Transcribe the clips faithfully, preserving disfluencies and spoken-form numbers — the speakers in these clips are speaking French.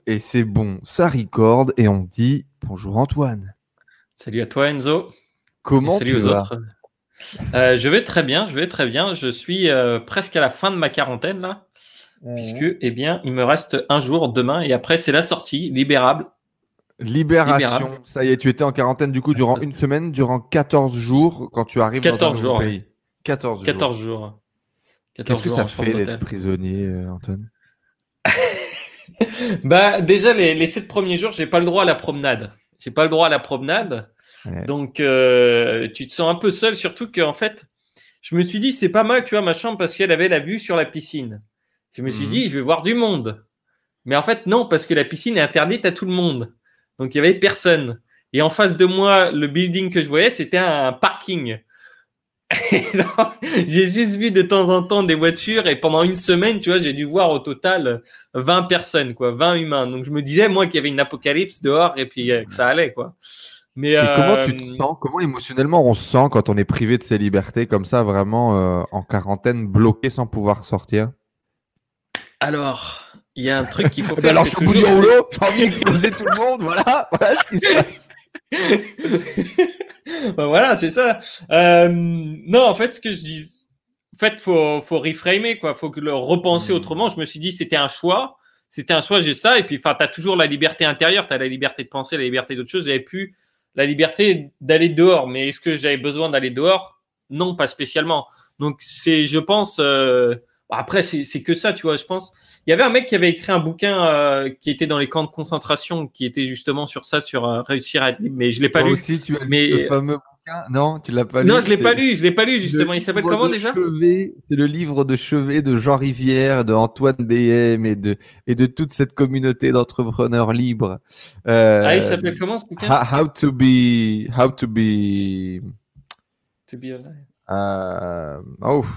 Et c'est bon, ça record et on dit bonjour Antoine. Salut à toi Enzo. Comment et salut tu aux vas? autres. Euh, je vais très bien, je vais très bien. Je suis euh, presque à la fin de ma quarantaine là, puisque Mhm. eh bien il me reste un jour demain et après c'est la sortie libérable, libérable. Libération, ça y est, tu étais en quarantaine du coup durant une semaine, durant quatorze jours quand tu arrives dans un quatorze nouveau jours, ouais. pays. quatorze jours. quatorze jours, Qu'est-ce quatorze que jours ça en chambre fait d'être d'hôtel. prisonnier, euh, Antoine? Bah déjà les, les sept premiers jours, j'ai pas le droit à la promenade. J'ai pas le droit à la promenade, Ouais. donc euh, tu te sens un peu seul, surtout que en fait, je me suis dit c'est pas mal, tu vois, ma chambre parce qu'elle avait la vue sur la piscine. Je me suis Mhm. dit je vais voir du monde. Mais en fait, non, parce que la piscine est interdite à tout le monde. Donc, il y avait personne. Et en face de moi, le building que je voyais, c'était un parking. Et donc, j'ai juste vu de temps en temps des voitures et pendant une semaine, tu vois, j'ai dû voir au total vingt personnes, quoi, vingt humains. Donc, je me disais, moi, qu'il y avait une apocalypse dehors et puis euh, que ça allait, quoi. Mais Et comment tu te euh, sens? Comment émotionnellement on se sent quand on est privé de ses libertés comme ça, vraiment euh, en quarantaine, bloqué sans pouvoir sortir? alors, il y a un truc qu'il faut Eh ben faire, alors, c'est je suis au bout du toujours... rouleau, j'ai envie d'exploser tout le monde, voilà, voilà ce qui se passe. Ben voilà, c'est ça. Euh, non, en fait, ce que je dis, en fait, faut faut reframer quoi, faut que le repenser Hmm. autrement. Je me suis dit, c'était un choix, c'était un choix, j'ai ça, et puis enfin, t'as toujours la liberté intérieure, t'as la liberté de penser, la liberté d'autre chose. J'avais plus la liberté d'aller dehors, mais est-ce que j'avais besoin d'aller dehors? Non, pas spécialement. Donc c'est, je pense, euh, après c'est c'est que ça, tu vois, je pense. Il y avait un mec qui avait écrit un bouquin euh, qui était dans les camps de concentration, qui était justement sur ça, sur euh, réussir à être libre, mais je l'ai pas Toi lu. aussi, tu as lu ce Mais fameux bouquin? Non, tu l'as pas non, lu? je l'ai pas C'est lu, je l'ai pas lu le justement. Il s'appelle livre comment de déjà? chevet. C'est le livre de chevet de Jean Rivière, de Antoine B M et de et de toute cette communauté d'entrepreneurs libres. Ah, il Euh, s'appelle comment ce bouquin? how, how to be, how to be. To be alive. euh, oh,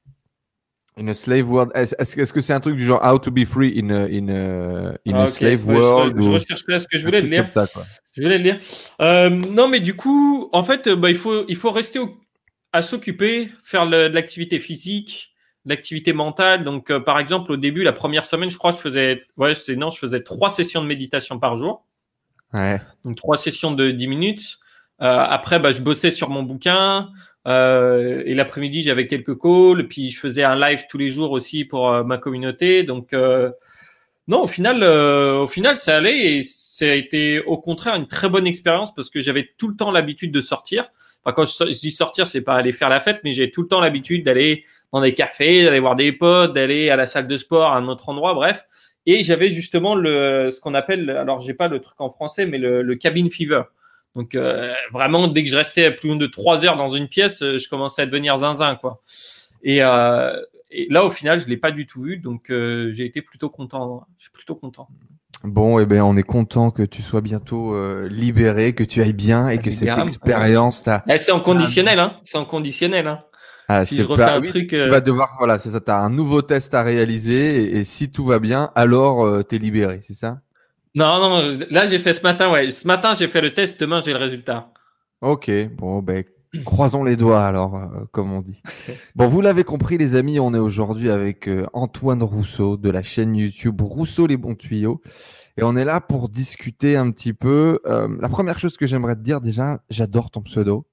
in a slave world. Est-ce est-ce que est-ce que c'est un truc du genre How to be free in a, in a, in a Ah, ok. slave Ouais, je, re- world je ou recherche là ce que je un voulais le truc comme lire. ça, quoi. Je voulais le lire. Euh, non, mais du coup, en fait, euh, bah, il faut, il faut rester au- à s'occuper, faire le- de l'activité physique, de l'activité mentale. Donc, euh, par exemple, au début, la première semaine, je crois que je faisais, ouais, c'est non, je faisais trois sessions de méditation par jour. Ouais. Donc, trois sessions de dix minutes. Euh, après, bah, je bossais sur mon bouquin. Euh, et l'après-midi, j'avais quelques calls. Puis, je faisais un live tous les jours aussi pour euh, ma communauté. Donc, euh, non, au final, euh, au final, ça allait et ça a été au contraire une très bonne expérience parce que j'avais tout le temps l'habitude de sortir. Enfin, quand je, je dis sortir, c'est pas aller faire la fête, mais j'ai tout le temps l'habitude d'aller dans des cafés, d'aller voir des potes, d'aller à la salle de sport, à un autre endroit, bref. Et j'avais justement le, ce qu'on appelle, alors j'ai pas le truc en français, mais le, le cabin fever. Donc euh, vraiment, dès que je restais plus de trois heures dans une pièce, euh, je commençais à devenir zinzin, quoi. Et, euh, et là, au final, je l'ai pas du tout vu, donc euh, j'ai été plutôt content. Je suis plutôt content. Bon, eh ben, on est content que tu sois bientôt euh, libéré, que tu ailles bien et que cette Libérable, ouais. expérience t'a. Eh, c'est en t'a- conditionnel, hein. C'est en conditionnel, hein. Ah, Si je c'est refais pas. un Oui, truc, tu euh, vas devoir. Voilà, c'est ça. Tu as un nouveau test à réaliser et, et si tout va bien, alors euh, t'es libéré, c'est ça? non, non. Là, j'ai fait ce matin, ouais. Ce matin, j'ai fait le test. Demain, j'ai le résultat. Ok, bon, ben, croisons les doigts alors, euh, comme on dit. Bon, vous l'avez compris, les amis, on est aujourd'hui avec euh, Antoine Rousseau de la chaîne YouTube Rousseau les bons tuyaux. Et on est là pour discuter un petit peu. Euh, la première chose que j'aimerais te dire déjà, j'adore ton pseudo.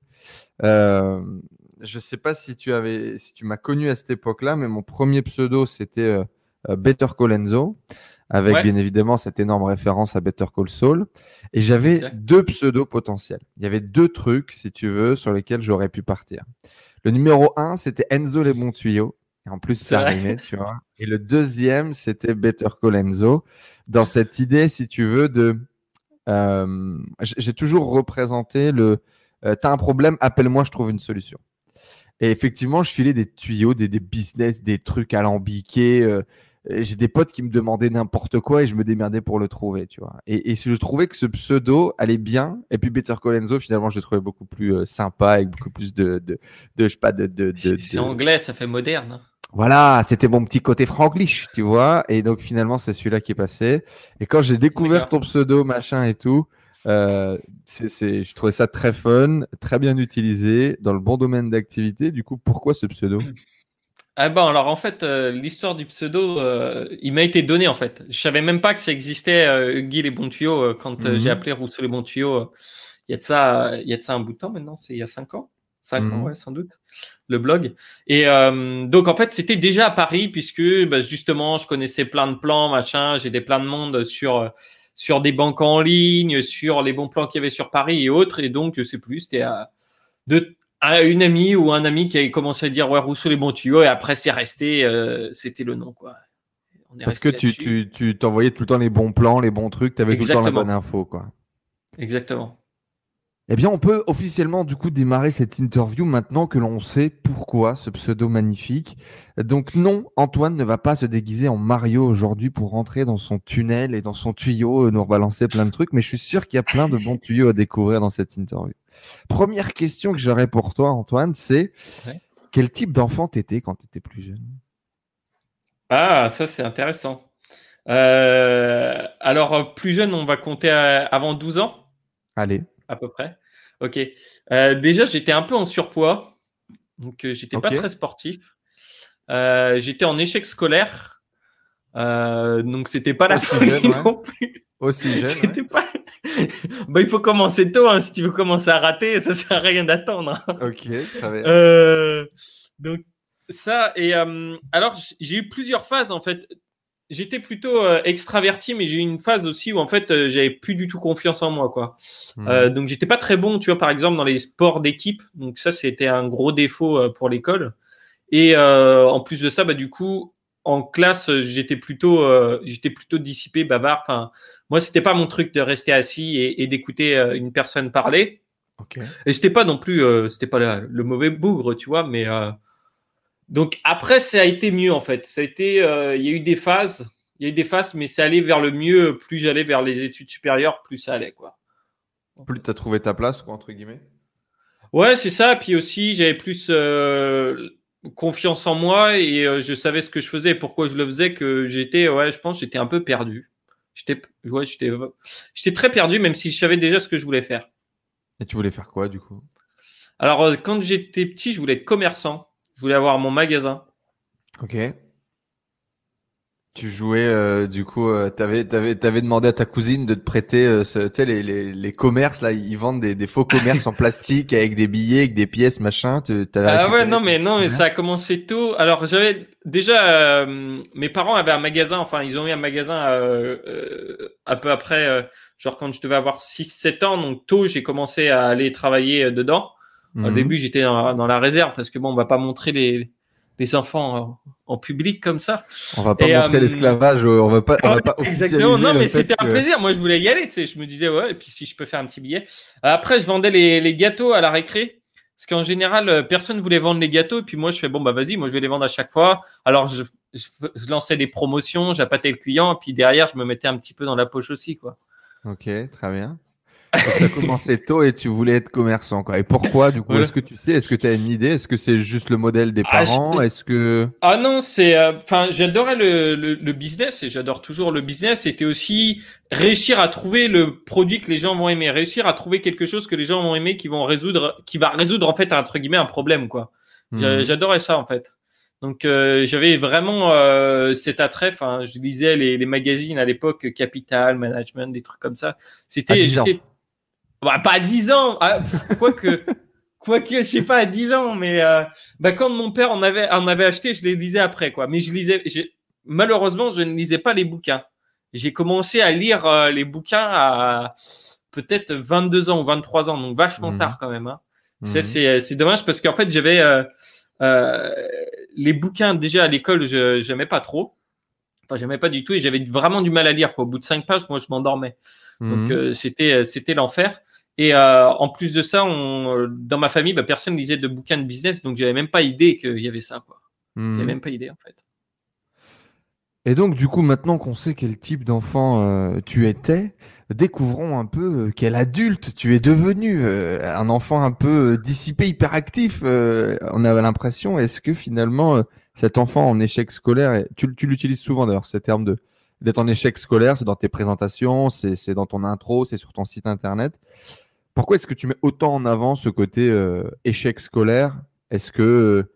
Euh, je sais pas si tu avais, si tu m'as connu à cette époque-là, mais mon premier pseudo c'était euh, euh, Better Call Enzo, avec Ouais, bien évidemment cette énorme référence à Better Call Saul. Et j'avais exact. deux pseudos potentiels. Il y avait deux trucs, si tu veux, sur lesquels j'aurais pu partir. Le numéro un, c'était Enzo les bons tuyaux. Et en plus, C'est ça vrai. rimait, tu vois. Et le deuxième, c'était Better Call Enzo, dans cette idée, si tu veux, de euh, j'ai toujours représenté le euh, t'as un problème, appelle-moi, je trouve une solution. Et effectivement, je filais des tuyaux, des, des business, des trucs alambiqués. Euh, et j'ai des potes qui me demandaient n'importe quoi et je me démerdais pour le trouver, tu vois. Et, et je trouvais que ce pseudo allait bien. Et puis Better Call Enzo, finalement, je le trouvais beaucoup plus euh, sympa avec beaucoup plus de, de, de, je sais pas, de, de, de, C'est c'est de- anglais, ça fait moderne, hein. voilà, c'était mon petit côté franglish, tu vois. Et donc finalement, c'est celui-là qui est passé. Et quand j'ai découvert D'accord. ton pseudo, machin et tout, euh, c'est, c'est, je trouvais ça très fun, très bien utilisé, dans le bon domaine d'activité. Du coup, pourquoi ce pseudo? Ah ben alors en fait euh, l'histoire du pseudo euh, il m'a été donné en fait. Je savais même pas que ça existait euh, Guy les bons tuyaux euh, quand euh, j'ai Mhm. appelé Rousseau les bons tuyaux. euh, Il y a de ça il y a de ça un bout de temps maintenant, c'est il y a cinq ans. Cinq ans Mhm. ouais sans doute le blog. Et euh, donc en fait c'était déjà à Paris puisque bah, justement je connaissais plein de plans machin, j'ai des plein de monde sur euh, sur des banques en ligne, sur les bons plans qu'il y avait sur Paris et autres et donc je sais plus c'était à de à une amie ou un ami qui avait commencé à dire ouais Rousseau les bons tuyaux et après c'est resté euh, c'était le nom quoi. On est Parce que resté tu, là-dessus. tu, tu t'envoyais tout le temps les bons plans, les bons trucs, tu avais tout le temps la bonne Exactement. info, quoi. Exactement. Eh bien, on peut officiellement du coup démarrer cette interview maintenant que l'on sait pourquoi ce pseudo magnifique. Donc non, Antoine ne va pas se déguiser en Mario aujourd'hui pour rentrer dans son tunnel et dans son tuyau, euh, nous rebalancer plein de trucs, mais je suis sûr qu'il y a plein de bons tuyaux à découvrir dans cette interview. Première question que j'aurais pour toi, Antoine, c'est Ouais. quel type d'enfant t'étais quand tu étais plus jeune? Ah ça c'est intéressant. Euh, alors plus jeune on va compter à- avant douze ans Allez, à peu près. Ok. Euh, déjà j'étais un peu en surpoids donc euh, j'étais pas ok. très sportif. Euh, j'étais en échec scolaire euh, donc c'était pas la Aussi jeune, folie ouais. non plus. Aussi jeune, ouais. C'était pas. Bah, il faut commencer tôt, hein, si tu veux commencer à rater, ça sert à rien d'attendre. Hein. Ok, très bien. Euh, donc ça et euh, alors j- j'ai eu plusieurs phases en fait. J'étais plutôt euh, extraverti, mais j'ai eu une phase aussi où en fait euh, j'avais plus du tout confiance en moi, quoi. Euh, Mhm. donc j'étais pas très bon, tu vois, par exemple dans les sports d'équipe. Donc ça c'était un gros défaut euh, pour l'école. Et euh, en plus de ça, bah du coup, en classe, j'étais plutôt, euh, j'étais plutôt dissipé, bavard. Enfin, moi, c'était pas mon truc de rester assis et, et d'écouter euh, une personne parler. Ok. Et c'était pas non plus, euh, c'était pas la- le mauvais bougre, tu vois. Mais euh, donc après, ça a été mieux en fait. Ça a été, euh, il y a eu des phases, il y a eu des phases, mais ça allait vers le mieux. Plus j'allais vers les études supérieures, plus ça allait, quoi. En Plus fait. tu as trouvé ta place, quoi, entre guillemets. Ouais, c'est ça. Puis aussi, j'avais plus euh, confiance en moi et euh, je savais ce que je faisais et pourquoi je le faisais que j'étais, ouais, je pense, que j'étais un peu perdu. J'étais, ouais, j'étais, j'étais très perdu, même si je savais déjà ce que je voulais faire. Et tu voulais faire quoi, du coup? Alors, euh, quand j'étais petit, je voulais être commerçant. Je voulais avoir mon magasin. Ok. Tu jouais, euh, du coup, euh, t'avais, t'avais, t'avais demandé à ta cousine de te prêter, euh, ce- tu sais, les, les, les commerces, là, ils vendent des, des faux commerces en plastique avec des billets, avec des pièces, machin. Tu avais Ah ouais, récupéré non, ton mais petit non, mais commerce. ça a commencé tôt. Alors, j'avais déjà, euh, mes parents avaient un magasin, enfin, ils ont eu un magasin euh, euh, un peu après, euh, genre quand je devais avoir six sept ans. Donc, tôt, j'ai commencé à aller travailler euh, dedans. Au Mhm. début, j'étais dans, dans la réserve parce que bon, on va pas montrer les, les enfants en, en public comme ça. On va pas Et montrer euh, l'esclavage, euh, on va pas, on ouais, va pas exactement. officialiser Non, le mais fait c'était un que. plaisir. Moi, je voulais y aller, tu sais. Je me disais, ouais, et puis si je peux faire un petit billet. Après, je vendais les, les gâteaux à la récré. Parce qu'en général, euh, personne voulait vendre les gâteaux. Et puis moi, je fais, bon, bah vas-y, moi, je vais les vendre à chaque fois. Alors, je, je, je lançais des promotions, j'appâtais le client. Et puis derrière, je me mettais un petit peu dans la poche aussi, quoi. Ok, très bien. Donc, tu as commencé tôt et tu voulais être commerçant, quoi. Et pourquoi, du coup? Voilà. Est-ce que tu sais, est-ce que tu as une idée? Est-ce que c'est juste le modèle des Ah, je- parents? Est-ce que. Ah non, c'est, euh, enfin, j'adorais le, le, le business et j'adore toujours le business. C'était aussi réussir à trouver le produit que les gens vont aimer, réussir à trouver quelque chose que les gens vont aimer, qui vont résoudre, qui va résoudre en fait entre guillemets un problème quoi. J'a- Mhm. J'adorais ça en fait. Donc euh, j'avais vraiment euh, cet attrait. Enfin, je lisais les, les magazines à l'époque, Capital, Management, des trucs comme ça. À C'était, dix ans. j'étais, bah, pas à dix ans, ah, pff, quoique. Quoique, je sais pas, à dix ans, mais euh, bah, quand mon père en avait, en avait acheté, je les lisais après, quoi. Mais je lisais, j'ai- malheureusement, je ne lisais pas les bouquins. J'ai commencé à lire euh, les bouquins à peut-être vingt-deux ans ou vingt-trois ans, donc vachement Mhm. tard quand même. Hein. Ça, Mhm. c'est, c'est dommage parce qu'en fait, j'avais euh, euh, les bouquins déjà à l'école, je j'aimais pas trop. Enfin, j'aimais pas du tout et j'avais vraiment du mal à lire, quoi. Au bout de cinq pages, moi, je m'endormais. Donc Mhm. euh, c'était euh, c'était l'enfer. Et euh, en plus de ça, on, euh, dans ma famille, bah, personne lisait de bouquins de business, donc j'avais même pas idée qu'il y avait ça, quoi. J'avais Mhm. même pas idée en fait. Et donc, du coup, maintenant qu'on sait quel type d'enfant euh, tu étais, découvrons un peu euh, quel adulte tu es devenu. Euh, un enfant un peu euh, dissipé, hyperactif. Euh, on avait l'impression. Est-ce que finalement, euh, cet enfant en échec scolaire, et tu, tu l'utilises souvent d'ailleurs, ce terme de d'être en échec scolaire, c'est dans tes présentations, c'est c'est dans ton intro, c'est sur ton site internet. Pourquoi est-ce que tu mets autant en avant ce côté euh, échec scolaire? Est-ce que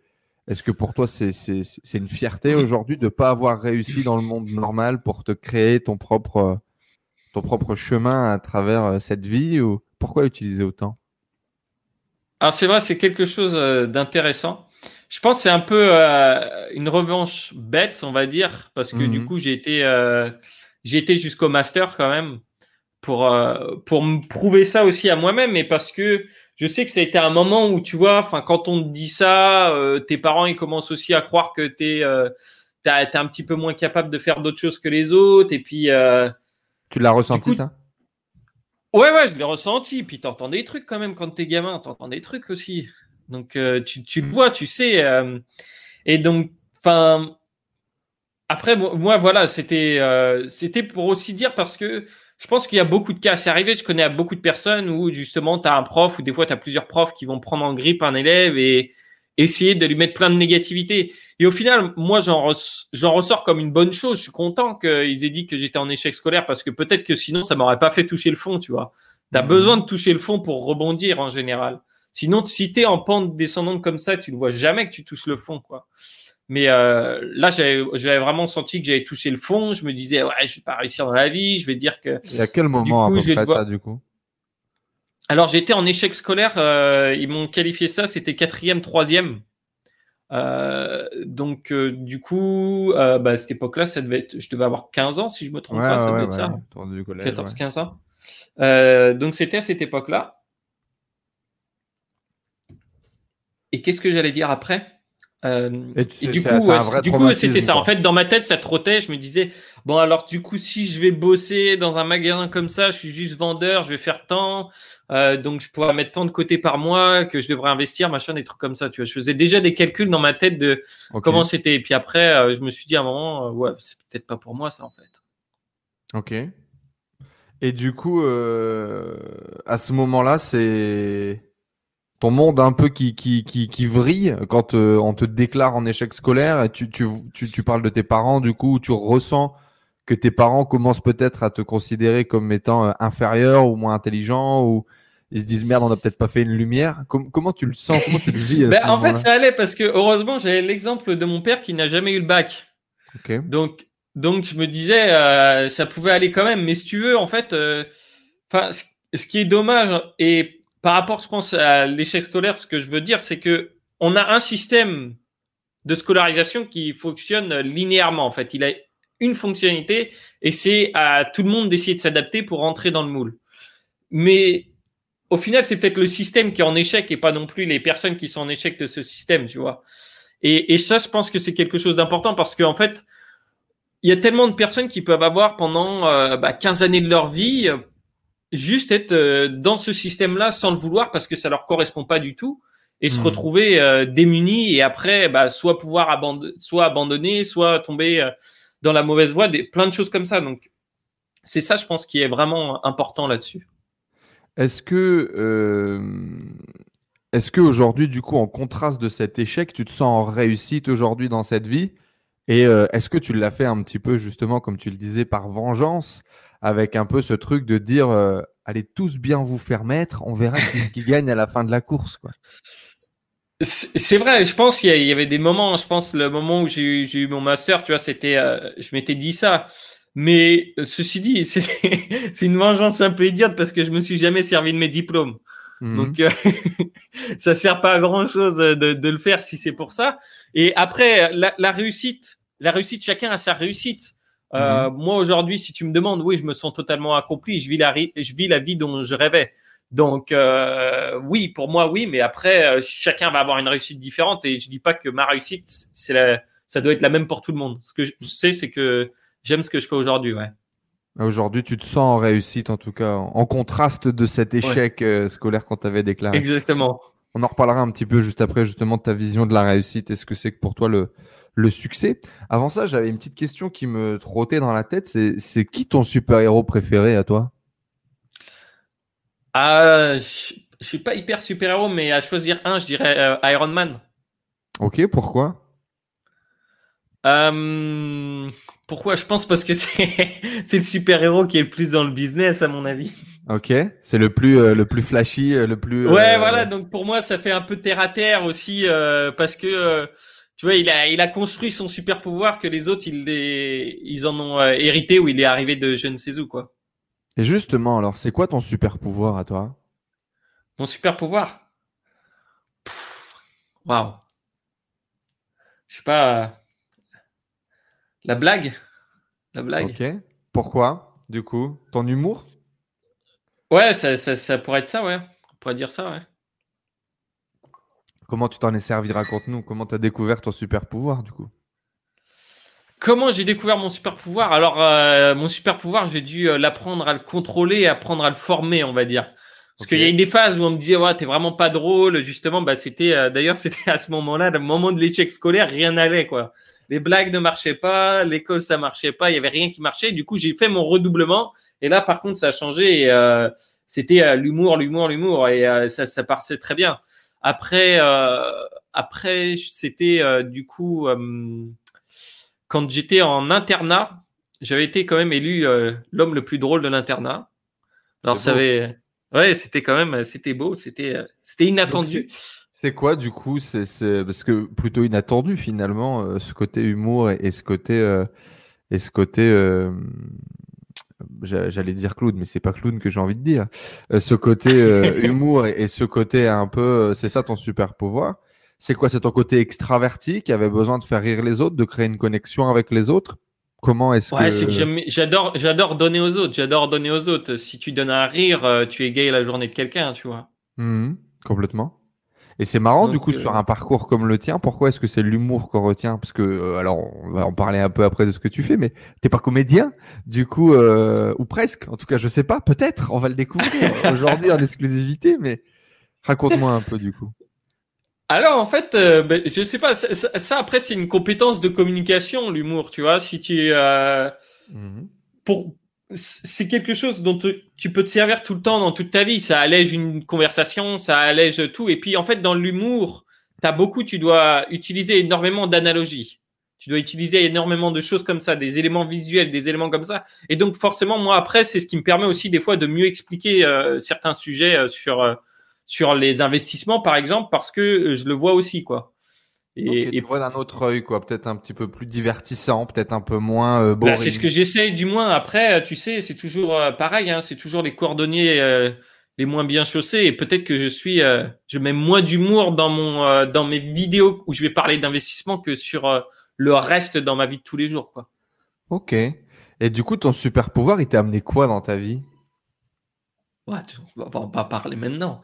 Est-ce que pour toi, c'est, c'est, c'est une fierté aujourd'hui de ne pas avoir réussi dans le monde normal pour te créer ton propre, ton propre chemin à travers cette vie ou pourquoi utiliser autant? Alors c'est vrai, c'est quelque chose euh, d'intéressant. Je pense que c'est un peu euh, une revanche bête, on va dire, parce que du Mhm. coup, j'ai été, euh, j'ai été jusqu'au master quand même pour, euh, pour me prouver ça aussi à moi-même et parce que je sais que ça a été un moment où, tu vois, enfin, quand on te dit ça, euh, tes parents, ils commencent aussi à croire que t'es, euh, t'as- t'es un petit peu moins capable de faire d'autres choses que les autres et puis, euh, Tu l'as du ressenti coup, ça? ouais, ouais, je l'ai ressenti. Puis t'entends des trucs quand même quand t'es gamin, t'entends des trucs aussi. Donc euh, tu, tu le vois, tu sais. euh, et donc, enfin, après, moi, moi, voilà, c'était euh, c'était pour aussi dire parce que je pense qu'il y a beaucoup de cas. C'est arrivé, je connais beaucoup de personnes où justement t'as un prof ou des fois t'as plusieurs profs qui vont prendre en grippe un élève et essayer de lui mettre plein de négativité. Et au final, moi, j'en res- j'en ressors comme une bonne chose. Je suis content qu'ils aient dit que j'étais en échec scolaire parce que peut-être que sinon, ça m'aurait pas fait toucher le fond, tu vois. Tu as besoin Mhm. de toucher le fond pour rebondir en général. Sinon, si tu es en pente descendante comme ça, tu ne vois jamais que tu touches le fond, quoi. Mais euh, là, j'avais j'avais vraiment senti que j'avais touché le fond. Je me disais, ouais, je vais pas réussir dans la vie. Je vais dire que, Et à quel du moment à coup, peu je vais près ça devoir. du coup? Alors, j'étais en échec scolaire. Euh, ils m'ont qualifié ça. C'était quatrième, troisième. Euh, donc, euh, du coup, euh, bah, à cette époque-là, ça devait être, je devais avoir quinze ans, si je me Ouais, trompe pas, ça ouais, devait ouais, être ça, ouais. hein. Autour du collège, ouais. quatorze quinze ans. Euh, donc, c'était à cette époque-là. Et qu'est-ce que j'allais dire après? Euh, Et tu et sais, du c'est coup, c'est ouais, un vrai du coup, c'était traumatisme, ça. En quoi. fait, dans ma tête, ça trottait. Je me disais, bon, alors, du coup, si je vais bosser dans un magasin comme ça, je suis juste vendeur, je vais faire tant, euh, donc je pourrais mettre tant de côté par mois que je devrais investir, machin, des trucs comme ça. Tu vois, je faisais déjà des calculs dans ma tête de Ok, comment c'était. Et puis après, euh, je me suis dit à un moment, euh, ouais, c'est peut-être pas pour moi, ça, en fait. ok. Et du coup, euh, à ce moment-là, c'est ton monde un peu qui, qui, qui, qui vrille quand euh, on te déclare en échec scolaire et tu, tu, tu, tu parles de tes parents, du coup, tu ressens que tes parents commencent peut-être à te considérer comme étant euh, inférieur ou moins intelligent ou ils se disent merde, on n'a peut-être pas fait une lumière. Com- comment tu le sens? Comment tu le vis à Ben, ce en fait, moment-là? ça allait parce que heureusement, j'avais l'exemple de mon père qui n'a jamais eu le bac. Ok. Donc, donc je me disais, euh, ça pouvait aller quand même. Mais si tu veux, en fait, euh, enfin, ce ce qui est dommage et par rapport, je pense, à l'échec scolaire, ce que je veux dire, c'est que on a un système de scolarisation qui fonctionne linéairement. En fait, il a une fonctionnalité et c'est à tout le monde d'essayer de s'adapter pour rentrer dans le moule. Mais au final, c'est peut-être le système qui est en échec et pas non plus les personnes qui sont en échec de ce système, tu vois. Et, et ça, je pense que c'est quelque chose d'important parce qu'en fait, il y a tellement de personnes qui peuvent avoir pendant euh, bah, quinze années de leur vie euh, juste être euh, dans ce système-là sans le vouloir parce que ça leur correspond pas du tout et se Hmm. retrouver euh, démunis et après bah, soit pouvoir abandonner, soit abandonner, soit tomber euh, dans la mauvaise voie, des, plein de choses comme ça. Donc c'est ça, je pense, qui est vraiment important là-dessus. Est-ce que, euh, est-ce que aujourd'hui, du coup, en contraste de cet échec, tu te sens en réussite aujourd'hui dans cette vie? Et euh, est-ce que tu l'as fait un petit peu, justement, comme tu le disais, par vengeance, avec un peu ce truc de dire, euh, allez tous bien vous faire mettre, on verra qui ce qui gagne à la fin de la course, quoi. C'est vrai, je pense qu'il y avait des moments, je pense le moment où j'ai eu, j'ai eu mon master, tu vois, c'était, euh, je m'étais dit ça. Mais euh, ceci dit, c'est c'est une vengeance un peu idiote parce que je me suis jamais servi de mes diplômes. Mhm. Donc euh, ça sert pas à grand chose de, de le faire si c'est pour ça. Et après, la, la réussite, la réussite, chacun a sa réussite. Euh, Mhm. moi aujourd'hui, si tu me demandes, oui, je me sens totalement accompli. Je vis la, je vis la vie dont je rêvais. Donc euh, oui, pour moi oui, mais après euh, chacun va avoir une réussite différente et je dis pas que ma réussite c'est la, ça doit être la même pour tout le monde. Ce que je sais c'est que j'aime ce que je fais aujourd'hui, ouais. Aujourd'hui, tu te sens en réussite, en tout cas, en en contraste de cet Ouais, échec euh, scolaire qu'on t'avait déclaré. exactement. On en reparlera un petit peu juste après, justement, de ta vision de la réussite et ce que c'est que pour toi le, le succès. Avant ça, j'avais une petite question qui me trottait dans la tête. C'est, c'est qui ton super-héros préféré à toi? Ah, je, je suis pas hyper super-héros, mais à choisir un, je dirais euh, Iron Man. Ok, pourquoi? Euh, pourquoi? Je pense parce que c'est c'est le super-héros qui est le plus dans le business à mon avis. Ok, c'est le plus, euh, le plus flashy, euh, le plus. Ouais, euh, voilà. Donc pour moi, ça fait un peu terre à terre aussi euh, parce que euh, Tu vois, il a, il a construit son super pouvoir que les autres, ils, les, ils en ont euh, hérité ou il est arrivé de je ne sais où, quoi. Et justement, alors, c'est quoi ton super pouvoir à toi? Mon super pouvoir? Waouh. Je sais pas. euh, La blague? La blague? Ok. Pourquoi, du coup? Ton humour? Ouais, ça, ça, ça pourrait être ça, ouais. On pourrait dire ça, ouais. Comment tu t'en es servi? Raconte-nous. Comment tu as découvert ton super pouvoir, du coup? Comment j'ai découvert mon super pouvoir? Alors, euh, mon super pouvoir, j'ai dû euh, l'apprendre à le contrôler et apprendre à le former, on va dire. Parce Ok. qu'il y a eu des phases où on me disait, ouais, t'es vraiment pas drôle. Justement, bah, c'était, euh, d'ailleurs, c'était à ce moment-là, le moment de l'échec scolaire, rien n'allait, quoi. Les blagues ne marchaient pas, l'école, ça marchait pas, il y avait rien qui marchait. Du coup, j'ai fait mon redoublement. Et là, par contre, ça a changé. Et, euh, c'était euh, l'humour, l'humour, l'humour. Et euh, ça, ça passait très bien. Après, euh, après, c'était, euh, du coup, euh, quand j'étais en internat, j'avais été quand même élu euh, l'homme le plus drôle de l'internat. C'est Alors ça beau. avait, ouais, c'était quand même, c'était beau, c'était, euh, c'était Donc, inattendu. c'est c'est quoi, du coup? C'est c'est- parce que plutôt inattendu, finalement, euh, ce côté humour et, et ce côté, euh, et ce côté euh, j'a- j'allais dire clown, mais c'est pas clown que j'ai envie de dire. Euh, ce côté euh, humour et, et ce côté un peu, euh, c'est ça ton super pouvoir. C'est quoi? C'est ton côté extraverti qui avait besoin de faire rire les autres, de créer une connexion avec les autres? Comment est-ce Ouais, c'est que que... j'aime- j'adore, j'adore donner aux autres, j'adore donner aux autres. Si tu donnes un rire, euh, tu égayes la journée de quelqu'un, tu vois. Mhm, complètement. Et c'est marrant, du Donc, coup, sur euh, un parcours comme le tien, pourquoi est-ce que c'est l'humour qu'on retient? Parce que, euh, alors, on va en parler un peu après de ce que tu fais, mais t'es pas comédien, du coup, euh, ou presque. En tout cas, je sais pas, peut-être, on va le découvrir aujourd'hui en exclusivité, mais raconte-moi un peu, du coup. alors en fait, euh, ben, je sais pas, ça, ça- ça, après c'est une compétence de communication, l'humour, tu vois. Si tu, euh, Mhm. pour c'est quelque chose dont te- tu peux te servir tout le temps dans toute ta vie. Ça allège une conversation, ça allège tout. Et puis en fait, dans l'humour, t'as beaucoup, tu dois utiliser énormément d'analogies. Tu dois utiliser énormément de choses comme ça, des éléments visuels, des éléments comme ça. Et donc forcément, moi après, c'est ce qui me permet aussi des fois de mieux expliquer euh, certains sujets euh, sur euh, sur les investissements, par exemple, parce que euh, je le vois aussi, quoi. Ok, Et, tu et vois d'un autre œil, quoi. Peut-être un petit peu plus divertissant, peut-être un peu moins euh, Bah, c'est ce boring. que j'essaie, du moins. Après, tu sais, c'est toujours euh, pareil, hein, c'est toujours les cordonniers euh, les moins bien chaussés. Et peut-être que je suis, euh, je mets moins d'humour dans mon, euh, dans mes vidéos où je vais parler d'investissement que sur euh, le reste dans ma vie de tous les jours, quoi. Ok. Et du coup, ton super pouvoir, il t'a amené quoi dans ta vie? Ouais, tu- on va, on va pas parler maintenant.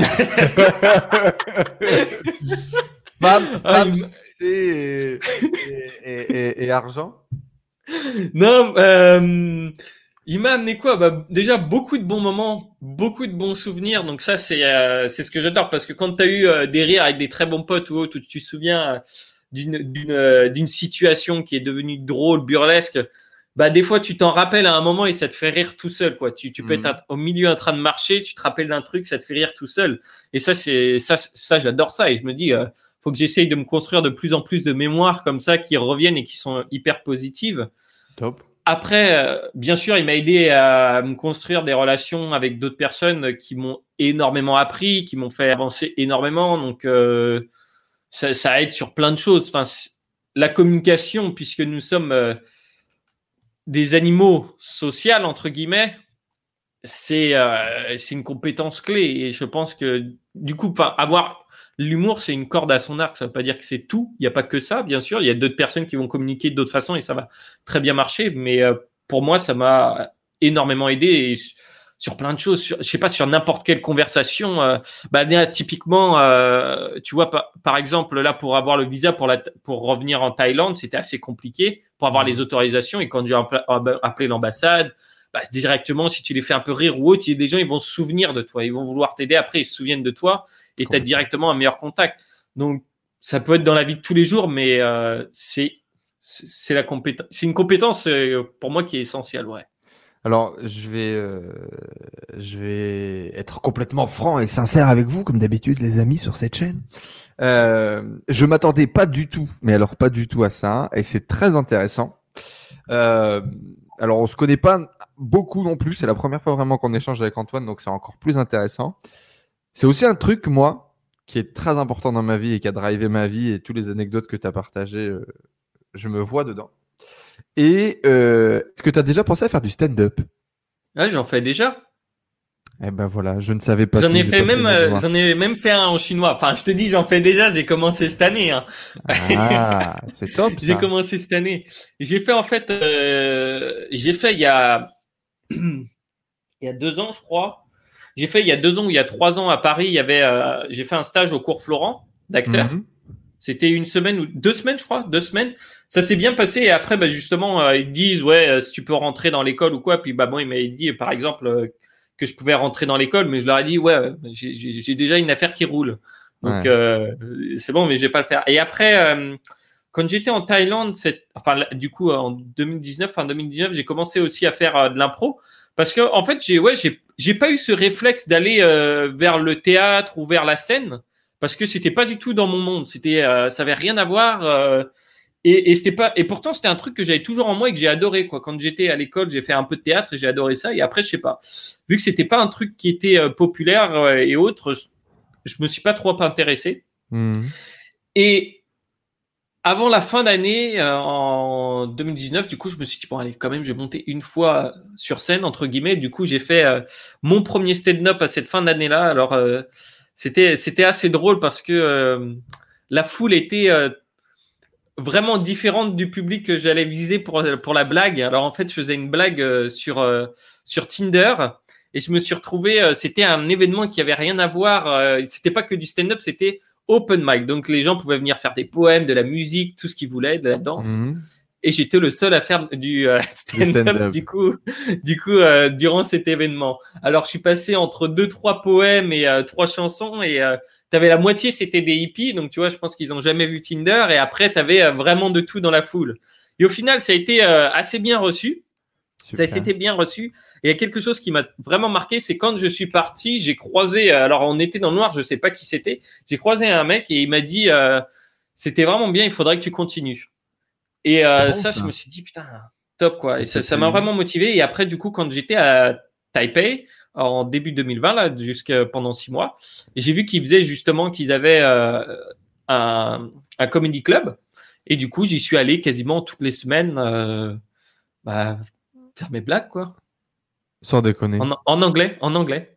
Femme, Ah, femme, il m- succès et, et, et- et argent? non, euh, il m'a amené quoi? Bah, déjà beaucoup de bons moments, beaucoup de bons souvenirs. Donc ça, c'est euh, c'est ce que j'adore parce que quand tu as eu euh, des rires avec des très bons potes ou autre, où tu te souviens euh, d'une d'une euh, d'une situation qui est devenue drôle, burlesque, bah des fois tu t'en rappelles à un moment et ça te fait rire tout seul, quoi. Tu tu peux être Mhm. à- au milieu en train de marcher, tu te rappelles d'un truc, ça te fait rire tout seul. Et ça c'est ça ça j'adore ça et je me dis euh, faut que j'essaye de me construire de plus en plus de mémoires comme ça qui reviennent et qui sont hyper positives. Top. Après, euh, bien sûr, il m'a aidé à me construire des relations avec d'autres personnes qui m'ont énormément appris, qui m'ont fait avancer énormément. Donc, euh, ça, ça aide sur plein de choses. Enfin, la communication, puisque nous sommes euh, des animaux sociaux, entre guillemets, c'est euh, c'est une compétence clé. Et je pense que, du coup, enfin, avoir l'humour, c'est une corde à son arc. Ça ne veut pas dire que c'est tout. Il n'y a pas que ça, bien sûr. Il y a d'autres personnes qui vont communiquer d'autres façons et ça va très bien marcher. Mais euh, pour moi, ça m'a énormément aidé et sur plein de choses. Sur, je sais pas, sur n'importe quelle conversation. Euh, bah, typiquement, euh, tu vois, par, par exemple, là, pour avoir le visa pour, la, pour revenir en Thaïlande, c'était assez compliqué pour avoir les Mhm. autorisations. Et quand j'ai appelé l'ambassade, bah, directement, si tu les fais un peu rire ou autre, des gens, ils vont se souvenir de toi. Ils vont vouloir t'aider. Après, ils se souviennent de toi et tu as Complètement. directement un meilleur contact. Donc, ça peut être dans la vie de tous les jours, mais euh, c'est c'est la compétence. C'est une compétence euh, pour moi qui est essentielle, ouais. Alors, je vais, euh, je vais être complètement franc et sincère avec vous, comme d'habitude, les amis, sur cette chaîne. Euh, je m'attendais pas du tout, mais alors pas du tout à ça, et c'est très intéressant. Euh, alors, on se connaît pas beaucoup non plus. C'est la première fois vraiment qu'on échange avec Antoine, donc c'est encore plus intéressant. C'est aussi un truc, moi. qui est très important dans ma vie et qui a drivé ma vie et toutes les anecdotes que tu as partagées, euh, je me vois dedans. Et euh, est-ce que tu as déjà pensé à faire du stand-up? Ouais, j'en fais déjà. Eh ben voilà, je ne savais pas J'en tout, ai j'ai fait pas fait même, mes euh, devoirs. j'en ai même fait un en chinois. Enfin, je te dis, j'en fais déjà. J'ai commencé cette année. Hein. Ah, c'est top J'ai ça. commencé cette année. J'ai fait en fait, euh, j'ai fait il y a, il y a deux ans, je crois. J'ai fait il y a deux ans ou il y a trois ans à Paris. Il y avait, euh, j'ai fait un stage au cours Florent d'acteur. Mhm. C'était une semaine ou deux semaines, je crois, deux semaines. Ça s'est bien passé. Et après, bah, justement, euh, ils disent, ouais, euh, si tu peux rentrer dans l'école ou quoi. Puis, bah, bon, ils m'avaient dit, par exemple, euh, que je pouvais rentrer dans l'école, mais je leur ai dit, ouais, j'ai, j'ai, j'ai déjà une affaire qui roule. Donc, Ouais. euh, c'est bon, mais je vais pas le faire. Et après, euh, quand j'étais en Thaïlande, c'est, enfin, là, du coup, en deux mille dix-neuf, fin deux mille dix-neuf, j'ai commencé aussi à faire euh, de l'impro. Parce que, en fait, j'ai, ouais, j'ai, j'ai pas eu ce réflexe d'aller euh, vers le théâtre ou vers la scène parce que c'était pas du tout dans mon monde. C'était, euh, ça avait rien à voir. Euh, et, et c'était pas. Et pourtant, c'était un truc que j'avais toujours en moi et que j'ai adoré. Quoi. Quand j'étais à l'école, j'ai fait un peu de théâtre et j'ai adoré ça. Et après, je sais pas. Vu que c'était pas un truc qui était euh, populaire euh, et autres, je, je me suis pas trop intéressé. Mhm. Et avant la fin d'année, euh, en deux mille dix-neuf, du coup, je me suis dit bon, allez, quand même, je vais monter une fois sur scène entre guillemets. Du coup, j'ai fait euh, mon premier stand-up à cette fin d'année-là. Alors, euh, c'était c'était assez drôle parce que euh, la foule était euh, vraiment différente du public que j'allais viser pour pour la blague. Alors en fait, je faisais une blague euh, sur euh, sur Tinder et je me suis retrouvé. Euh, c'était un événement qui avait rien à voir. Euh, c'était pas que du stand-up, c'était open mic. Donc les gens pouvaient venir faire des poèmes, de la musique, tout ce qu'ils voulaient, de la danse. Mhm. Et j'étais le seul à faire du euh, Du stand-up stand-up. du coup, du coup euh, durant cet événement. Alors je suis passé entre deux trois poèmes et euh, trois chansons et euh, t'avais la moitié c'était des hippies donc tu vois je pense qu'ils ont jamais vu Tinder et après t'avais euh, vraiment de tout dans la foule. Et au final ça a été euh, assez bien reçu. Ça Super. s'était bien reçu. Et il y a quelque chose qui m'a vraiment marqué, c'est quand je suis parti, j'ai croisé. Alors on était dans le noir, je sais pas qui c'était. J'ai croisé un mec et il m'a dit euh, c'était vraiment bien, il faudrait que tu continues. Et C'est euh, bon ça, je ça. me suis dit, putain, top, quoi. Et Et ça, ça ça t'a m'a eu. vraiment motivé. Et après, du coup, quand j'étais à Taipei, en début deux mille vingt, là, jusqu'à pendant six mois, et j'ai vu qu'ils faisaient justement qu'ils avaient euh, un, un comedy club. Et du coup, j'y suis allé quasiment toutes les semaines euh, bah, faire mes blagues, quoi. Sans déconner. En, en anglais, en anglais.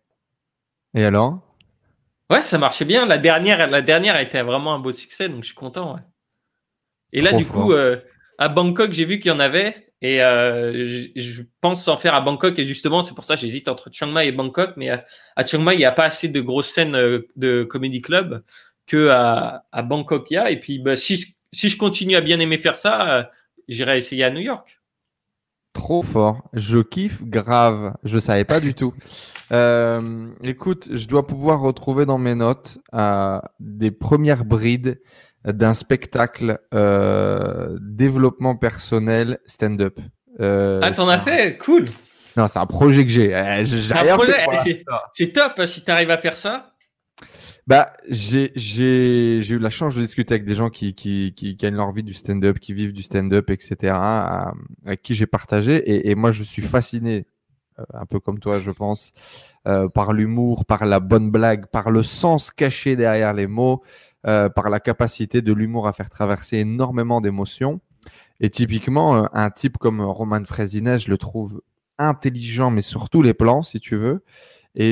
Et alors? Ouais, ça marchait bien. La dernière, la dernière a été vraiment un beau succès, donc je suis content, ouais. Et là, Trop du coup, fort. euh, à Bangkok, j'ai vu qu'il y en avait. Et euh, je, je pense en faire à Bangkok. Et justement, c'est pour ça que j'hésite entre Chiang Mai et Bangkok. Mais à, à Chiang Mai, il n'y a pas assez de grosses scènes euh, de comedy club que à, à Bangkok il y a. Et puis, bah, si, je, si je continue à bien aimer faire ça, euh, j'irai essayer à New York. Trop fort. Je kiffe grave. Je savais pas du tout. Euh, écoute, je dois pouvoir retrouver dans mes notes euh, des premières brides d'un spectacle euh, développement personnel stand-up. Ah, Euh, t'en c'est as un... fait? Cool. Non, c'est un projet que j'ai. Euh, j'ai j'ai C'est un rien fait projet. pour C'est, l'instant. c'est top hein, si tu arrives à faire ça. Bah, j'ai j'ai j'ai eu la chance de discuter avec des gens qui qui qui gagnent leur vie du stand-up, qui vivent du stand-up, et cetera. euh, Avec qui j'ai partagé et, et moi je suis fasciné, euh, un peu comme toi, je pense, euh, par l'humour, par la bonne blague, par le sens caché derrière les mots, euh, par la capacité de l'humour à faire traverser énormément d'émotions. Et typiquement, euh, un type comme Roman Frésinet, je le trouve intelligent, mais sur tous les plans, si tu veux. Et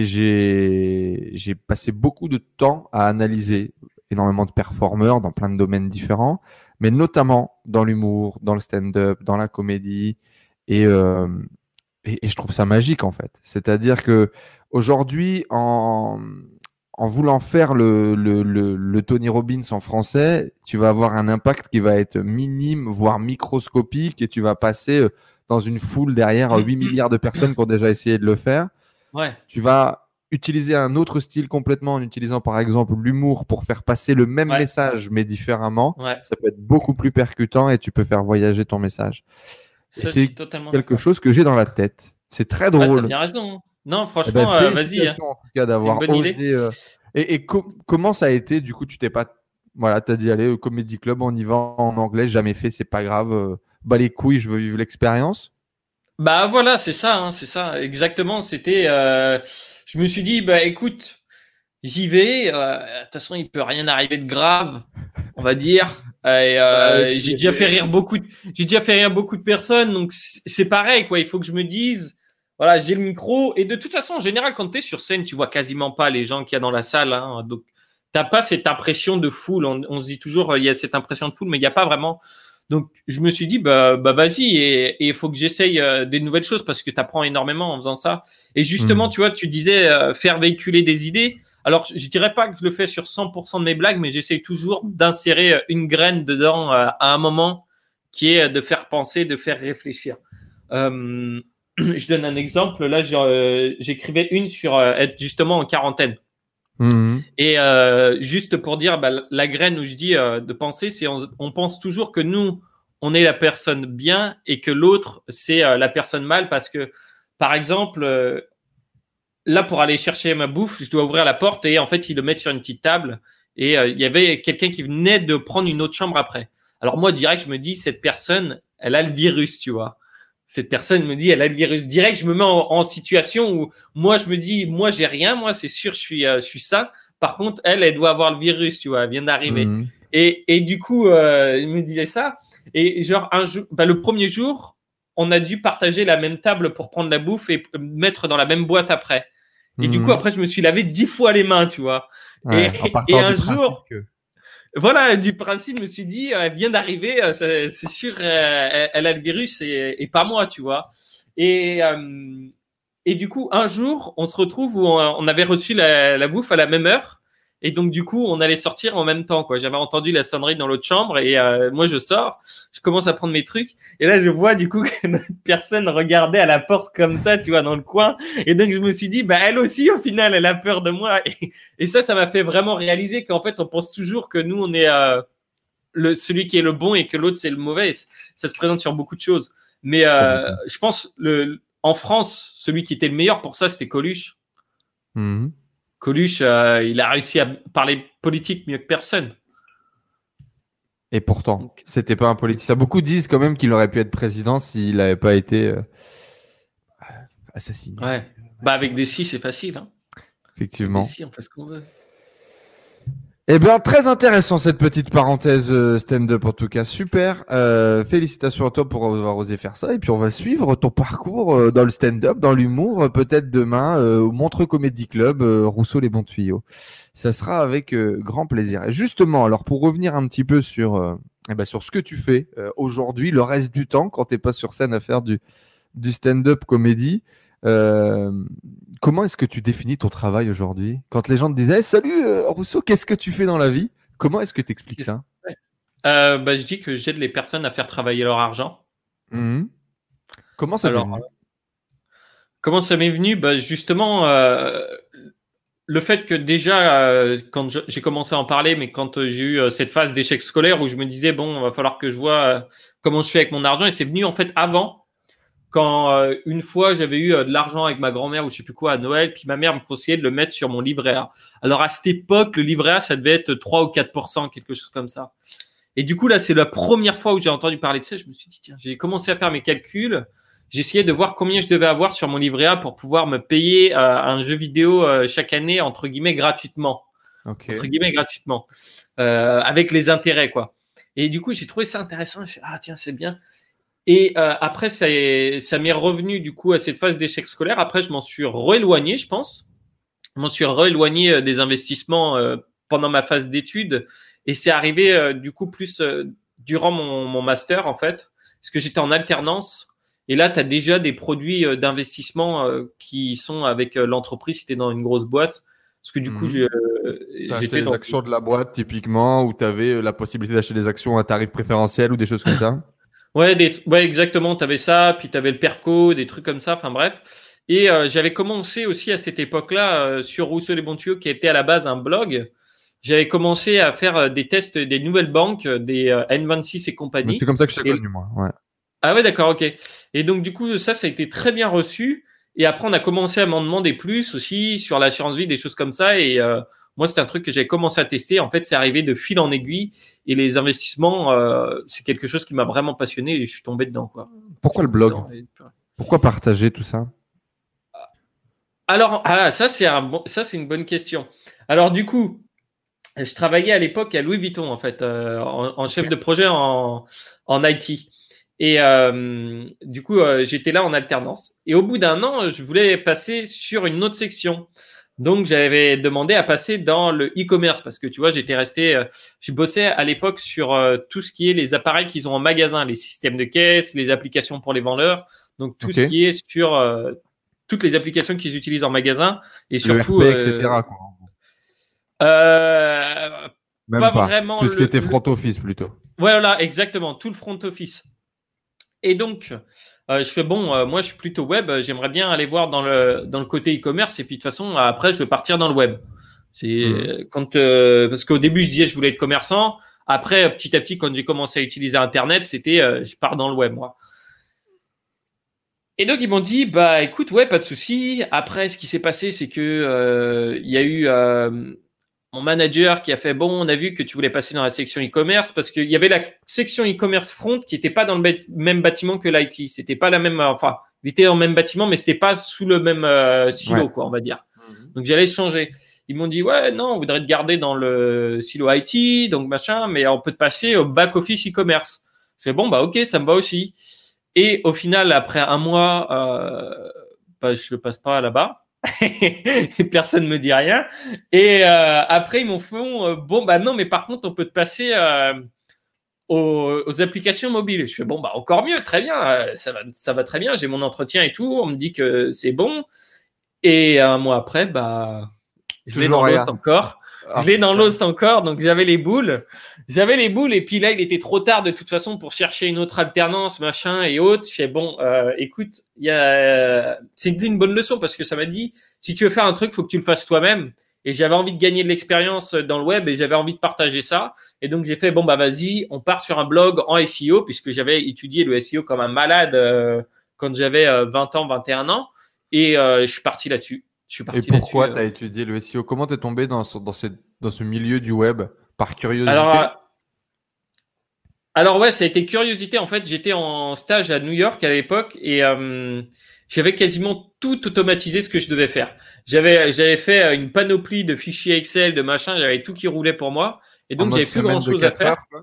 j'ai j'ai passé beaucoup de temps à analyser énormément de performeurs dans plein de domaines différents, mais notamment dans l'humour, dans le stand-up, dans la comédie. Et, euh, et, et je trouve ça magique en fait. C'est-à-dire que aujourd'hui, en, en voulant faire le, le, le, le Tony Robbins en français, tu vas avoir un impact qui va être minime, voire microscopique, et tu vas passer euh, dans une foule derrière huit milliards de personnes qui ont déjà essayé de le faire. Ouais. Tu vas utiliser un autre style complètement en utilisant par exemple l'humour pour faire passer le même Ouais. message mais différemment. Ouais. Ça peut être beaucoup plus percutant et tu peux faire voyager ton message. Et Ça, je c'est suis totalement quelque d'accord. chose que j'ai dans la tête. C'est très Ouais, t'as drôle. bien raison. Non, Eh ben, franchement, euh, vas-y. Hein. félicitations en tout cas C'est une d'avoir bonne idée. osé. euh, Et, et co- comment ça a été? Du coup, tu t'es pas. Voilà, t'as dit, allez, au Comedy Club, on y va en anglais, jamais fait, c'est pas grave. euh, Bah les couilles, je veux vivre l'expérience. Bah voilà, c'est ça, hein, c'est ça, exactement. C'était, euh, je me suis dit, bah écoute, j'y vais. Euh, De toute façon, il peut rien arriver de grave, on va dire. Et, euh, Ouais, j'ai déjà fait rire beaucoup. De, j'ai déjà fait rire beaucoup de personnes, donc c'est pareil, quoi. Il faut que je me dise, voilà, j'ai le micro. Et de toute façon, en général, quand tu es sur scène, tu vois quasiment pas les gens qu'il y a dans la salle. Hein, donc, t'as pas cette impression de foule. On, on se dit toujours, il y a cette impression de foule, mais il n'y a pas vraiment. Donc, je me suis dit, bah, bah vas-y, et il faut que j'essaye euh, des nouvelles choses parce que tu apprends énormément en faisant ça. Et justement, mmh. tu vois, tu disais euh, faire véhiculer des idées. Alors, je dirais pas que je le fais sur cent pour cent de mes blagues, mais j'essaye toujours d'insérer une graine dedans euh, à un moment qui est de faire penser, de faire réfléchir. Euh, je donne un exemple. Là, euh, j'écrivais une sur euh, être justement en quarantaine. Mmh. Et euh, juste pour dire, bah, la graine où je dis euh, de penser, c'est on, on pense toujours que nous, on est la personne bien et que l'autre, c'est euh, la personne mal parce que, par exemple, euh, là, pour aller chercher ma bouffe, je dois ouvrir la porte et en fait, ils le mettent sur une petite table et euh, il y avait quelqu'un qui venait de prendre une autre chambre après. Alors moi, direct, je me dis, cette personne, elle a le virus, tu vois. Cette personne me dit, elle a le virus. Direct, je me mets en, en situation où moi, je me dis, moi, j'ai rien, moi, c'est sûr, je suis, euh, je suis sain. Par contre, elle, elle doit avoir le virus, tu vois, elle vient d'arriver. Mmh. Et, et du coup, euh, il me disait ça. Et genre, un jour, bah, le premier jour, on a dû partager la même table pour prendre la bouffe et mettre dans la même boîte après. Et du coup, Mmh. après, je me suis lavé dix fois les mains, tu vois. Ouais, Et, en et partant un du principe jour, que voilà, du principe, je me suis dit, elle vient d'arriver, euh, c'est c'est sûr, euh, elle, elle a le virus et, et pas moi, tu vois. Et, euh, et du coup, un jour, on se retrouve où on, on avait reçu la, la bouffe à la même heure. Et donc, du coup, on allait sortir en même temps, quoi. J'avais entendu la sonnerie dans l'autre chambre et euh, moi, je sors, je commence à prendre mes trucs. Et là, je vois, du coup, que notre personne regardait à la porte comme ça, tu vois, dans le coin. Et donc, je me suis dit, bah, elle aussi, au final, elle a peur de moi. Et, et ça, ça m'a fait vraiment réaliser qu'en fait, on pense toujours que nous, on est euh, le, celui qui est le bon et que l'autre, c'est le mauvais. Ça se présente sur beaucoup de choses. Mais euh, je pense, le, en France, celui qui était le meilleur pour ça, c'était Coluche. Mmh. Coluche, euh, il a réussi à parler politique mieux que personne. Et pourtant, Donc, c'était pas un politicien. Beaucoup disent quand même qu'il aurait pu être président s'il n'avait pas été euh, assassiné. ouais. Bah, avec des si, c'est facile. Hein. Avec des Effectivement. si, on fait ce qu'on veut. Eh bien, très intéressant cette petite parenthèse euh, stand-up en tout cas, super. Euh, félicitations à toi pour avoir osé faire ça. Et puis on va suivre ton parcours euh, dans le stand-up, dans l'humour, euh, peut-être demain euh, au Montreux Comedy Club, euh, Rousseau les bons tuyaux. Ça sera avec euh, grand plaisir. Et justement, alors pour revenir un petit peu sur, euh, eh ben, sur ce que tu fais euh, aujourd'hui, le reste du temps, quand t'es pas sur scène à faire du, du stand-up comédie. Euh, comment est-ce que tu définis ton travail aujourd'hui? Quand les gens te disaient hey, salut euh, Rousseau, qu'est-ce que tu fais dans la vie? Comment est-ce que tu expliques ça? Ouais. Euh, bah, je dis que j'aide les personnes à faire travailler leur argent. Mmh. Comment ça t'est Alors, venu? comment ça m'est venu? Bah, justement, euh, le fait que déjà, euh, quand je- j'ai commencé à en parler, mais quand euh, j'ai eu euh, cette phase d'échec scolaire où je me disais, bon, il va falloir que je vois euh, comment je fais avec mon argent, et c'est venu en fait avant. Quand euh, une fois j'avais eu euh, de l'argent avec ma grand-mère ou je sais plus quoi à Noël, puis ma mère me conseillait de le mettre sur mon livret A. Alors à cette époque, le livret A, ça devait être trois ou quatre pour cent, quelque chose comme ça. Et du coup là, c'est la première fois où j'ai entendu parler de ça. Je me suis dit tiens, j'ai commencé à faire mes calculs. J'ai essayé de voir combien je devais avoir sur mon livret A pour pouvoir me payer euh, un jeu vidéo euh, chaque année entre guillemets gratuitement, Ok. entre guillemets gratuitement, euh, avec les intérêts quoi. Et du coup, j'ai trouvé ça intéressant. Je suis ah tiens, c'est bien. Et euh, après, ça, est, ça m'est revenu du coup à cette phase d'échec scolaire. Après, je m'en suis rééloigné, je pense. Je m'en suis rééloigné des investissements euh, pendant ma phase d'études. Et c'est arrivé euh, du coup plus euh, durant mon, mon master, en fait, parce que j'étais en alternance. Et là, tu as déjà des produits euh, d'investissement euh, qui sont avec euh, l'entreprise si tu es dans une grosse boîte. Parce que du coup, Mmh. je, euh, T'as acheté j'étais les dans... actions de la boîte typiquement, où tu avais la possibilité d'acheter des actions à tarif préférentiel ou des choses comme ça? Ouais, des... ouais, exactement. Tu avais ça, puis tu avais le Perco, des trucs comme ça. Enfin bref. Et euh, j'avais commencé aussi à cette époque-là euh, sur Rousseau les bons tuyaux, qui était à la base un blog. J'avais commencé à faire euh, des tests des nouvelles banques, euh, des euh, N vingt-six et Mais c'est compagnie. comme ça que je t'ai Et... connu, moi. Ouais. Ah ouais, d'accord, ok. Et donc du coup, ça, ça a été très bien reçu. Et après, on a commencé à m'en demander plus aussi sur l'assurance vie, des choses comme ça. Et euh, moi, c'est un truc que j'ai commencé à tester. En fait, c'est arrivé de fil en aiguille. Et les investissements, euh, c'est quelque chose qui m'a vraiment passionné et je suis tombé dedans, quoi. Je suis Pourquoi le tombé blog? dedans. Et... Pourquoi partager tout ça? Alors, ah, ça, c'est un bon, ça, c'est une bonne question. Alors, du coup, je travaillais à l'époque à Louis Vuitton, en fait, euh, en, en chef Ok. de projet en, en I T. Et euh, du coup, euh, j'étais là en alternance. Et au bout d'un an, je voulais passer sur une autre section. Donc, j'avais demandé à passer dans le e-commerce parce que tu vois, j'étais resté, euh, je bossais à l'époque sur euh, tout ce qui est les appareils qu'ils ont en magasin, les systèmes de caisse, les applications pour les vendeurs, donc tout Ok. ce qui est sur euh, toutes les applications qu'ils utilisent en magasin et Le surtout, R P, euh, et cetera quoi. euh, Même pas pas. vraiment Tout ce qui le, était le, front office plutôt. voilà, exactement, tout le front office. Et donc, euh, je fais bon, euh, moi je suis plutôt web, euh, j'aimerais bien aller voir dans le dans le côté e-commerce et puis de toute façon après je veux partir dans le web. C'est Mhm. euh, quand euh, parce qu'au début je disais je voulais être commerçant, après petit à petit quand j'ai commencé à utiliser Internet, c'était euh, je pars dans le web moi. Et donc ils m'ont dit bah écoute ouais pas de souci. Après ce qui s'est passé c'est que euh, il y a eu euh, mon manager qui a fait bon, on a vu que tu voulais passer dans la section e-commerce parce qu'il y avait la section e-commerce front qui était pas dans le bât- même bâtiment que l'I T. C'était pas la même, euh, enfin, il était dans le même bâtiment, mais c'était pas sous le même euh, Ouais. silo, quoi, on va dire. Mhm. Donc j'allais changer. Ils m'ont dit ouais, non, on voudrait te garder dans le silo I T, donc machin, mais on peut te passer au back office e-commerce. Je fais bon bah ok, ça me va aussi. Et au final, après un mois, euh, bah, je passe pas là-bas. Et personne me dit rien. Et euh, après, ils m'ont fait euh, bon, bah non, mais par contre, on peut te passer euh, aux, aux applications mobiles. Je fais bon, bah encore mieux, très bien, euh, ça va, ça va très bien. J'ai mon entretien et tout. On me dit que c'est bon. Et un mois après, bah je l'ai dans Toujours l'os rien. encore. Ah Je l'ai dans putain. l'os encore, donc j'avais les boules. J'avais les boules, et puis là, il était trop tard de toute façon pour chercher une autre alternance, machin et autres. Je fais bon, euh, écoute, il y a, c'est une bonne leçon parce que ça m'a dit, si tu veux faire un truc, faut que tu le fasses toi-même. Et j'avais envie de gagner de l'expérience dans le web et j'avais envie de partager ça. Et donc j'ai fait bon bah vas-y, on part sur un blog en S E O puisque j'avais étudié le S E O comme un malade euh, quand j'avais euh, vingt ans, vingt et un ans. Et euh, je suis parti là-dessus. Je suis Et parti là-dessus. pourquoi tu euh. as étudié le S E O? Comment t'es tombé dans ce, dans, cette- dans ce milieu du web? Par Alors, curiosité? euh, alors ouais, ça a été curiosité. En fait, j'étais en stage à New York à l'époque et euh, j'avais quasiment tout automatisé ce que je devais faire. J'avais j'avais fait une panoplie de fichiers Excel, de machin. J'avais tout qui roulait pour moi et En donc mode j'avais plus grand semaine de chose à quatre faire. heures, quoi?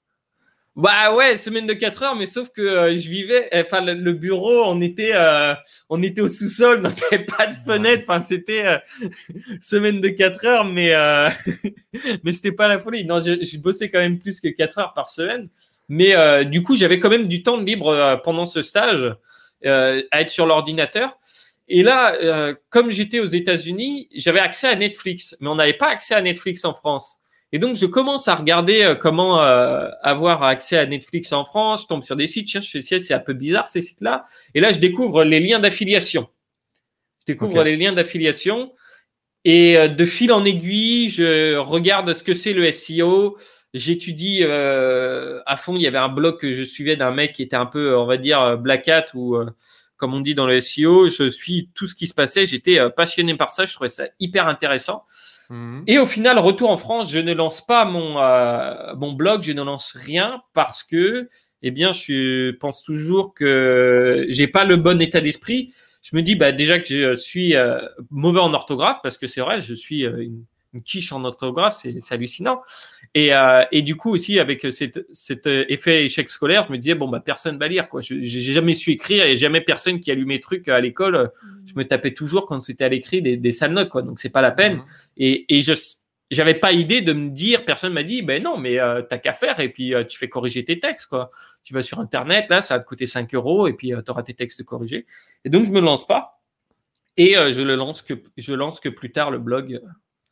Bah ouais, semaine de quatre heures, mais sauf que euh, je vivais, enfin le, le bureau, on était, euh, on était au sous-sol, donc il n'y avait pas de Ouais. fenêtre. Enfin, c'était euh, semaine de quatre heures, mais euh, mais c'était pas la folie. Non, je, je bossais quand même plus que quatre heures par semaine, mais euh, du coup, j'avais quand même du temps de libre euh, pendant ce stage euh, à être sur l'ordinateur. Et là, euh, comme j'étais aux États-Unis, j'avais accès à Netflix, mais on n'avait pas accès à Netflix en France. Et donc, je commence à regarder euh, comment euh, avoir accès à Netflix en France. Je tombe sur des sites, je cherche, c'est un peu bizarre ces sites-là. Et là, je découvre les liens d'affiliation. Je Ok. découvre les liens d'affiliation et euh, de fil en aiguille, je regarde ce que c'est le S E O. J'étudie euh, à fond. Il y avait un blog que je suivais d'un mec qui était un peu, on va dire, black hat ou euh, comme on dit dans le S E O. Je suis tout ce qui se passait. J'étais euh, passionné par ça. Je trouvais ça hyper intéressant. Mhm. Et au final, retour en France, je ne lance pas mon euh, mon blog, je ne lance rien parce que, eh bien, je pense toujours que j'ai pas le bon état d'esprit. Je me dis, bah déjà que je suis euh, mauvais en orthographe parce que c'est vrai, je suis euh, une, une quiche en orthographe, c'est c'est hallucinant. Et euh, et du coup aussi avec cette, cet effet échec scolaire, je me disais bon bah personne va lire quoi. Je j'ai jamais su écrire et jamais personne qui a lu mes trucs à l'école. Je me tapais toujours quand c'était à l'écrit des, des sales notes quoi. Donc c'est pas la peine. Mhm. Et, et je j'avais pas idée de me dire, personne m'a dit, ben non, mais euh, t'as qu'à faire et puis euh, tu fais corriger tes textes, quoi. Tu vas sur Internet, là, ça va te coûter cinq euros et puis euh, tu auras tes textes corrigés. Et donc, je me lance pas et euh, je le lance que, je lance que plus tard le blog, euh,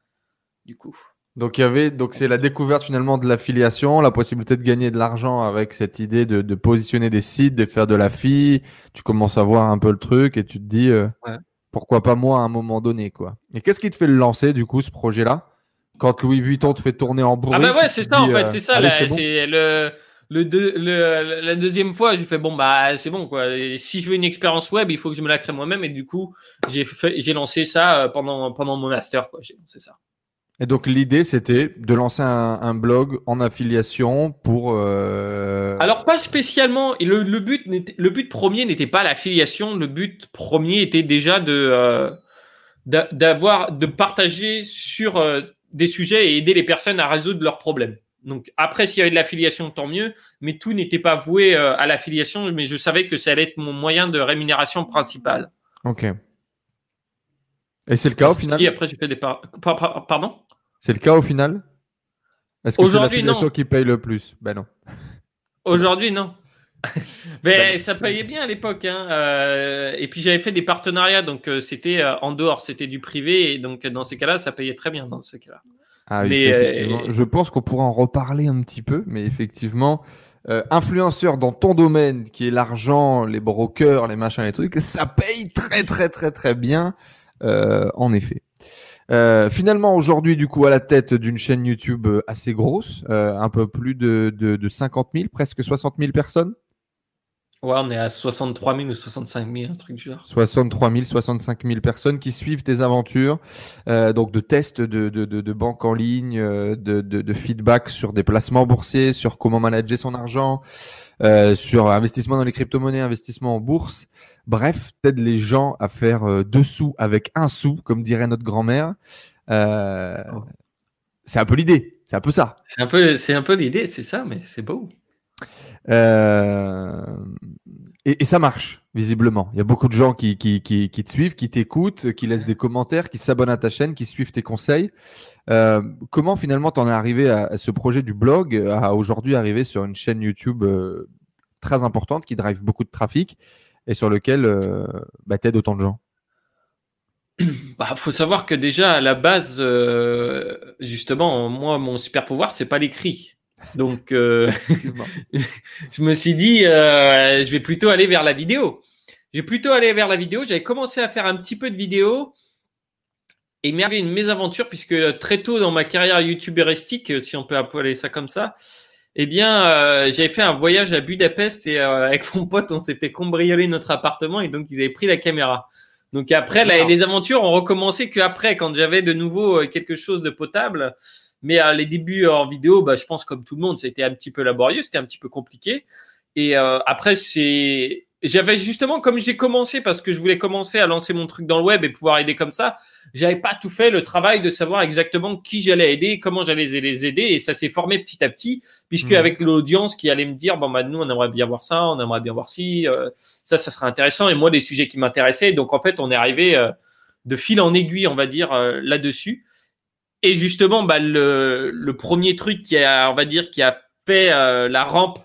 du coup. Donc, il y avait, donc c'est la découverte finalement de l'affiliation, la possibilité de gagner de l'argent avec cette idée de, de positionner des sites, de faire de la fille. Tu commences à voir un peu le truc et tu te dis euh, Ouais. pourquoi pas moi à un moment donné, quoi. Et qu'est-ce qui te fait le lancer du coup, ce projet-là? Quand Louis Vuitton te fait tourner en Ah bah bourrique, ouais, et tu c'est te ça en dis fait, euh, c'est ça. allez, c'est Là, bon. c'est le, le, deux, le la deuxième fois, j'ai fait bon bah c'est bon quoi. Et si je veux une expérience web, il faut que je me la crée moi-même et du coup j'ai fait, j'ai lancé ça euh, pendant pendant mon master quoi. J'ai lancé ça. Et donc l'idée, c'était de lancer un, un blog en affiliation pour. euh, Alors pas spécialement. Et le, le but n'était- le but premier n'était pas l'affiliation. Le but premier était déjà de euh, d'a- d'avoir, de partager sur euh, des sujets et aider les personnes à résoudre leurs problèmes. Donc après, s'il y avait de l'affiliation, tant mieux, mais tout n'était pas voué euh, à l'affiliation, mais je savais que ça allait être mon moyen de rémunération principal. Ok. Et c'est le cas au Parce que final? après, j'ai fait des par... par- par- pardon. C'est le cas au final? Est-ce que c'est Aujourd'hui, l'affiliation non. qui paye le plus? Ben non. Aujourd'hui, non. Mais Ben non. ça payait bien à l'époque. Hein. Euh, et puis j'avais fait des partenariats, donc euh, c'était euh, en dehors, c'était du privé. Et donc dans ces cas-là, ça payait très bien dans ces cas-là. Ah oui, Mais ça, effectivement. euh, Je pense qu'on pourra en reparler un petit peu, mais effectivement, euh, influenceur dans ton domaine, qui est l'argent, les brokers, les machins, les trucs, ça paye très très très très bien, euh, en effet. Euh, finalement, aujourd'hui, du coup, à la tête d'une chaîne YouTube euh, assez grosse, euh, un peu plus de, de, de cinquante mille, presque soixante mille personnes. ouais, on est à soixante-trois mille ou soixante-cinq mille, un truc du genre. soixante-trois mille, soixante-cinq mille personnes qui suivent tes aventures, euh, donc de tests de, de, de, de banque en ligne, euh, de, de, de feedback sur des placements boursiers, sur comment manager son argent, euh, sur investissement dans les crypto-monnaies, investissement en bourse. Bref, t'aides les gens à faire euh, deux sous avec un sou, comme dirait notre grand-mère. Euh, Oh. C'est un peu l'idée, c'est un peu ça. C'est un peu, c'est un peu l'idée, c'est ça, mais c'est beau. Euh, Et, et ça marche, visiblement. Il y a beaucoup de gens qui, qui, qui, qui te suivent, qui t'écoutent, qui laissent des commentaires, qui s'abonnent à ta chaîne, qui suivent tes conseils. Euh, comment finalement t'en es arrivé à, à ce projet du blog, à aujourd'hui arriver sur une chaîne YouTube euh, très importante qui drive beaucoup de trafic et sur lequel euh, bah, t'aides autant de gens? Bah, faut savoir que déjà à la base, euh, justement, moi, mon super pouvoir, c'est pas l'écrit. Donc, euh, je me suis dit, euh, je vais plutôt aller vers la vidéo. Je vais plutôt aller vers la vidéo. J'avais commencé à faire un petit peu de vidéo et il m'est arrivé une mésaventure puisque très tôt dans ma carrière youtubéristique, si on peut appeler ça comme ça, eh bien, euh, j'avais fait un voyage à Budapest et euh, avec mon pote, on s'est fait cambrioler notre appartement et donc ils avaient pris la caméra. Donc après, là, les aventures ont recommencé qu'après, quand j'avais de nouveau euh, quelque chose de potable. Mais euh, les débuts en vidéo, bah, je pense comme tout le monde, c'était un petit peu laborieux, c'était un petit peu compliqué. Et euh, après, c'est, j'avais justement, comme j'ai commencé, parce que je voulais commencer à lancer mon truc dans le web et pouvoir aider comme ça, j'avais pas tout fait le travail de savoir exactement qui j'allais aider, comment j'allais les aider, et ça s'est formé petit à petit, puisque mmh. avec l'audience qui allait me dire, bon bah nous on aimerait bien voir ça, on aimerait bien voir ci, euh, ça, ça serait intéressant, et moi des sujets qui m'intéressaient, donc en fait on est arrivé euh, de fil en aiguille, on va dire euh, là-dessus. Et justement, bah, le, le premier truc qui a, on va dire, qui a fait euh, la rampe,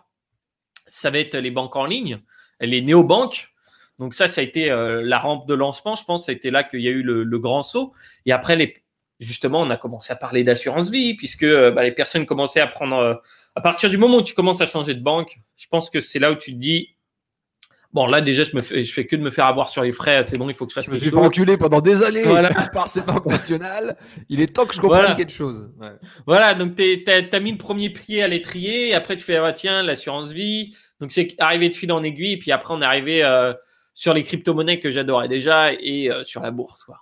ça va être les banques en ligne, les néobanques. Donc ça, ça a été euh, la rampe de lancement, je pense. Ça a été là qu'il y a eu le, le grand saut. Et après, les, justement, on a commencé à parler d'assurance vie, puisque euh, bah, les personnes commençaient à prendre. Euh, à partir du moment où tu commences à changer de banque, je pense que c'est là où tu te dis. Bon, là, déjà, je me fais, je fais que de me faire avoir sur les frais. C'est bon, il faut que je fasse je quelque chose. Je chose. me suis enculé pendant des années voilà. par ces banques nationales. Il est temps que je comprenne voilà. quelque chose. Ouais. Voilà, donc tu as mis le premier pied à l'étrier. Après, tu fais, ah, tiens, l'assurance vie. Donc, c'est arrivé de fil en aiguille. Et puis après, on est arrivé euh, sur les crypto-monnaies que j'adorais déjà et euh, sur la bourse, quoi.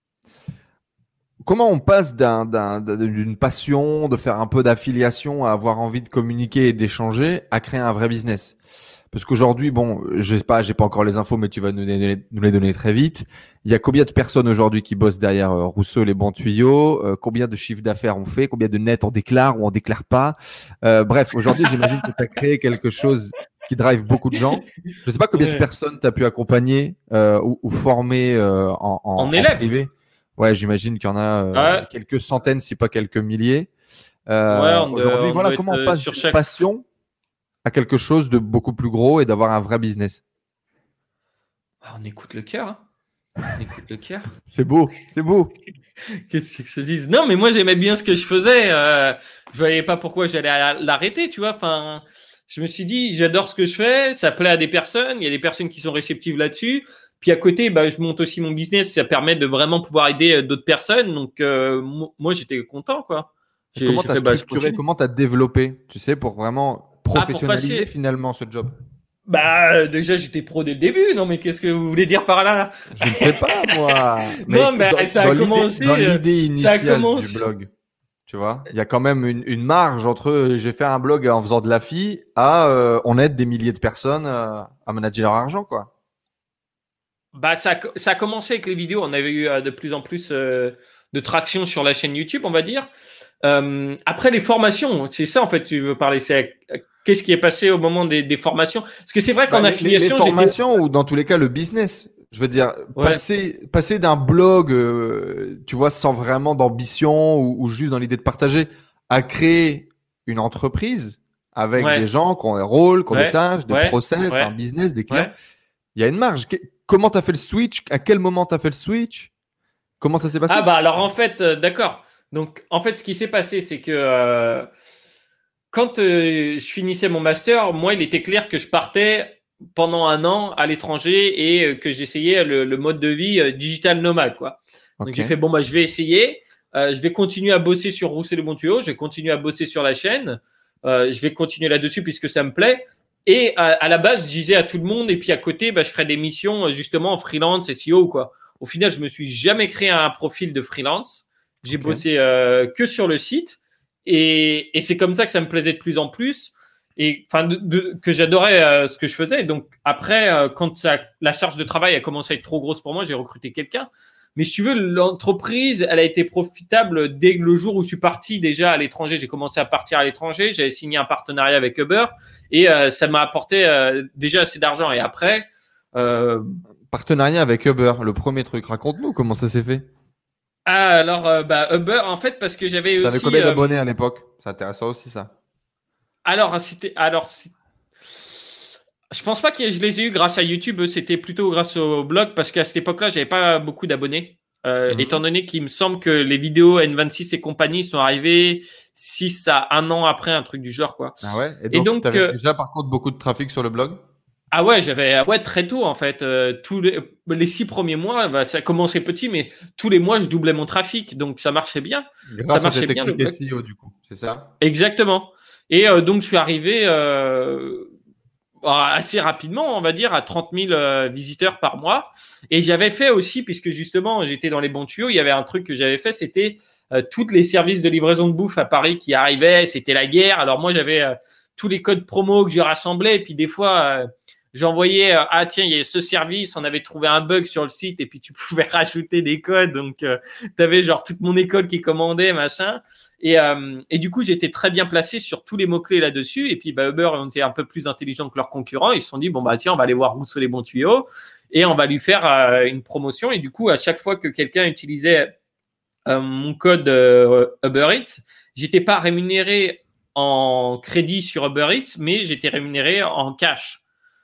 Comment on passe d'un, d'un, d'une passion, de faire un peu d'affiliation, à avoir envie de communiquer et d'échanger, à créer un vrai business? Parce qu'aujourd'hui, bon, je sais pas, j'ai pas encore les infos, mais tu vas nous les, nous les donner très vite. Il y a combien de personnes aujourd'hui qui bossent derrière euh, Rousseau, les bons tuyaux? euh, Combien de chiffres d'affaires on fait? Combien de nets on déclare ou on déclare pas? euh, Bref, aujourd'hui, j'imagine que tu as créé quelque chose qui drive beaucoup de gens. Je sais pas combien ouais. de personnes tu as pu accompagner euh, ou, ou former euh, en, en, en, en privé. Ouais, j'imagine qu'il y en a euh, ouais. quelques centaines, si pas quelques milliers. Euh, ouais, aujourd'hui, voilà comment on passe sur chaque passion à quelque chose de beaucoup plus gros et d'avoir un vrai business. On écoute le cœur. Hein. On écoute le cœur. C'est beau, c'est beau. Qu'est-ce que se disent? Non, mais moi j'aimais bien ce que je faisais. Euh, je voyais pas pourquoi j'allais l'arrêter, tu vois. Enfin, je me suis dit, j'adore ce que je fais, ça plaît à des personnes. Il y a des personnes qui sont réceptives là-dessus. Puis à côté, bah, je monte aussi mon business. Ça permet de vraiment pouvoir aider d'autres personnes. Donc euh, moi, j'étais content, quoi. J'ai, comment tu as structuré, bah, comment tu as développé, tu sais, pour vraiment professionnaliser ah, finalement ce job? Bah déjà j'étais pro dès le début. Non mais qu'est-ce que vous voulez dire par là? Je ne sais pas moi. Mais non mais dans, ça a dans commencé. Dans l'idée initiale ça a commencé... du blog, tu vois, il y a quand même une, une marge entre euh, j'ai fait un blog en faisant de la fille à euh, on aide des milliers de personnes euh, à manager leur argent, quoi. Bah, ça, a, ça a commencé avec les vidéos. On avait eu euh, de plus en plus euh, de traction sur la chaîne YouTube, on va dire. Euh, après, les formations, c'est ça en fait, tu veux parler. C'est euh, qu'est-ce qui est passé au moment des, des formations? Parce que c'est vrai qu'en Bah, les, affiliation, les formations j'étais... ou dans tous les cas le business. Je veux dire, Ouais, passer, passer d'un blog, euh, tu vois, sans vraiment d'ambition ou, ou juste dans l'idée de partager, à créer une entreprise avec des ouais, gens qui ont un rôle, qui ont des ouais, tâches, des ouais, process, un ouais, business, des clients. ouais. Il y a une marge. Que- Comment tu as fait le switch? À quel moment tu as fait le switch? Comment ça s'est Ah passé? bah alors en fait, euh, d'accord. Donc en fait, ce qui s'est passé, c'est que euh, quand euh, je finissais mon master, moi, il était clair que je partais pendant un an à l'étranger et euh, que j'essayais le, le mode de vie euh, digital nomade, quoi. Donc Ok. j'ai fait bon bah je vais essayer. Euh, je vais continuer à bosser sur Rousseau les bons tuyaux. Je vais continuer à bosser sur la chaîne. Euh, je vais continuer là-dessus puisque ça me plaît. Et à, à la base, je disais à tout le monde et puis à côté, bah, je ferais des missions euh, justement en freelance, S E O, quoi. Au final, je me suis jamais créé un profil de freelance. J'ai Ok. bossé euh, que sur le site. Et, et c'est comme ça que ça me plaisait de plus en plus et enfin de, de, que j'adorais euh, ce que je faisais. Donc après, euh, quand ça, la charge de travail a commencé à être trop grosse pour moi, j'ai recruté quelqu'un. Mais si tu veux, l'entreprise, elle a été profitable dès le jour où je suis parti déjà à l'étranger. J'ai commencé à partir à l'étranger, j'avais signé un partenariat avec Uber et euh, ça m'a apporté euh, déjà assez d'argent. Et après, euh, Partenariat avec Uber, le premier truc. Raconte-nous comment ça s'est fait. ah, alors euh, bah, Uber, en fait, parce que j'avais T'avais aussi... combien Euh, d'abonnés à l'époque? C'est intéressant aussi ça. alors, c'était... Alors, je pense pas que je les ai eu grâce à YouTube. C'était plutôt grâce au blog parce qu'à cette époque-là, j'avais pas beaucoup d'abonnés. Euh, étant Mhm. donné qu'il me semble que les vidéos N vingt-six et compagnie sont arrivées six à un an après, un truc du genre, quoi. Ah ouais. Et Et donc, tu donc, avais euh, déjà par contre beaucoup de trafic sur le blog? ah ouais, j'avais, ouais, très tôt, en fait. Euh, tous les, les six premiers mois, bah, ça commençait petit, mais tous les mois, je doublais mon trafic. Donc, ça marchait bien. Ça Grâce à tes marchait bien, le techniques blog. S E O, du coup, c'est ça? Exactement. Et euh, donc, je suis arrivé, euh, assez rapidement, on va dire, à trente mille euh, visiteurs par mois. Et j'avais fait aussi, puisque justement, j'étais dans les bons tuyaux, il y avait un truc que j'avais fait, c'était euh, tous les services de livraison de bouffe à Paris qui arrivaient, c'était la guerre. Alors moi, j'avais euh, tous les codes promo que je rassemblais, et puis des fois, euh, j'envoyais, euh, ah tiens, il y a ce service, on avait trouvé un bug sur le site, et puis tu pouvais rajouter des codes. Donc, euh, tu avais genre toute mon école qui commandait, machin. Et, euh, et du coup, j'étais très bien placé sur tous les mots-clés là-dessus. Et puis, bah, Uber, on était un peu plus intelligent que leurs concurrents. Ils se sont dit, bon, bah, tiens, on va aller voir Rousseau les bons tuyaux et on va lui faire euh, une promotion. Et du coup, à chaque fois que quelqu'un utilisait euh, mon code euh, Uber Eats, j'étais pas rémunéré en crédit sur Uber Eats, mais j'étais rémunéré en cash.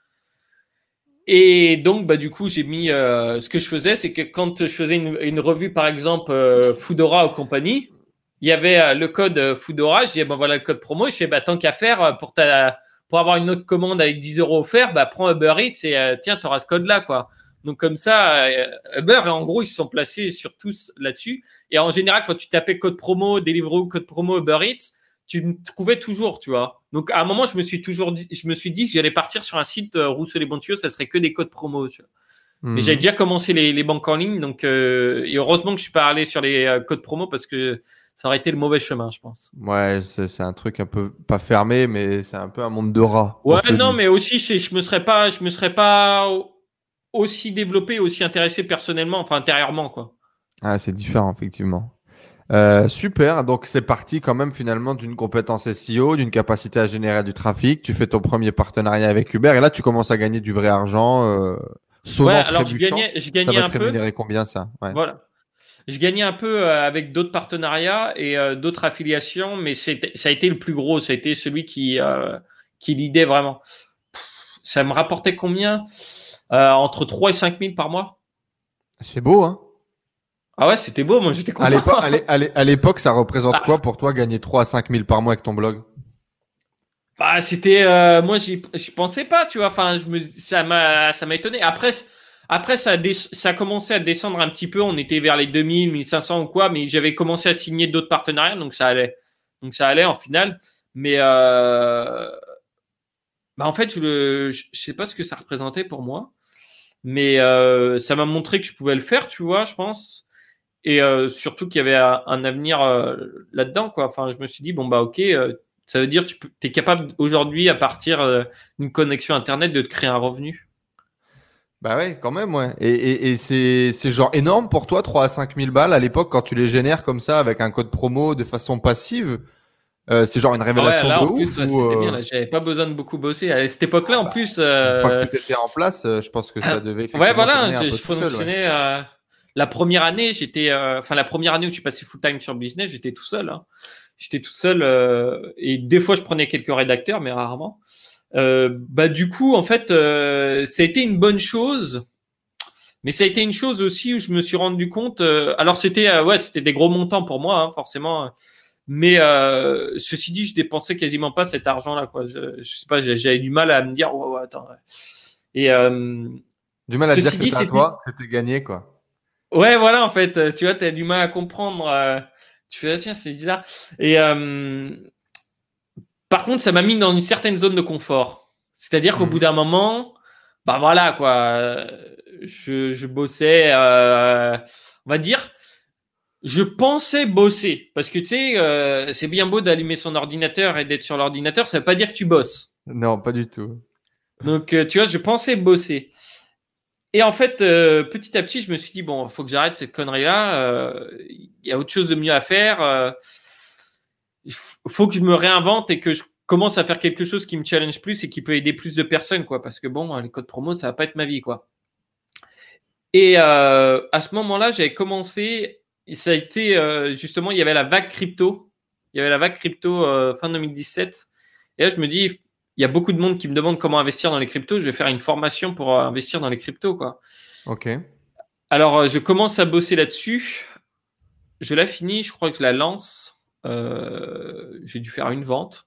Et donc, bah, du coup, j'ai mis euh, ce que je faisais, c'est que quand je faisais une, une revue, par exemple, euh, Foodora ou compagnie, il y avait euh, le code euh, Foodora. Je disais, ben voilà le code promo. Je fais, bah, tant qu'à faire, euh, pour, ta, pour avoir une autre commande avec dix euros offerts, bah, prends Uber Eats et euh, tiens, tu auras ce code-là, quoi. Donc, comme ça, euh, Uber, en gros, ils se sont placés sur tous là-dessus. Et en général, quand tu tapais code promo, Deliveroo, code promo, Uber Eats, tu me trouvais toujours, tu vois. Donc, à un moment, je me suis toujours dit, je me suis dit que j'allais partir sur un site euh, Rousseau les bons tuyaux, ça serait que des codes promo, tu vois. Mais j'avais Mhm. déjà commencé les, les banques en ligne, donc euh, et heureusement que je suis pas allé sur les euh, codes promo parce que ça aurait été le mauvais chemin, je pense. Ouais, c'est c'est un truc un peu pas fermé, mais c'est un peu un monde de rats, qu'on Ouais, se le non, dise. mais aussi, c'est, je me serais pas, je me serais pas aussi développé, aussi intéressé personnellement, enfin intérieurement, quoi. Ah, c'est différent, effectivement. Euh, super, donc c'est parti quand même finalement d'une compétence S E O, d'une capacité à générer du trafic. Tu fais ton premier partenariat avec Uber et là tu commences à gagner du vrai argent, euh, Ouais, sonnant, alors je trébuchant. gagnais, je Ça gagnais va un te peu, rémunérer combien ça? Ouais. voilà. Je gagnais un peu euh, avec d'autres partenariats et euh, d'autres affiliations, mais c'était, ça a été le plus gros, ça a été celui qui, euh, qui lidait vraiment. Ça me rapportait combien? Euh, entre trois et cinq mille par mois. C'est beau, hein? Ah ouais, c'était beau, moi j'étais À content. l'époque, à l'é- à l'é- à l'époque, ça représente quoi Ah, pour toi gagner trois à cinq mille par mois avec ton blog? bah, c'était, euh, moi j'y, j'y pensais pas, tu vois. Enfin, je me, ça m'a, ça m'a étonné. Après, c- après ça, a des- ça a commencé à descendre un petit peu. On était vers les deux mille, mille cinq cents ou quoi, mais j'avais commencé à signer d'autres partenariats, donc ça allait, donc ça allait en finale. Mais euh, bah en fait, je, le, je, je sais pas ce que ça représentait pour moi, mais euh, ça m'a montré que je pouvais le faire, tu vois, je pense. Et euh, surtout qu'il y avait un, un avenir euh, là-dedans, quoi. Enfin, je me suis dit, bon, bah, ok, euh, ça veut dire que tu es capable aujourd'hui, à partir euh, d'une connexion Internet, de te créer un revenu. Bah ouais, quand même, ouais. Et, et, et c'est, c'est genre énorme pour toi, trois à cinq mille balles à l'époque, quand tu les génères comme ça avec un code promo de façon passive. Euh, c'est genre une Ah ouais, révélation là de en plus, ouf ouais, ou c'était bien. euh, Là, j'avais pas besoin de beaucoup bosser. À cette époque-là, en plus, une fois que euh, tout était en place, euh, je pense que ça devait ouais, effectivement voilà, tourner un je, peu je tout seul, ouais. fonctionnais. Euh, la première année, j'étais, euh, enfin la première année où je suis passé full time sur business, j'étais tout seul. Hein. J'étais tout seul euh, et des fois je prenais quelques rédacteurs, mais rarement. Euh, bah du coup, en fait, euh, ça a été une bonne chose. Mais ça a été une chose aussi où je me suis rendu compte. Euh, alors c'était euh, ouais, c'était des gros montants pour moi, hein, forcément. Mais euh, ceci dit, je dépensais quasiment pas cet argent-là, quoi. Je, je sais pas, j'avais du mal à me dire, ouais, ouais, attends. Ouais. Et euh, Du mal à dire ceci que dit, c'était à c'était toi, que c'était gagné, quoi. ouais, voilà, en fait, euh, tu vois, t'as du mal à comprendre. Euh, tu fais, ah, tiens, c'est bizarre. Et euh, par contre, ça m'a mis dans une certaine zone de confort. C'est-à-dire qu'au bout Mhm. d'un moment, bah voilà, quoi. euh, Je, je bossais, euh, on va dire. Je pensais bosser parce que tu sais, euh, c'est bien beau d'allumer son ordinateur et d'être sur l'ordinateur, ça veut pas dire que tu bosses. Non, pas du tout. Donc, euh, tu vois, je pensais bosser. Et en fait, euh, petit à petit, je me suis dit bon, faut que j'arrête cette connerie-là. euh, Il y a autre chose de mieux à faire. euh, Il f- faut que je me réinvente et que je commence à faire quelque chose qui me challenge plus et qui peut aider plus de personnes, quoi. Parce que bon, les codes promo, ça va pas être ma vie, quoi. Et euh, à ce moment-là, j'avais commencé. Et ça a été euh, justement, il y avait la vague crypto. Il y avait la vague crypto euh, fin deux mille dix-sept. Et là, je me dis, il y a beaucoup de monde qui me demande comment investir dans les cryptos. Je vais faire une formation pour euh, investir dans les cryptos, quoi. Ok. Alors, euh, je commence à bosser là-dessus. Je la finis. Je crois que je la lance. Euh, j'ai dû faire une vente.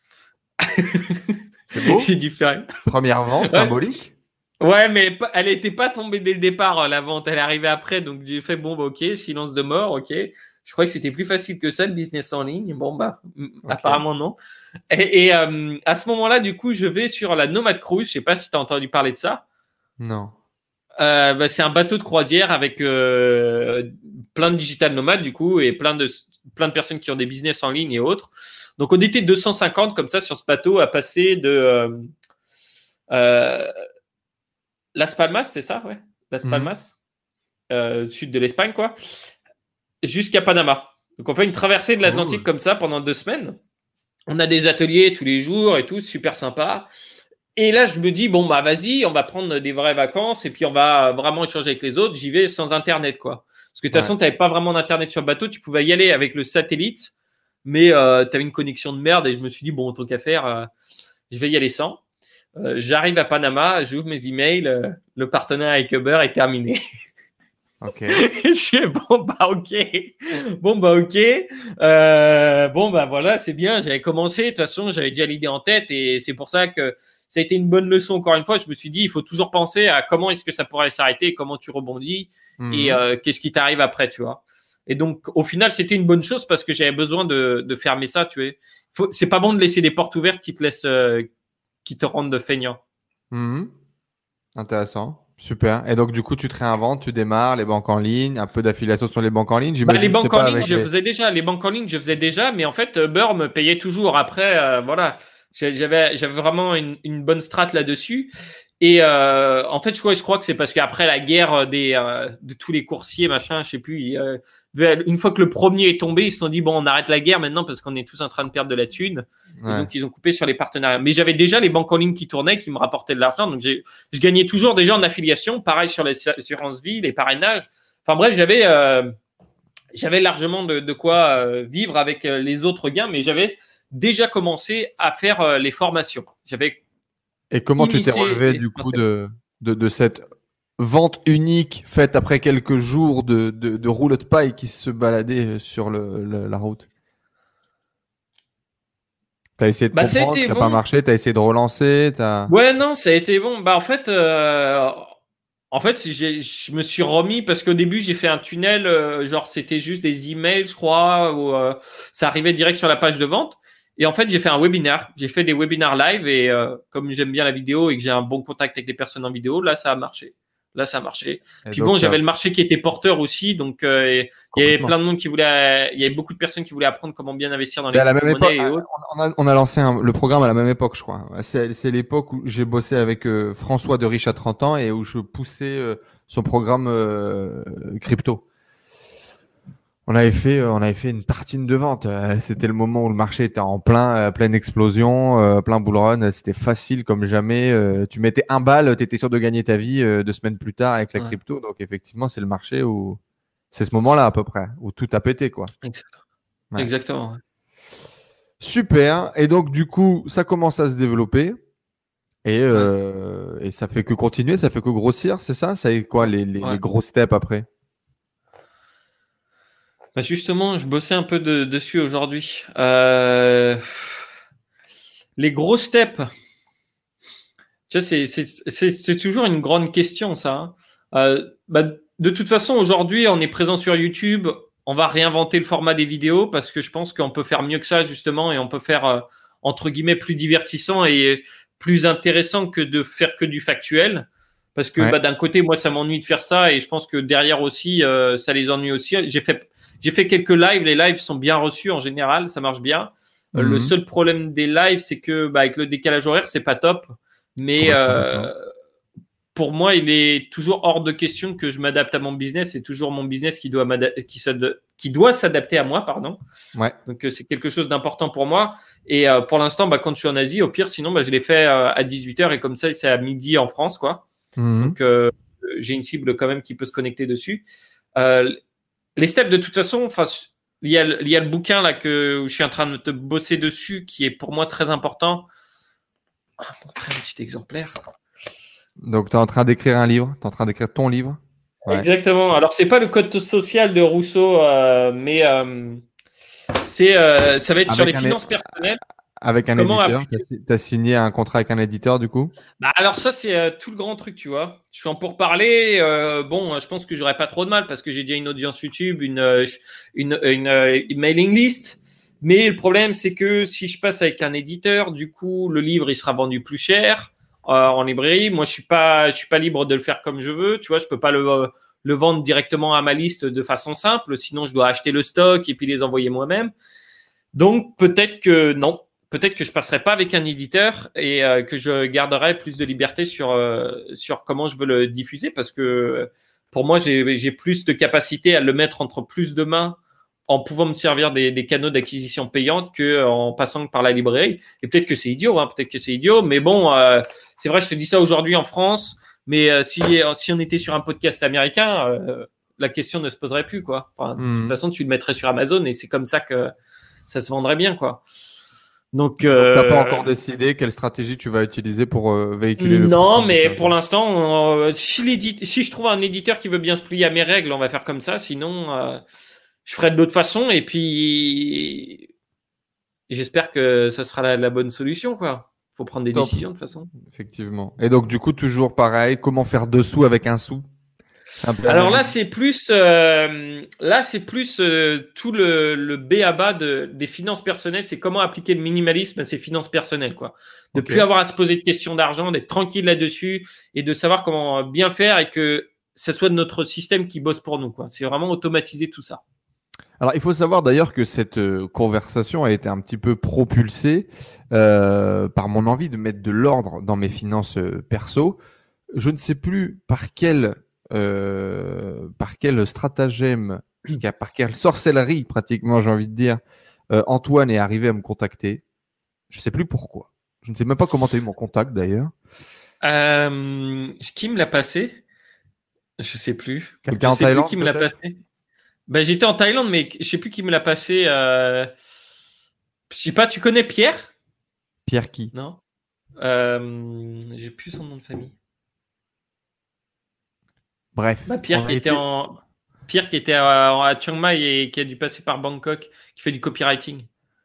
C'est J'ai beau. dû faire. Première vente Ouais, symbolique. ouais, mais pas- elle n'était pas tombée dès le départ, euh, la vente. Elle est arrivée après. Donc, j'ai fait, bon, bah, ok, silence de mort, ok. Je croyais que c'était plus facile que ça, le business en ligne. Bon, bah, mm, Ok. apparemment, non. Et, et euh, à ce moment-là, du coup, je vais sur la Nomad Cruise. Je sais pas si tu as entendu parler de ça. Non. Euh, bah, c'est un bateau de croisière avec euh, plein de digital nomades, du coup, et plein de, plein de personnes qui ont des business en ligne et autres. Donc, on était deux cent cinquante comme ça sur ce bateau à passer de euh, euh, Las Palmas, c'est ça, ouais, Las Mhm. Palmas, euh, sud de l'Espagne, quoi, jusqu'à Panama. Donc, on fait une traversée de l'Atlantique Cool. comme ça pendant deux semaines. On a des ateliers tous les jours et tout, super sympa. Et là, je me dis, bon, bah, vas-y, on va prendre des vraies vacances et puis on va vraiment échanger avec les autres. J'y vais sans Internet, quoi. Parce que de toute Ouais. façon, tu n'avais pas vraiment d'Internet sur le bateau. Tu pouvais y aller avec le satellite, mais euh, tu avais une connexion de merde. Et je me suis dit, bon, tant qu'à faire, euh, je vais y aller sans. Euh, j'arrive à Panama, j'ouvre mes emails, euh, le partenariat avec Uber est terminé. Ok. Je suis bon, bah ok. Bon, bah ok. Euh, bon, bah voilà, c'est bien. J'avais commencé. De toute façon, j'avais déjà l'idée en tête et c'est pour ça que ça a été une bonne leçon. Encore une fois, je me suis dit, il faut toujours penser à comment est-ce que ça pourrait s'arrêter, comment tu rebondis et Mhm. euh, qu'est-ce qui t'arrive après, tu vois. Et donc, au final, c'était une bonne chose parce que j'avais besoin de, de fermer ça, tu vois. Faut, c'est pas bon de laisser des portes ouvertes qui te laissent, euh, qui te rendent de feignant. Mhm. Intéressant. Super. Et donc, du coup, tu te réinventes, tu démarres les banques en ligne, un peu d'affiliation sur les banques en ligne. Bah, les J'imagine que c'est banques en pas ligne, avec je les. faisais déjà. Les banques en ligne, je faisais déjà, mais en fait, Uber me payait toujours. Après, euh, voilà, j'avais, j'avais vraiment une, une bonne strat là-dessus. Et euh, en fait, je crois, je crois que c'est parce qu'après la guerre des, euh, de tous les coursiers, machin, je sais plus, euh, une fois que le premier est tombé, ils se sont dit, bon, on arrête la guerre maintenant parce qu'on est tous en train de perdre de la thune. Et Ouais. donc, ils ont coupé sur les partenariats. Mais j'avais déjà les banques en ligne qui tournaient, qui me rapportaient de l'argent. Donc, j'ai, je gagnais toujours déjà en affiliation. Pareil sur l'assurance vie, les parrainages. Enfin bref, j'avais... Euh, j'avais largement de, de quoi euh, vivre avec euh, les autres gains, mais j'avais déjà commencé à faire euh, les formations. J'avais Et comment tu t'es initié relevé les du coup formations. de, de, de cette vente unique faite après quelques jours de, de, de rouleaux de paille qui se baladaient sur le, le- la route? Tu as essayé de Bah, ça a comprendre, été ça n'a pas bon. marché, tu as essayé de relancer, t'as... Ouais, non, ça a été bon. Bah, en fait, euh, en fait, j'ai, je me suis remis parce qu'au début, j'ai fait un tunnel, euh, genre, c'était juste des emails, je crois, où euh, ça arrivait direct sur la page de vente. Et en fait, j'ai fait un webinaire. J'ai fait des webinaires live et euh, comme j'aime bien la vidéo et que j'ai un bon contact avec les personnes en vidéo, là, ça a marché. Là, ça marchait. Et Puis donc, bon, j'avais euh, le marché qui était porteur aussi. Donc, euh, il y avait complètement. plein de monde qui voulait, il y avait beaucoup de personnes qui voulaient apprendre comment bien investir dans Mais les à la même époque, crypto-monnaies et autres. on a, on a lancé un- le programme à la même époque, je crois. C'est c'est l'époque où j'ai bossé avec euh, François de Riche à trente ans et où je poussais euh, son programme euh, crypto. On avait fait, euh, on avait fait une tartine de vente. Euh, C'était le moment où le marché était en plein, euh, pleine explosion, euh, plein bull run. C'était facile comme jamais. Euh, tu mettais un balle, tu étais sûr de gagner ta vie euh, deux semaines plus tard avec la Ouais, crypto. Donc effectivement, c'est le marché où c'est ce moment-là à peu près où tout a pété quoi. exact- Ouais. exactement. Ouais. Super. Et donc du coup, ça commence à se développer et, Ouais. euh, et ça fait que continuer, ça fait que grossir, c'est ça? Ça est quoi les, les, Ouais. les gros steps après? Bah, justement, je bossais un peu de- dessus aujourd'hui. Euh, les gros steps. Tu vois, c'est, c'est, c'est, c'est toujours une grande question, ça. Hein. Euh, bah, de toute façon, aujourd'hui, on est présent sur YouTube. On va réinventer le format des vidéos parce que je pense qu'on peut faire mieux que ça, justement, et on peut faire, euh, entre guillemets, plus divertissant et plus intéressant que de faire que du factuel. Parce que Ouais. bah, d'un côté, moi, ça m'ennuie de faire ça et je pense que derrière aussi, euh, ça les ennuie aussi. J'ai fait, j'ai fait quelques lives. Les lives sont bien reçus en général, ça marche bien. Euh, le Mhm. seul problème des lives, c'est que bah, avec le décalage horaire, c'est pas top. Mais Complètement d'accord. euh, pour moi, il est toujours hors de question que je m'adapte à mon business. C'est toujours mon business qui doit, qui, qui doit s'adapter à moi, pardon. Ouais. Donc, euh, c'est quelque chose d'important pour moi. Et euh, pour l'instant, bah, quand je suis en Asie, au pire, sinon, bah, je l'ai fait euh, à dix-huit heures et comme ça, c'est à midi en France, quoi. Mhm. Donc, euh, j'ai une cible quand même qui peut se connecter dessus. Euh, les steps, de toute façon, enfin, il y a, il y a le bouquin là que où je suis en train de te bosser dessus, qui est pour moi très important. Ah, montrer un petit exemplaire. Donc, tu es en train d'écrire un livre, tu es en train d'écrire ton livre. Ouais. Exactement. Alors, c'est pas le code social de Rousseau, euh, mais euh, c'est, euh, ça va être sur les Avec un, é- finances personnelles. avec un Comment éditeur, appliquer. tu as signé un contrat avec un éditeur du coup? Bah, alors ça, c'est euh, tout le grand truc, tu vois. Je suis en pourparlers. Euh, bon, je pense que j'aurais pas trop de mal parce que j'ai déjà une audience YouTube, une, euh, une, une, euh, une mailing list. Mais le problème, c'est que si je passe avec un éditeur, du coup, le livre, il sera vendu plus cher euh, en librairie. Moi, je suis pas, je suis pas libre de le faire comme je veux. Tu vois, je peux pas le, euh, le vendre directement à ma liste de façon simple. Sinon, je dois acheter le stock et puis les envoyer moi-même. Donc, peut-être que non. Peut-être que je passerai pas avec un éditeur et euh, que je garderai plus de liberté sur euh, sur comment je veux le diffuser parce que pour moi, j'ai, j'ai plus de capacité à le mettre entre plus de mains en pouvant me servir des, des canaux d'acquisition payantes que en passant par la librairie. Et peut-être que c'est idiot, hein, peut-être que c'est idiot, mais bon, euh, c'est vrai, je te dis ça aujourd'hui en France, mais euh, si si on était sur un podcast américain, euh, la question ne se poserait plus, quoi. Enfin, de toute Mhm. façon, tu le mettrais sur Amazon et c'est comme ça que ça se vendrait bien, quoi. Donc, Donc, t'as pas euh, encore décidé quelle stratégie tu vas utiliser pour euh, véhiculer le plus non, de mais messages. pour l'instant, euh, si, l'édite- si je trouve un éditeur qui veut bien se plier à mes règles, on va faire comme ça. Sinon, euh, je ferai de l'autre façon. Et puis, j'espère que ça sera la, la bonne solution, quoi. Faut prendre des Top, décisions de toute façon. effectivement. Et donc, du coup, toujours pareil, comment faire deux sous avec un sou? C'est un peu la Alors même là, idée. c'est plus, euh, là, c'est plus euh, tout le, le B à bas de, des finances personnelles. C'est comment appliquer le minimalisme à ses finances personnelles, quoi. De Ok. plus avoir à se poser de questions d'argent, d'être tranquille là-dessus et de savoir comment bien faire et que ce soit notre système qui bosse pour nous, quoi. C'est vraiment automatiser tout ça. Alors, il faut savoir d'ailleurs que cette euh, conversation a été un petit peu propulsée euh, par mon envie de mettre de l'ordre dans mes finances euh, perso. Je ne sais plus par quel, euh, par quel stratagème, par quelle sorcellerie pratiquement, j'ai envie de dire, euh, Antoine est arrivé à me contacter. Je ne sais plus pourquoi. Je ne sais même pas comment tu as eu mon contact d'ailleurs. Euh, qui me l'a passé? Je sais plus. Quelqu'un Je en sais plus Thaïlande qui me l'a peut-être? passé. Ben, j'étais en Thaïlande, mais je sais plus qui me l'a passé. Euh... Je sais pas, tu connais Pierre? Pierre qui? Non? Euh... J'ai plus son nom de famille. Bref, Bah, on Pierre qui a était été. en Pierre qui était à, à Chiang Mai et qui a dû passer par Bangkok, qui fait du copywriting.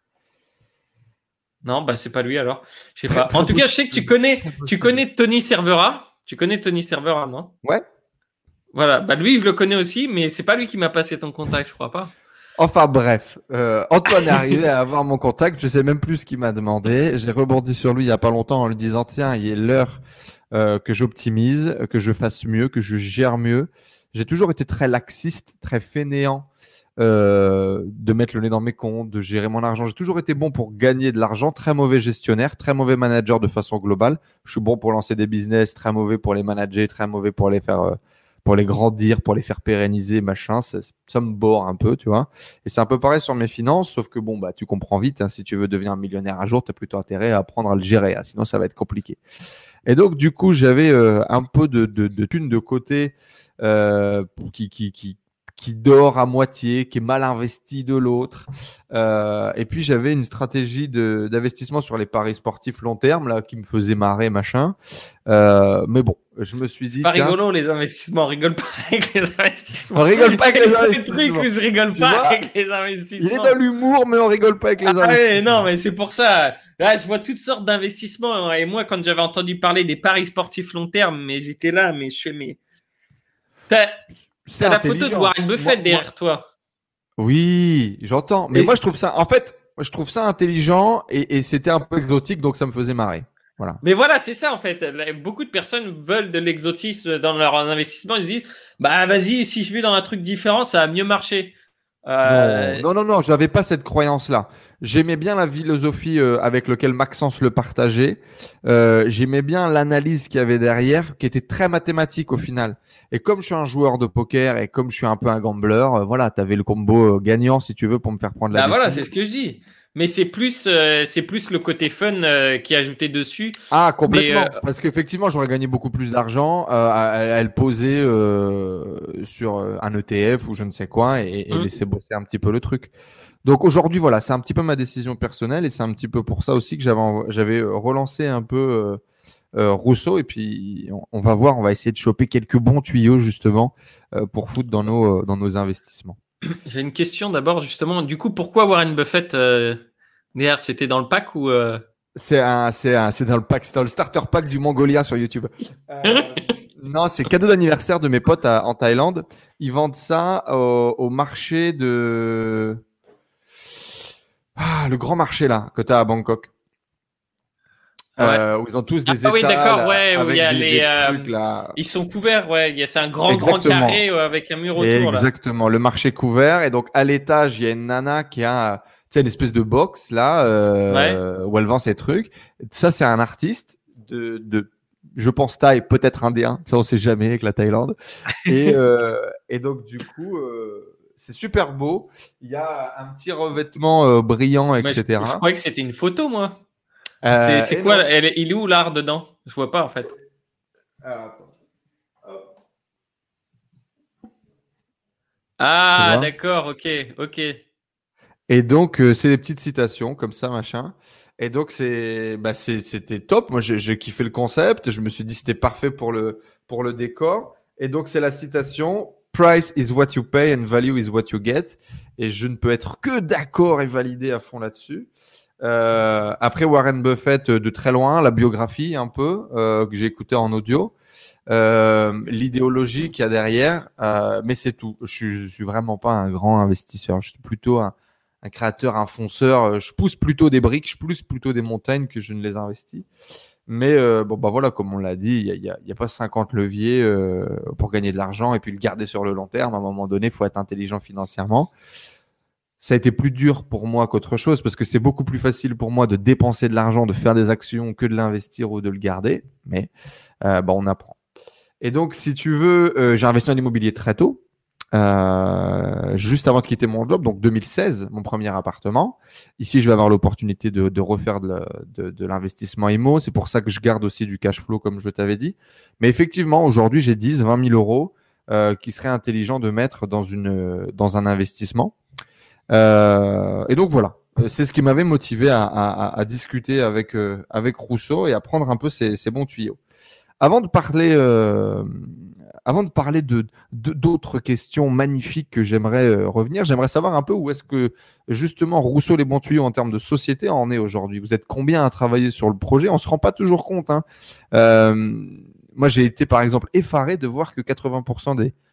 Non, bah c'est pas lui alors. Je sais Très, pas. En très tout cas, je sais que tu possible. connais, Très tu possible. connais Tony Cervera. Tu connais Tony Cervera, non? Ouais. Voilà. Bah lui, je le connais aussi, mais c'est pas lui qui m'a passé ton contact, je crois pas. Enfin bref, euh, Antoine est arrivé à avoir mon contact. Je sais même plus ce qu'il m'a demandé. J'ai rebondi sur lui il y a pas longtemps en lui disant tiens, il est l'heure euh, que j'optimise, que je fasse mieux, que je gère mieux. J'ai toujours été très laxiste, très fainéant euh, de mettre le nez dans mes comptes, de gérer mon argent. J'ai toujours été bon pour gagner de l'argent, très mauvais gestionnaire, très mauvais manager de façon globale. Je suis bon pour lancer des business, très mauvais pour les manager, très mauvais pour les faire, euh, pour les grandir, pour les faire pérenniser, machin. Ça, ça me bore un peu, tu vois. Et c'est un peu pareil sur mes finances, sauf que bon, bah, tu comprends vite, hein, si tu veux devenir un millionnaire un jour, tu as plutôt intérêt à apprendre à le gérer, hein, sinon ça va être compliqué. Et donc, du coup, j'avais euh, un peu de, de, de thunes de côté euh, qui, qui, qui, qui dort à moitié, qui est mal investi de l'autre. Euh, et puis, j'avais une stratégie de, d'investissement sur les paris sportifs long terme là, qui me faisait marrer, machin. Euh, mais bon, je me suis dit. C'est pas tiens, rigolo, les investissements. On rigole pas avec les investissements. On rigole pas avec les C'est investissements. le truc où je rigole Tu pas vois, avec les investissements. il est dans l'humour, mais on rigole pas avec les Ah investissements. ouais, non, mais c'est pour ça. Là, je vois toutes sortes d'investissements. Et moi, quand j'avais entendu parler des paris sportifs long terme, mais j'étais là, mais je fais, mais. T'as, C'est t'as la photo de intelligent. Warren Buffett Moi- derrière moi- toi. Oui, j'entends. Mais Et moi, c'est- je trouve ça. En fait, je trouve ça intelligent et, et c'était un peu exotique, donc ça me faisait marrer. Voilà. Mais voilà, c'est ça en fait. Là, beaucoup de personnes veulent de l'exotisme dans leur investissement. Ils se disent, bah vas-y, si je vais dans un truc différent, ça va mieux marcher. Euh, Non, non, non, non, je n'avais pas cette croyance-là. J'aimais bien la philosophie euh, avec laquelle Maxence le partageait. Euh, j'aimais bien l'analyse qu'il y avait derrière, qui était très mathématique au final. Et comme je suis un joueur de poker et comme je suis un peu un gambler, euh, voilà, tu avais le combo euh, gagnant, si tu veux, pour me faire prendre la Bah voilà, décision. c'est ce que je dis. Mais c'est plus, euh, c'est plus le côté fun euh, qui est ajouté dessus. Ah, complètement. Mais, euh, Parce qu'effectivement, j'aurais gagné beaucoup plus d'argent euh, à, à le poser euh, sur euh, un E T F ou je ne sais quoi et, et Hum. laisser bosser un petit peu le truc. Donc aujourd'hui, voilà, c'est un petit peu ma décision personnelle et c'est un petit peu pour ça aussi que j'avais, env- j'avais euh, relancé un peu euh, euh, Rousseau et puis on, on va voir, on va essayer de choper quelques bons tuyaux justement euh, pour foutre dans nos, euh, dans nos investissements. J'ai une question d'abord justement. Du coup, pourquoi Warren Buffett euh, derrière, c'était dans le pack ou euh... C'est un, c'est un, c'est dans le pack, c'est dans le starter pack du Mongolia sur YouTube. Euh, non, c'est cadeau d'anniversaire de mes potes à- en Thaïlande. Ils vendent ça au, au marché de, ah, le grand marché là que tu as à Bangkok. Ouais. Euh, où ils ont tous des Ah oui, étals d'accord, ouais, où avec il y a des, les, des euh, trucs là. Ils sont couverts, ouais. Il y a- C'est un grand, grand Exactement. carré euh, avec un mur autour là. Exactement, le marché couvert. Et donc, à l'étage, il y a une nana qui a, tu sais, une espèce de box là, euh, où elle vend ses trucs. Ça, c'est un artiste de, de, je pense, Thaï, peut-être indien. Ça, on sait jamais avec la Thaïlande. Et, euh, et donc, du coup, euh, c'est super beau. Il y a un petit revêtement euh, brillant, Mais je, je et cetera. croyais que c'était une photo, moi. Euh, C'est c'est et quoi non. elle est- Il est où l'art dedans? Je vois pas en fait. Alors, attends. Hop. Ah, Tu vois. d'accord, ok, ok. Et donc, euh, c'est des petites citations comme ça, machin. Et donc, c'est, bah, c'est, c'était top. Moi, j'ai, j'ai kiffé le concept. Je me suis dit, c'était parfait pour le, pour le décor. Et donc, c'est la citation Price is what you pay and value is what you get. Et je ne peux être que d'accord et validé à fond là-dessus. Euh, après, Warren Buffett, euh, de très loin, la biographie un peu, euh, que j'ai écouté en audio. Euh, l'idéologie qu'il y a derrière, euh, mais c'est tout. Je suis, je suis vraiment pas un grand investisseur. Je suis plutôt un, un créateur, un fonceur. Je pousse plutôt des briques, je pousse plutôt des montagnes que je ne les investis. Mais euh, bon, bah voilà, comme on l'a dit, il n'y a, y a, y a pas cinquante leviers euh, pour gagner de l'argent et puis le garder sur le long terme. À un moment donné, il faut être intelligent financièrement. Ça a été plus dur pour moi qu'autre chose parce que c'est beaucoup plus facile pour moi de dépenser de l'argent, de faire des actions que de l'investir ou de le garder. Mais euh, bah, on apprend. Et donc, si tu veux, euh, j'ai investi en immobilier très tôt, euh, juste avant de quitter mon job, donc deux mille seize, mon premier appartement. Ici, je vais avoir l'opportunité de, de refaire de, la- de, de l'investissement immo. C'est pour ça que je garde aussi du cash flow, comme je t'avais dit. Mais effectivement, aujourd'hui, j'ai dix, vingt mille euros euh, qui seraient intelligents de mettre dans, une, dans un investissement. Euh, et donc, voilà. Euh, C'est ce qui m'avait motivé à, à, à discuter avec, euh, avec Rousseau et à prendre un peu ces, ces bons tuyaux. Avant de parler, euh, avant de parler de, de- d'autres questions magnifiques que j'aimerais euh, revenir, j'aimerais savoir un peu où est-ce que justement Rousseau les bons tuyaux en termes de société en est aujourd'hui. Vous êtes combien à travailler sur le projet? On se rend pas toujours compte, hein. Euh, moi, j'ai été par exemple effaré de voir que quatre-vingts pour cent des,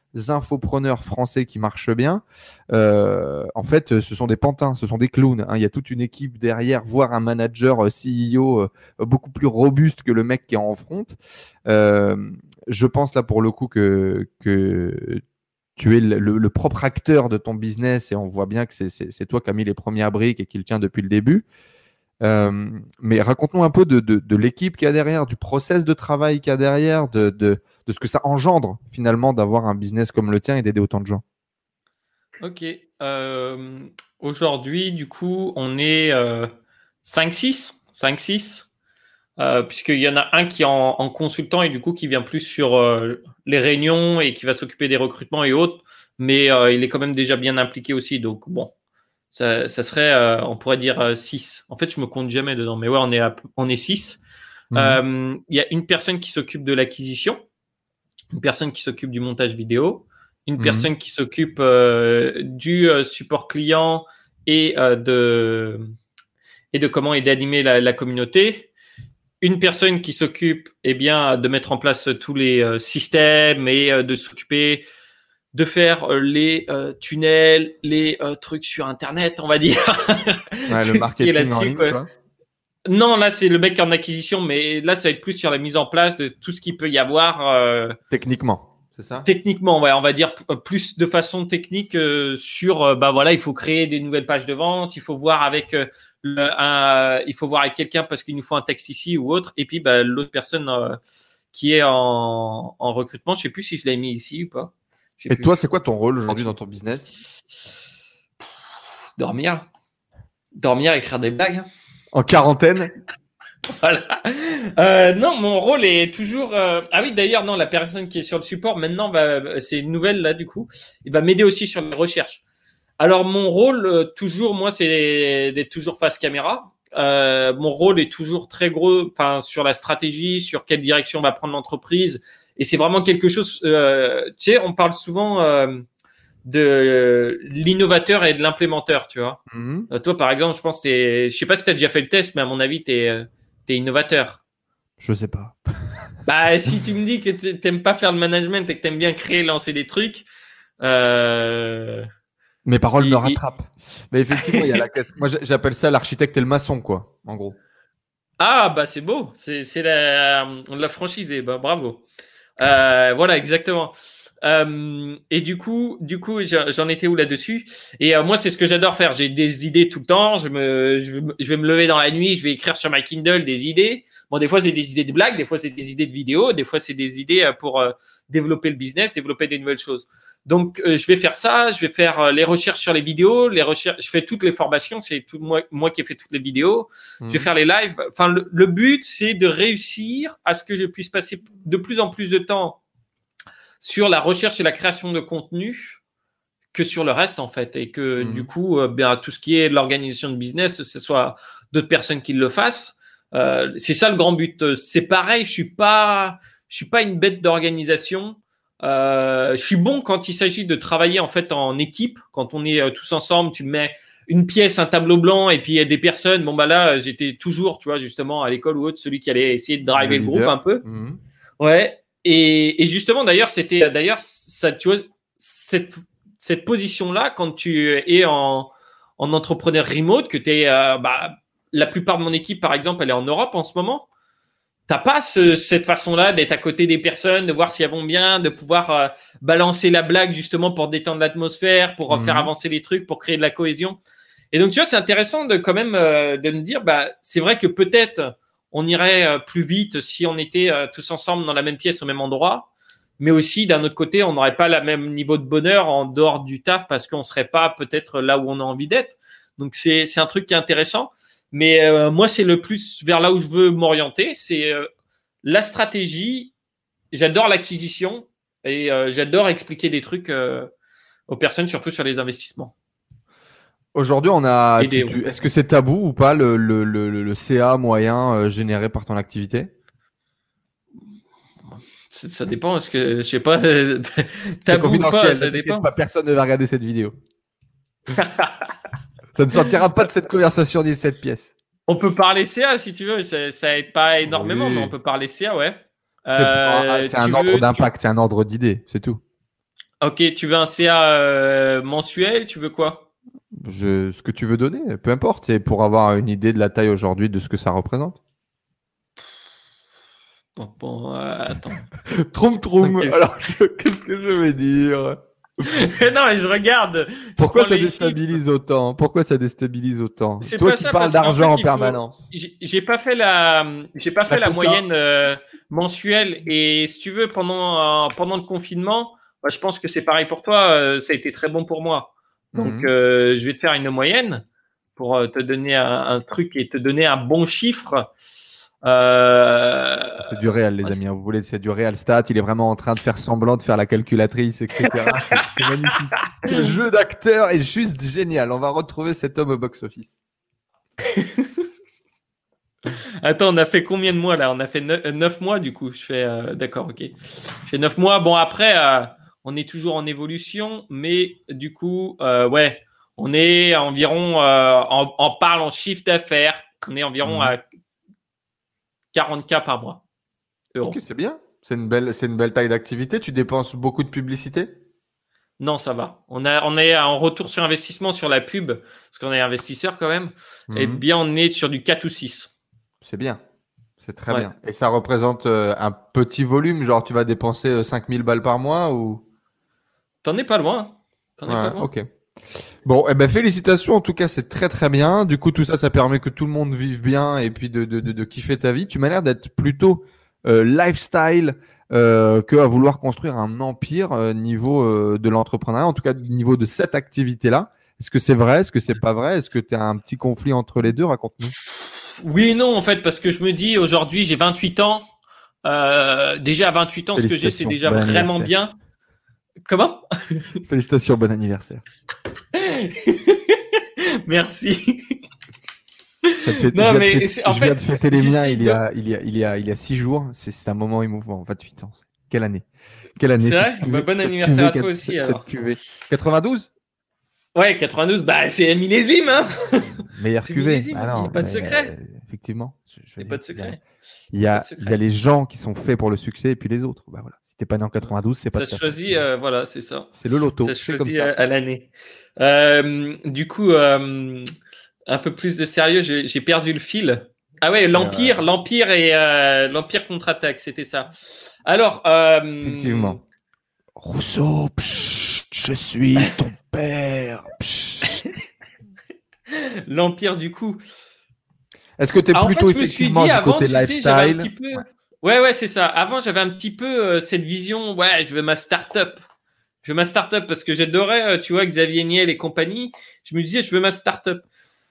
infopreneurs français qui marchent bien, euh, en fait, ce sont des pantins, ce sont des clowns. Hein. Il y a toute une équipe derrière, voire un manager euh, C E O euh, beaucoup plus robuste que le mec qui est en front. Euh, je pense là pour le coup que, que tu es le, le, le propre acteur de ton business et on voit bien que c'est, c'est, c'est toi qui as mis les premières briques et qui le tient depuis le début. Euh, mais raconte-nous un peu de, de, de l'équipe qu'il y a derrière, du process de travail qu'il y a derrière, de, de, de ce que ça engendre finalement d'avoir un business comme le tien et d'aider autant de gens. Ok. Euh, aujourd'hui, du coup, on est euh, cinq six. cinq six. Euh, puisqu'il y en a un qui est en, en consultant et du coup qui vient plus sur euh, les réunions et qui va s'occuper des recrutements et autres. Mais euh, il est quand même déjà bien impliqué aussi. Donc bon, ça, ça serait, euh, on pourrait dire six. En fait, je me compte jamais dedans. Mais ouais, on est, à, on est six. Mmh. Euh, il y a une personne qui s'occupe de l'acquisition, une personne qui s'occupe du montage vidéo, une mmh. personne qui s'occupe euh, du euh, support client et euh, de et de comment et d'animer la, la communauté. Une personne qui s'occupe eh bien de mettre en place tous les euh, systèmes et euh, de s'occuper de faire euh, les euh, tunnels, les euh, trucs sur Internet, on va dire. Ouais, le marketing en ligne, quoi. Non, là, c'est le mec en acquisition, mais là, ça va être plus sur la mise en place de tout ce qu'il peut y avoir. Euh, techniquement, c'est ça? Techniquement, ouais, on va dire plus de façon technique euh, sur, euh, bah voilà, il faut créer des nouvelles pages de vente, il faut voir avec, euh, le, un, il faut voir avec quelqu'un parce qu'il nous faut un texte ici ou autre, et puis bah, l'autre personne euh, qui est en, en recrutement, je sais plus si je l'ai mis ici ou pas. Et plus. Toi, c'est quoi ton rôle aujourd'hui dans ton business? Dormir. Dormir, écrire des blagues. En quarantaine? Voilà. Euh, non, mon rôle est toujours. Euh... Ah oui, d'ailleurs, non, la personne qui est sur le support maintenant, va... c'est une nouvelle là, du coup, il va m'aider aussi sur les recherches. Alors, mon rôle, euh, toujours, moi, c'est d'être toujours face caméra. Euh, mon rôle est toujours très gros, enfin, sur la stratégie, sur quelle direction va prendre l'entreprise. Et c'est vraiment quelque chose. Euh... Tu sais, on parle souvent. Euh... de l'innovateur et de l'implémenteur, tu vois. Mm-hmm. Euh, toi, par exemple, je pense que t'es, je sais pas si tu as déjà fait le test, mais à mon avis, t'es, euh, t'es innovateur. Je sais pas. Bah, si tu me dis que t'aimes pas faire le management et que t'aimes bien créer, lancer des trucs, euh... mes paroles il, me rattrapent. Il... Mais effectivement, il y a la caisse. Moi, j'appelle ça l'architecte et le maçon, quoi, en gros. Ah, bah, c'est beau. C'est, c'est la, on l'a franchisé. Bah, bravo. Euh, voilà, exactement. Euh, et du coup, du coup, j'en étais où là-dessus? Et euh, moi, c'est ce que j'adore faire. J'ai des idées tout le temps. Je me, je, je vais me lever dans la nuit. Je vais écrire sur ma Kindle des idées. Bon, des fois, c'est des idées de blagues. Des fois, c'est des idées de vidéos. Des fois, c'est des idées pour euh, développer le business, développer des nouvelles choses. Donc, euh, je vais faire ça. Je vais faire euh, les recherches sur les vidéos. Les recherches. Je fais toutes les formations. C'est tout moi, moi qui ai fait toutes les vidéos. Mmh. Je vais faire les lives. Enfin, le, le but, c'est de réussir à ce que je puisse passer de plus en plus de temps sur la recherche et la création de contenu que sur le reste, en fait. Et que, mmh. du coup, euh, bien, tout ce qui est l'organisation de business, ce soit d'autres personnes qui le fassent. Euh, c'est ça le grand but. C'est pareil, je suis pas, je suis pas une bête d'organisation. Euh, je suis bon quand il s'agit de travailler, en fait, en équipe. Quand on est euh, tous ensemble, tu mets une pièce, un tableau blanc, et puis il y a des personnes. Bon, bah là, j'étais toujours, tu vois, justement, à l'école ou autre, celui qui allait essayer de driver le, le groupe un peu. Mmh. Ouais. Et, et justement, d'ailleurs, c'était d'ailleurs ça, tu vois, cette cette position-là, quand tu es en en entrepreneur remote, que tu es, euh, bah, la plupart de mon équipe, par exemple, elle est en Europe en ce moment. T'as pas ce, cette façon-là d'être à côté des personnes, de voir si elles vont bien, de pouvoir euh, balancer la blague justement pour détendre l'atmosphère, pour mmh. faire avancer les trucs, pour créer de la cohésion. Et donc, tu vois, c'est intéressant de quand même euh, de me dire, bah, c'est vrai que peut-être on irait plus vite si on était tous ensemble dans la même pièce au même endroit, mais aussi d'un autre côté, on n'aurait pas le même niveau de bonheur en dehors du taf parce qu'on serait pas peut-être là où on a envie d'être. Donc c'est c'est un truc qui est intéressant. Mais euh, moi, c'est le plus vers là où je veux m'orienter, c'est euh, la stratégie. J'adore l'acquisition et euh, j'adore expliquer des trucs euh, aux personnes, surtout sur les investissements. Aujourd'hui, on a. Tu, tu, est-ce que c'est tabou ou pas le, le, le, le C A moyen euh, généré par ton activité? Ça, ça dépend. Est-ce que je sais pas. Tabou ou pas, ça dépend. Pas, personne ne va regarder cette vidéo. Ça ne sortira pas de cette conversation ni de cette pièce. On peut parler C A si tu veux. Ça, ça aide pas énormément, oui. mais on peut parler C A, ouais. C'est, euh, c'est un ordre veux, d'impact, tu... c'est un ordre d'idée, c'est tout. Ok, tu veux un C A euh, mensuel, tu veux quoi? Je, ce que tu veux donner, peu importe, c'est pour avoir une idée de la taille aujourd'hui de ce que ça représente. Bon, bon euh, attends. Troum troum. Ok. Alors, je- qu'est-ce que je vais dire? Non, mais je regarde. Pourquoi Je prends ça les chiffres. déstabilise autant? Pourquoi ça déstabilise autant? C'est Toi pas qui ça parles parce qu'en d'argent fait, en il faut. permanence. J'ai j'ai pas fait la, j'ai pas fait La la compta. moyenne euh, mensuelle. Et si tu veux, pendant euh, pendant le confinement, bah, je pense que c'est pareil pour toi. euh, ça a été très bon pour moi. Donc, Mhm. euh, je vais te faire une moyenne pour euh, te donner un, un truc et te donner un bon chiffre. Euh, C'est du réel, les amis, hein. Vous voulez, c'est du réel stat. Il est vraiment en train de faire semblant de faire la calculatrice, et cetera. C'est c'est magnifique. Ce jeu d'acteur est juste génial. On va retrouver cet homme au box-office. Attends, on a fait combien de mois là? On a fait neuf mois du coup. Je fais euh, d'accord, ok. Je fais neuf mois. Bon après, euh, on est toujours en évolution, mais du coup, euh, ouais, on est environ, euh, en, en parle en chiffre d'affaires, on est environ Mhm. à quarante K par mois. Euros. Ok, c'est bien. C'est une belle, c'est une belle taille d'activité. Tu dépenses beaucoup de publicité? Non, ça va. On a, on est en retour sur investissement sur la pub parce qu'on est investisseur quand même. Et Mhm. bien, on est sur du quatre ou six. C'est bien. C'est très Ouais. bien. Et ça représente euh, un petit volume, genre tu vas dépenser euh, cinq mille balles par mois ou... T'en es pas loin. T'en es pas Ouais, loin. ok. Bon, eh ben félicitations. En tout cas, c'est très très bien. Du coup, tout ça, ça permet que tout le monde vive bien et puis de, de, de, de kiffer ta vie. Tu m'as l'air d'être plutôt euh, lifestyle euh, que à vouloir construire un empire euh, niveau euh, de l'entrepreneuriat, en tout cas niveau de cette activité-là. Est-ce que c'est vrai? Est-ce que c'est pas vrai? Est-ce que tu as un petit conflit entre les deux? Raconte-nous. Oui et non, en fait, parce que je me dis, aujourd'hui, j'ai vingt-huit ans. Euh, déjà, à vingt-huit ans, ce que j'ai, c'est Félicitations. déjà Bon vraiment anniversaire. bien. Comment? Félicitations, bon anniversaire. Merci. Ça te fait- je Non, viens de mais fêter, c'est- en je viens fait, de fêter les miens j'essaie il y de. a, il y a, il y a, il y a six jours. C'est c'est un moment émouvant, vingt-huit ans. Quelle année? Quelle année C'est cette vrai? Bah, cuvée, bon cette anniversaire cuvée, à toi quat- aussi, cette, cette alors. cuvée. quatre-vingt-douze? Ouais, quatre-vingt-douze, bah, c'est un millésime, hein. Meilleure C'est cuvée. millésime, Ah il n'y a non, pas de mais euh, secret. effectivement, je, je Il veux n'y a pas dire, de il y a, secret. il Il y n'y a pas de a, il y a secret. les gens qui sont faits pour le succès et puis les autres. Bah voilà. Si t'es pas né en quatre-vingt-douze, c'est pas Ça de se ta faute. choisit, euh, voilà, c'est ça. C'est le Ça loto. se C'est comme choisit à, ça. à l'année. Euh, du coup, euh, un peu plus de sérieux, j'ai j'ai perdu le fil. Ah ouais, Et, euh, l'Empire, l'Empire et euh, l'Empire contre-attaque, c'était ça. Alors, euh, effectivement. Rousseau, psst, je suis ton père. Psst. l'Empire du coup. Est-ce que tu es Ah, en fait, plutôt je me suis effectivement dit du avant, côté tu sais, j'avais un lifestyle? petit peu. Ouais. Ouais, ouais, c'est ça. Avant, j'avais un petit peu euh, cette vision. Ouais, je veux ma start-up. Je veux ma start-up parce que j'adorais, euh, tu vois, Xavier Niel et compagnie. Je me disais, je veux ma start-up.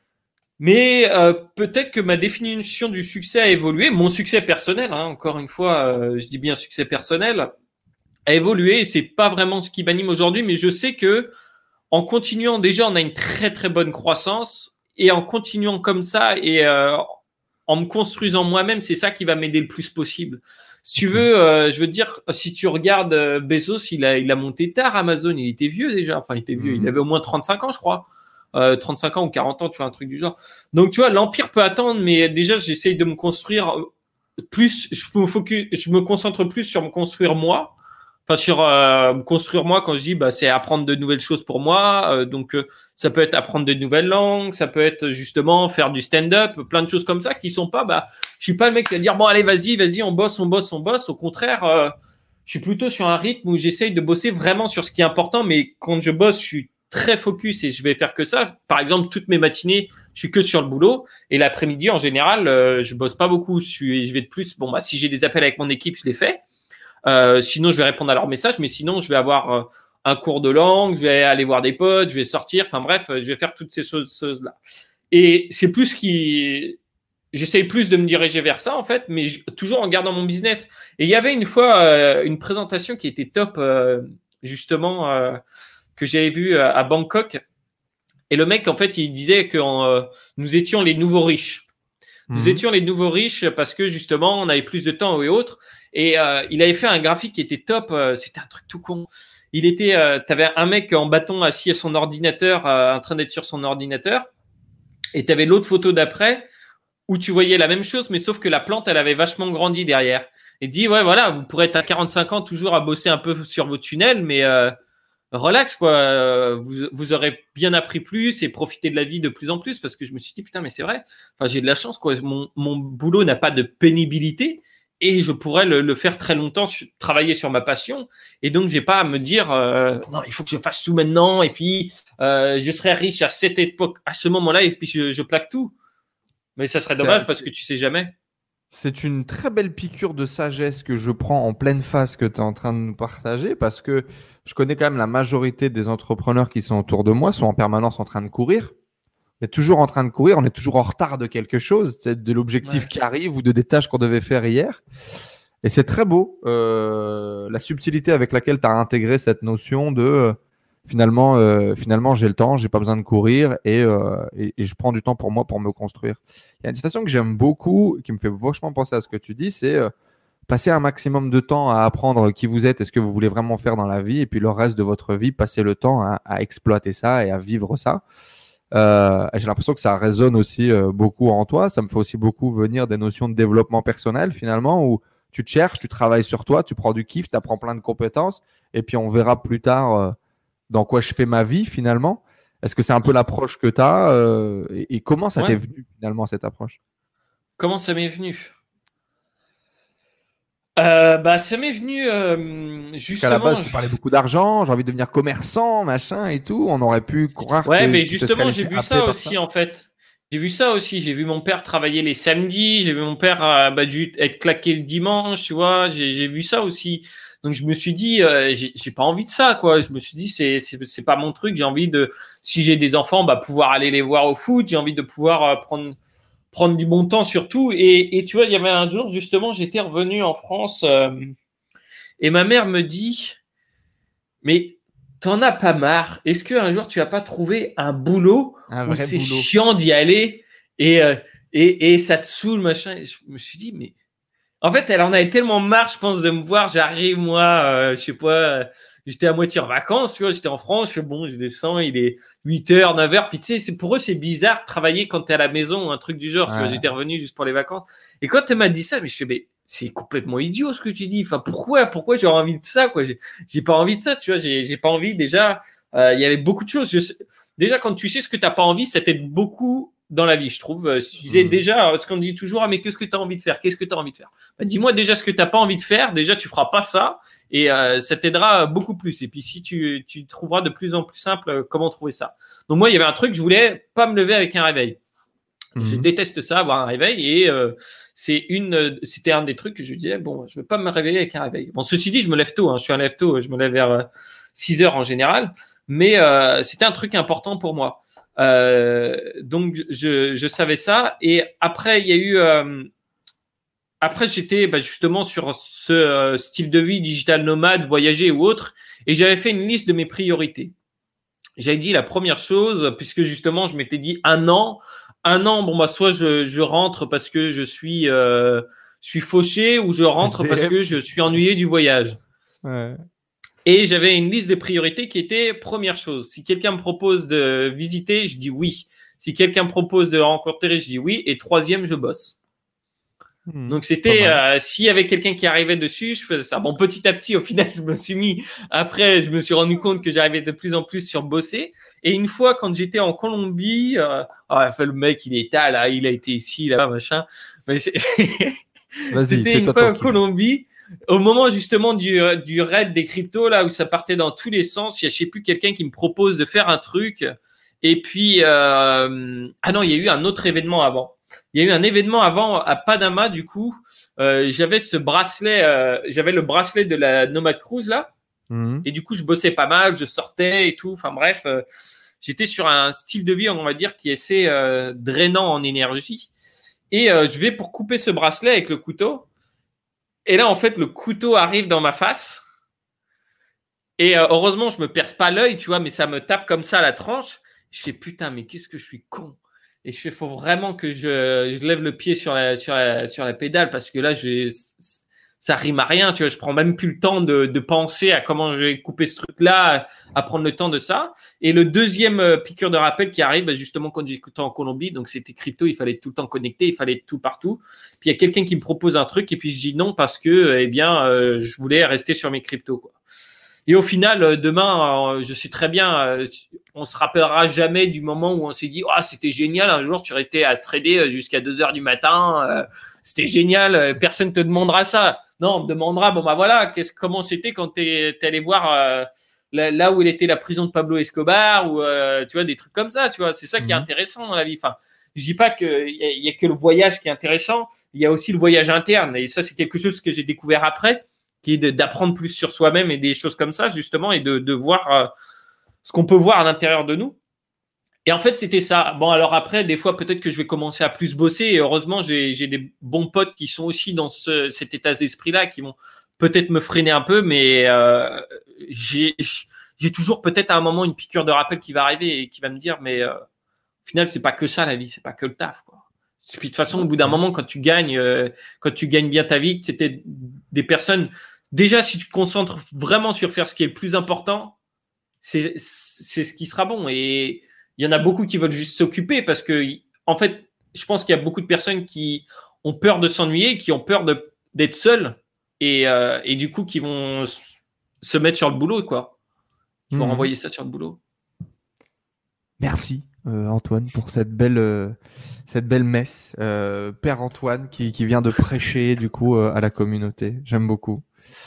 Mais euh, peut-être que ma définition du succès a évolué. Mon succès personnel, hein, encore une fois, euh, je dis bien succès personnel, a évolué. Et c'est pas vraiment ce qui m'anime aujourd'hui, mais je sais que en continuant, déjà, on a une très très bonne croissance. Et en continuant comme ça et euh, en me construisant moi-même, c'est ça qui va m'aider le plus possible. Si tu veux, euh, je veux dire, si tu regardes euh, Bezos, il a, il a monté tard Amazon, il était vieux déjà. Enfin, il était vieux, il Mhm. avait au moins trente-cinq ans, je crois. Euh, trente-cinq ans ou quarante ans, tu vois, un truc du genre. Donc, tu vois, l'empire peut attendre, mais déjà, j'essaye de me construire plus. Je me, focus, je me concentre plus sur me construire moi. Enfin, sur euh, me construire moi, quand je dis, bah, c'est apprendre de nouvelles choses pour moi. Euh, donc, euh, ça peut être apprendre de nouvelles langues, ça peut être justement faire du stand-up, plein de choses comme ça qui sont pas, bah, je suis pas le mec qui va dire, bon, allez, vas-y, vas-y, on bosse, on bosse, on bosse. Au contraire, euh, je suis plutôt sur un rythme où j'essaye de bosser vraiment sur ce qui est important, mais quand je bosse, je suis très focus et je vais faire que ça. Par exemple, toutes mes matinées, je suis que sur le boulot et l'après-midi, en général, euh, je bosse pas beaucoup. Je suis, je vais de plus, bon, bah, si j'ai des appels avec mon équipe, je les fais. Euh, sinon, je vais répondre à leurs messages, mais sinon, je vais avoir euh, un cours de langue, je vais aller voir des potes, je vais sortir, enfin bref, je vais faire toutes ces choses-là. Et c'est plus qui... J'essaye plus de me diriger vers ça, en fait, mais j- toujours en gardant mon business. Et il y avait une fois euh, une présentation qui était top, euh, justement, euh, que j'avais vue euh, à Bangkok. Et le mec, en fait, il disait que euh, nous étions les nouveaux riches. Nous Mhm. étions les nouveaux riches parce que justement, on avait plus de temps et autres. Et euh, il avait fait un graphique qui était top. Euh, c'était un truc tout con. Il était, euh, t'avais un mec en bâton assis à son ordinateur, euh, en train d'être sur son ordinateur. Et t'avais l'autre photo d'après où tu voyais la même chose, mais sauf que la plante, elle avait vachement grandi derrière. Et dit, ouais, voilà, vous pourrez être à quarante-cinq ans toujours à bosser un peu sur vos tunnels, mais euh, relax, quoi. Vous, vous aurez bien appris plus et profité de la vie de plus en plus, parce que je me suis dit, putain, mais c'est vrai. Enfin, j'ai de la chance, quoi. Mon, mon boulot n'a pas de pénibilité et je pourrais le, le faire très longtemps, sur, travailler sur ma passion. Et donc, j'ai pas à me dire, euh, non, il faut que je fasse tout maintenant. Et puis, euh, je serai riche à cette époque, à ce moment-là, et puis je, je plaque tout. Mais ça serait dommage C'est- parce que tu sais jamais. C'est une très belle piqûre de sagesse que je prends en pleine face que tu es en train de nous partager parce que je connais quand même la majorité des entrepreneurs qui sont autour de moi sont en permanence en train de courir. On est toujours en train de courir, on est toujours en retard de quelque chose, c'est de l'objectif Ouais. qui arrive ou de des tâches qu'on devait faire hier. Et c'est très beau, euh, la subtilité avec laquelle tu as intégré cette notion de euh, finalement, euh, finalement j'ai le temps, j'ai pas besoin de courir et, euh, et, et je prends du temps pour moi pour me construire. Il y a une citation que j'aime beaucoup, qui me fait vachement penser à ce que tu dis, c'est euh, passer un maximum de temps à apprendre qui vous êtes et ce que vous voulez vraiment faire dans la vie, et puis le reste de votre vie, passer le temps à, à exploiter ça et à vivre ça. Euh, j'ai l'impression que ça résonne aussi euh, beaucoup en toi. Ça me fait aussi beaucoup venir des notions de développement personnel finalement, où tu te cherches, tu travailles sur toi, tu prends du kiff, tu apprends plein de compétences, et puis on verra plus tard euh, dans quoi je fais ma vie finalement. Est-ce que c'est un peu l'approche que tu as euh, et, et comment ça Ouais. t'est venu finalement cette approche? Comment ça m'est venu? Euh, bah, ça m'est venu euh, Parce qu'à la base, justement. tu je- parlais beaucoup d'argent, j'ai envie de devenir commerçant, machin et tout. On aurait pu croire Ouais, que mais tu te serais justement, j'ai laissé vu happer ça par ça. aussi en fait. J'ai vu ça aussi. J'ai vu mon père travailler les samedis. J'ai vu mon père euh, bah, du- être claqué le dimanche, tu vois. J'ai j'ai vu ça aussi. Donc je me suis dit, euh, j'ai j'ai pas envie de ça, quoi. Je me suis dit, c'est c'est c'est pas mon truc. J'ai envie de, si j'ai des enfants, bah pouvoir aller les voir au foot. J'ai envie de pouvoir euh, prendre prendre du bon temps surtout. Et et tu vois, il y avait un jour justement, j'étais revenu en France euh, et ma mère me dit. Mais t'en as pas marre? Est-ce qu'un jour tu vas pas trouver un boulot Un où vrai c'est boulot. chiant d'y aller et, euh, et, et ça te saoule, machin? Et je me suis dit, mais en fait, elle en avait tellement marre, je pense, de me voir. J'arrive, moi, euh, je sais pas, euh, j'étais à moitié en vacances, tu vois, j'étais en France, je fais bon, je descends, il est huit heures, neuf heures. Puis tu sais, c'est, pour eux, c'est bizarre de travailler quand t'es à la maison, un truc du genre, tu vois, Ouais. j'étais revenu juste pour les vacances. Et quand elle m'a dit ça, mais je fais, mais c'est complètement idiot ce que tu dis. Enfin, pourquoi, pourquoi j'aurais envie de ça, quoi? J'ai, j'ai pas envie de ça, tu vois, j'ai, j'ai pas envie, déjà, euh, il y avait beaucoup de choses. Je sais- déjà, quand tu sais ce que t'as pas envie, ça t'aide beaucoup dans la vie, je trouve. Euh, Tu disais Mm. déjà, euh, ce qu'on dit toujours, ah, mais qu'est-ce que tu as envie de faire? Qu'est-ce que tu as envie de faire? Bah, dis-moi déjà ce que tu n'as pas envie de faire. Déjà, tu feras pas ça et euh, ça t'aidera beaucoup plus. Et puis, si tu, tu trouveras de plus en plus simple euh, comment trouver ça. Donc, moi, il y avait un truc, je voulais pas me lever avec un réveil. Je Mhm. déteste ça, avoir un réveil. Et euh, c'est une, c'était un des trucs que je disais, bon, je veux pas me réveiller avec un réveil. Bon, ceci dit, je me lève tôt. Hein, je suis un lève tôt. Je me lève vers euh, six heures en général. Mais euh, c'était un truc important pour moi. Euh, donc, je, je savais ça. Et après, il y a eu... Euh, après, j'étais bah, justement sur ce euh, style de vie digital nomade, voyager ou autre. Et j'avais fait une liste de mes priorités. J'avais dit la première chose, puisque justement, je m'étais dit un an. Un an, bon, bah, soit je, je rentre parce que je suis, euh, je suis fauché ou je rentre parce que S D F. je suis ennuyé du voyage. Ouais. Et j'avais une liste de priorités qui était première chose. Si quelqu'un me propose de visiter, je dis oui. Si quelqu'un me propose de rencontrer, je dis oui. Et troisième, je bosse. Mhm. Donc Pas c'était mal. euh, s'il y avait quelqu'un qui arrivait dessus, je faisais ça. Bon, petit à petit, au final, je me suis mis. Après, je me suis rendu compte que j'arrivais de plus en plus sur bosser. Et une fois, quand j'étais en Colombie, euh, ah, enfin, le mec, il est là, là, il a été ici, là, machin. Mais c'est- Vas-y, c'était une fais-toi ton fois en kiff. Colombie, au moment justement du, du raid des cryptos, là où ça partait dans tous les sens. Il y a, je sais plus, quelqu'un qui me propose de faire un truc. Et puis, euh... ah non, il y a eu un autre événement avant. Il y a eu un événement avant à Panama, du coup. Euh, j'avais ce bracelet, euh, j'avais le bracelet de la Nomad Cruise, là. Mhm. Et du coup, je bossais pas mal, je sortais et tout. Enfin bref, euh, j'étais sur un style de vie, on va dire, qui est assez euh, drainant en énergie. Et euh, je vais pour couper ce bracelet avec le couteau. Et là, en fait, le couteau arrive dans ma face. Et euh, heureusement, je me perce pas l'œil, tu vois, mais ça me tape comme ça à la tranche. Je fais putain, mais qu'est-ce que je suis con. Et je fais, faut vraiment que je, je lève le pied sur la, sur la, sur la pédale parce que là, je, ça rime à rien, tu vois. Je prends même plus le temps de, de penser à comment je vais couper ce truc-là, à prendre le temps de ça. Et le deuxième euh, piqûre de rappel qui arrive, bah, justement, quand j'étais en Colombie, donc c'était crypto, il fallait être tout le temps connecté, il fallait être tout partout. Puis il y a quelqu'un qui me propose un truc et puis je dis non parce que, eh bien, euh, je voulais rester sur mes cryptos, quoi. Et au final, euh, demain, euh, je sais très bien, euh, on se rappellera jamais du moment où on s'est dit, ah, oh, c'était génial. Un jour, tu restais à trader jusqu'à deux heures du matin. Euh, c'était génial. Personne te demandera ça. Non, on te demandera, bon, bah voilà, qu'est-ce, comment c'était quand t'es, t'es allé voir euh, là, là où il était la prison de Pablo Escobar ou, euh, tu vois, des trucs comme ça, tu vois. C'est ça qui est intéressant dans la vie. Enfin, je dis pas qu'il y a, y a que le voyage qui est intéressant. Il y a aussi le voyage interne. Et ça, c'est quelque chose que j'ai découvert après, qui est de, d'apprendre plus sur soi-même et des choses comme ça, justement, et de, de voir euh, ce qu'on peut voir à l'intérieur de nous. Et en fait, c'était ça. Bon, alors après, des fois, peut-être que je vais commencer à plus bosser. Et heureusement, j'ai, j'ai des bons potes qui sont aussi dans ce, cet état d'esprit-là, qui vont peut-être me freiner un peu, mais euh, j'ai, j'ai toujours peut-être à un moment une piqûre de rappel qui va arriver et qui va me dire, mais euh, au final, c'est pas que ça la vie, c'est pas que le taf, quoi. Et puis de toute façon, au bout d'un moment, quand tu gagnes, euh, quand tu gagnes bien ta vie, que tu étais des personnes. Déjà, si tu te concentres vraiment sur faire ce qui est le plus important, c'est c'est ce qui sera bon. Et il y en a beaucoup qui veulent juste s'occuper parce que, en fait, je pense qu'il y a beaucoup de personnes qui ont peur de s'ennuyer, qui ont peur de d'être seuls et euh, et du coup qui vont se mettre sur le boulot, quoi. Qui vont mmh. renvoyer ça sur le boulot. Merci. Euh, Antoine, pour cette belle, euh, cette belle messe. Euh, Père Antoine qui, qui vient de prêcher du coup euh, à la communauté. J'aime beaucoup.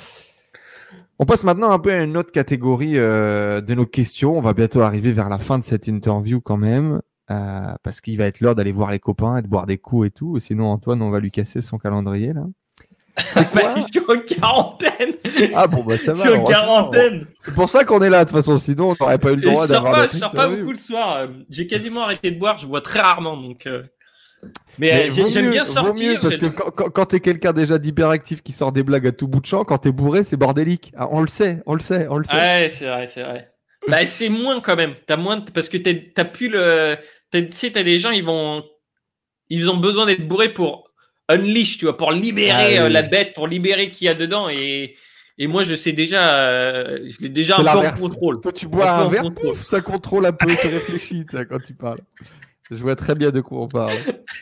On passe maintenant un peu à une autre catégorie euh, de nos questions. On va bientôt arriver vers la fin de cette interview quand même, euh, parce qu'il va être l'heure d'aller voir les copains et de boire des coups et tout. Sinon, Antoine, on va lui casser son calendrier là. C'est quoi? Je suis en quarantaine. Ah bon, bah ça va. Je suis en quarantaine. C'est pour ça qu'on est là, de toute façon. Sinon, on n'aurait pas eu le droit d'avoir. Pas, je sors pas beaucoup le soir. J'ai quasiment arrêté de boire. Je bois très rarement, donc. Euh... Mais, Mais euh, j'aime mieux, bien sortir. Vaut mieux parce que quand, quand, quand t'es quelqu'un déjà d'hyperactif qui sort des blagues à tout bout de champ, quand t'es bourré, c'est bordélique. Ah, on le sait, on le sait, on le sait. Ouais, c'est vrai, c'est vrai. Bah, c'est moins quand même. T'as moins de... parce que t'es, t'as plus le. Tu sais, t'as des gens, ils vont, ils ont besoin d'être bourrés pour unleash, tu vois, pour libérer ah, oui. euh, la bête, pour libérer qui y a dedans. Et, et moi, je sais déjà, euh, je l'ai déjà c'est un peu en contrôle. Toi, tu bois un, un verre, pouf, ça contrôle un peu, tu réfléchis, ça, quand tu parles. Je vois très bien de quoi on parle.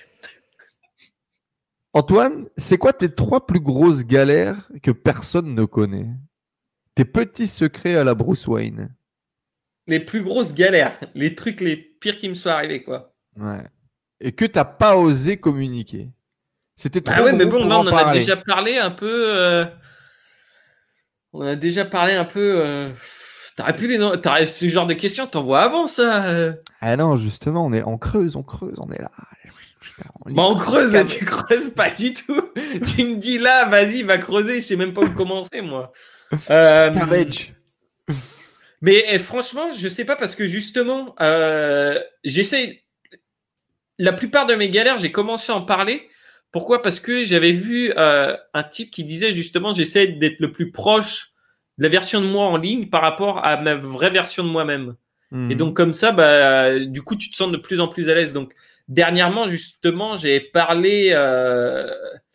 Antoine, c'est quoi tes trois plus grosses galères que personne ne connaît? Tes petits secrets à la Bruce Wayne. Les plus grosses galères, les trucs les pires qui me sont arrivés, quoi. Ouais. Et que t'as pas osé communiquer. C'était trop. Ah ouais, mais bon, bon, là, on en parler. a déjà parlé un peu. Euh... On a déjà parlé un peu. Euh... T'aurais pu les. T'aurais... Ce genre de questions, t'envoies avant ça. Euh... Ah non, justement, on est on creuse, on creuse, on est là. On, bah on creuse, calme. Tu creuses pas du tout. Tu me dis là, vas-y, va creuser. Je sais même pas où commencer, moi. Euh... Scavenge. Mais eh, franchement, je sais pas parce que justement, euh, j'essaie. La plupart de mes galères, j'ai commencé à en parler. Pourquoi? Parce que j'avais vu euh, un type qui disait justement, j'essaie d'être le plus proche de la version de moi en ligne par rapport à ma vraie version de moi-même. Mmh. Et donc comme ça, bah, du coup, tu te sens de plus en plus à l'aise. Donc dernièrement, justement, j'ai parlé, euh,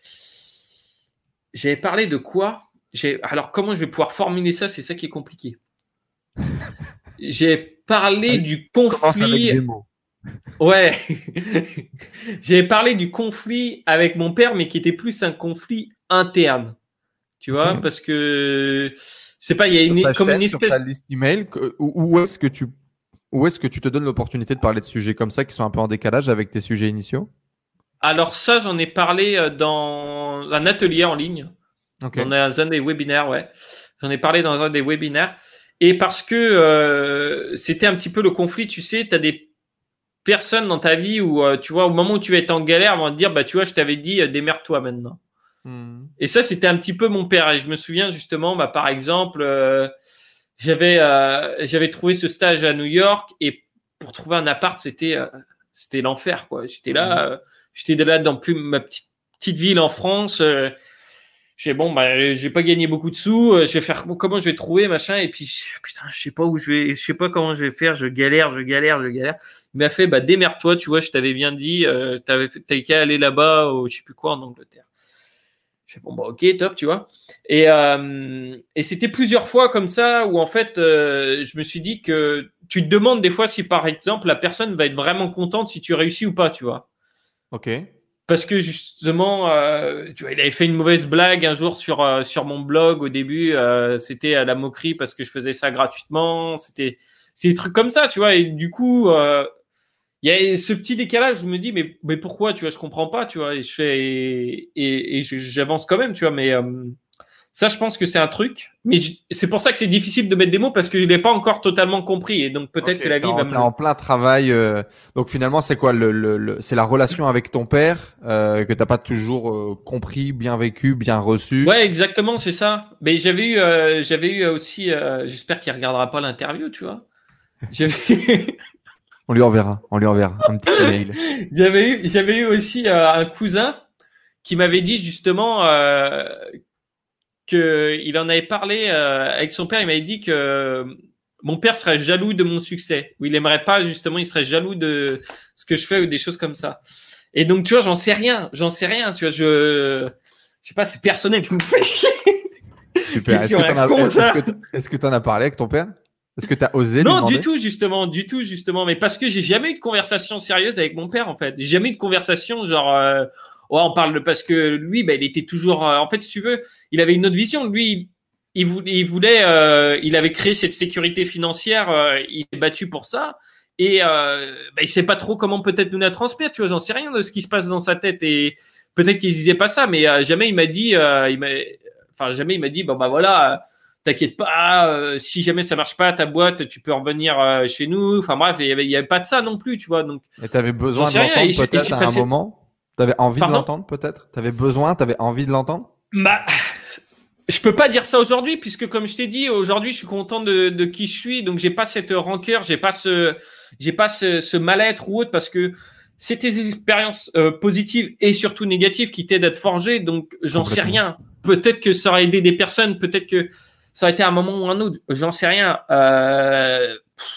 j'ai parlé de quoi? J'ai, alors comment je vais pouvoir formuler ça? C'est ça qui est compliqué. J'ai parlé du conflit. Ouais, j'ai parlé du conflit avec mon père, mais qui était plus un conflit interne, tu vois, okay. Parce que c'est pas, il y a une sur ta comme chaîne, une espèce. Sur ta liste email, où, où est-ce que tu, où est-ce que tu te donnes l'opportunité de parler de sujets comme ça qui sont un peu en décalage avec tes sujets initiaux? Alors ça, j'en ai parlé dans un atelier en ligne. Okay. Dans un des webinaires, ouais. J'en ai parlé dans un des webinaires. Et parce que euh, c'était un petit peu le conflit, tu sais, tu as des personnes dans ta vie où, euh, tu vois, au moment où tu vas être en galère, vont te dire, bah, tu vois, je t'avais dit, euh, démerde-toi maintenant. Mmh. Et ça, c'était un petit peu mon père. Et je me souviens justement, bah, par exemple, euh, j'avais, euh, j'avais trouvé ce stage à New York et pour trouver un appart, c'était, euh, c'était l'enfer, quoi. J'étais là, mmh. euh, j'étais là dans plus ma petite, petite ville en France. Euh, J'ai bon, bah, j'ai pas gagné beaucoup de sous. Je vais faire comment je vais trouver machin. Et puis putain, je sais pas où je vais, je sais pas comment je vais faire. Je galère, je galère, je galère. Il m'a fait bah démerde-toi, tu vois. Je t'avais bien dit, euh, t'avais, t'avais qu'à aller là-bas, au, je sais plus quoi en Angleterre. Je fais bon bah ok, top, tu vois. Et euh, et c'était plusieurs fois comme ça où en fait, euh, je me suis dit que tu te demandes des fois si par exemple la personne va être vraiment contente si tu réussis ou pas, tu vois. Ok. parce que justement, euh, tu vois, il avait fait une mauvaise blague un jour sur euh, sur mon blog au début. Euh, c'était à la moquerie parce que je faisais ça gratuitement. C'était c'est des trucs comme ça, tu vois. Et du coup, euh, il y a ce petit décalage. Je me dis, mais mais pourquoi, tu vois, je comprends pas, tu vois. Et je fais et, et, et je- j'avance quand même, tu vois. Mais euh, ça, je pense que c'est un truc. Mais je- c'est pour ça que c'est difficile de mettre des mots parce que je l'ai pas encore totalement compris. Et donc Ok, peut-être que la t'es vie va en, me t'es le. en plein travail. euh, Donc finalement, c'est quoi le, le, le- c'est la relation avec ton père euh, que t'as pas toujours euh, compris, bien vécu, bien reçu. Ouais, exactement, c'est ça. Mais j'avais eu, euh, j'avais eu aussi. Euh, j'espère qu'il regardera pas l'interview, tu vois. J'avais, On lui enverra, on lui enverra un petit email. j'avais eu, j'avais eu aussi euh, un cousin qui m'avait dit justement euh, que il en avait parlé euh, avec son père. Il m'avait dit que mon père serait jaloux de mon succès, ou il aimerait pas justement, il serait jaloux de ce que je fais ou des choses comme ça. Et donc tu vois, j'en sais rien, j'en sais rien. Tu vois, je, je sais pas, c'est personnel. Je me fais chier. Super. Est-ce Question que à t'en as, con est-ce ça. que t'- est-ce que t'en as parlé avec ton père? Est-ce que t'as osé lui Non, du demander? tout, justement, du tout, justement. Mais parce que j'ai jamais eu de conversation sérieuse avec mon père, en fait. J'ai jamais eu de conversation genre, euh, ouais, on parle de parce que lui, bah, il était toujours, euh, en fait, si tu veux, il avait une autre vision. Lui, il voulait, il voulait, euh, il avait créé cette sécurité financière. Euh, il s'est battu pour ça. Et euh, bah, il sait pas trop comment peut-être nous la transmettre. Tu vois, j'en sais rien de ce qui se passe dans sa tête. Et peut-être qu'il disait pas ça, mais euh, jamais il m'a dit, euh, il m'a, enfin jamais il m'a dit, bon bah voilà. Euh, t'inquiète pas, euh, si jamais ça marche pas ta boîte, tu peux revenir euh, chez nous. Enfin bref, il y avait, il y avait pas de ça non plus, tu vois. Donc Et t'avais j'en besoin de sais rien. Et l'entendre j'ai et peut-être j'ai à un passé, moment? T'avais envie de pardon. l'entendre peut-être? T'avais besoin, t'avais envie de l'entendre? Bah, je peux pas dire ça aujourd'hui puisque comme je t'ai dit, aujourd'hui je suis content de, de qui je suis, donc j'ai pas cette rancœur, j'ai pas ce, j'ai pas ce, ce mal-être ou autre parce que c'est tes expériences euh, positives et surtout négatives qui t'aident à te forger. Donc j'en sais Complètement. rien. Peut-être que ça aurait aidé des personnes, peut-être que ça aurait été un moment ou un autre. J'en sais rien. Euh,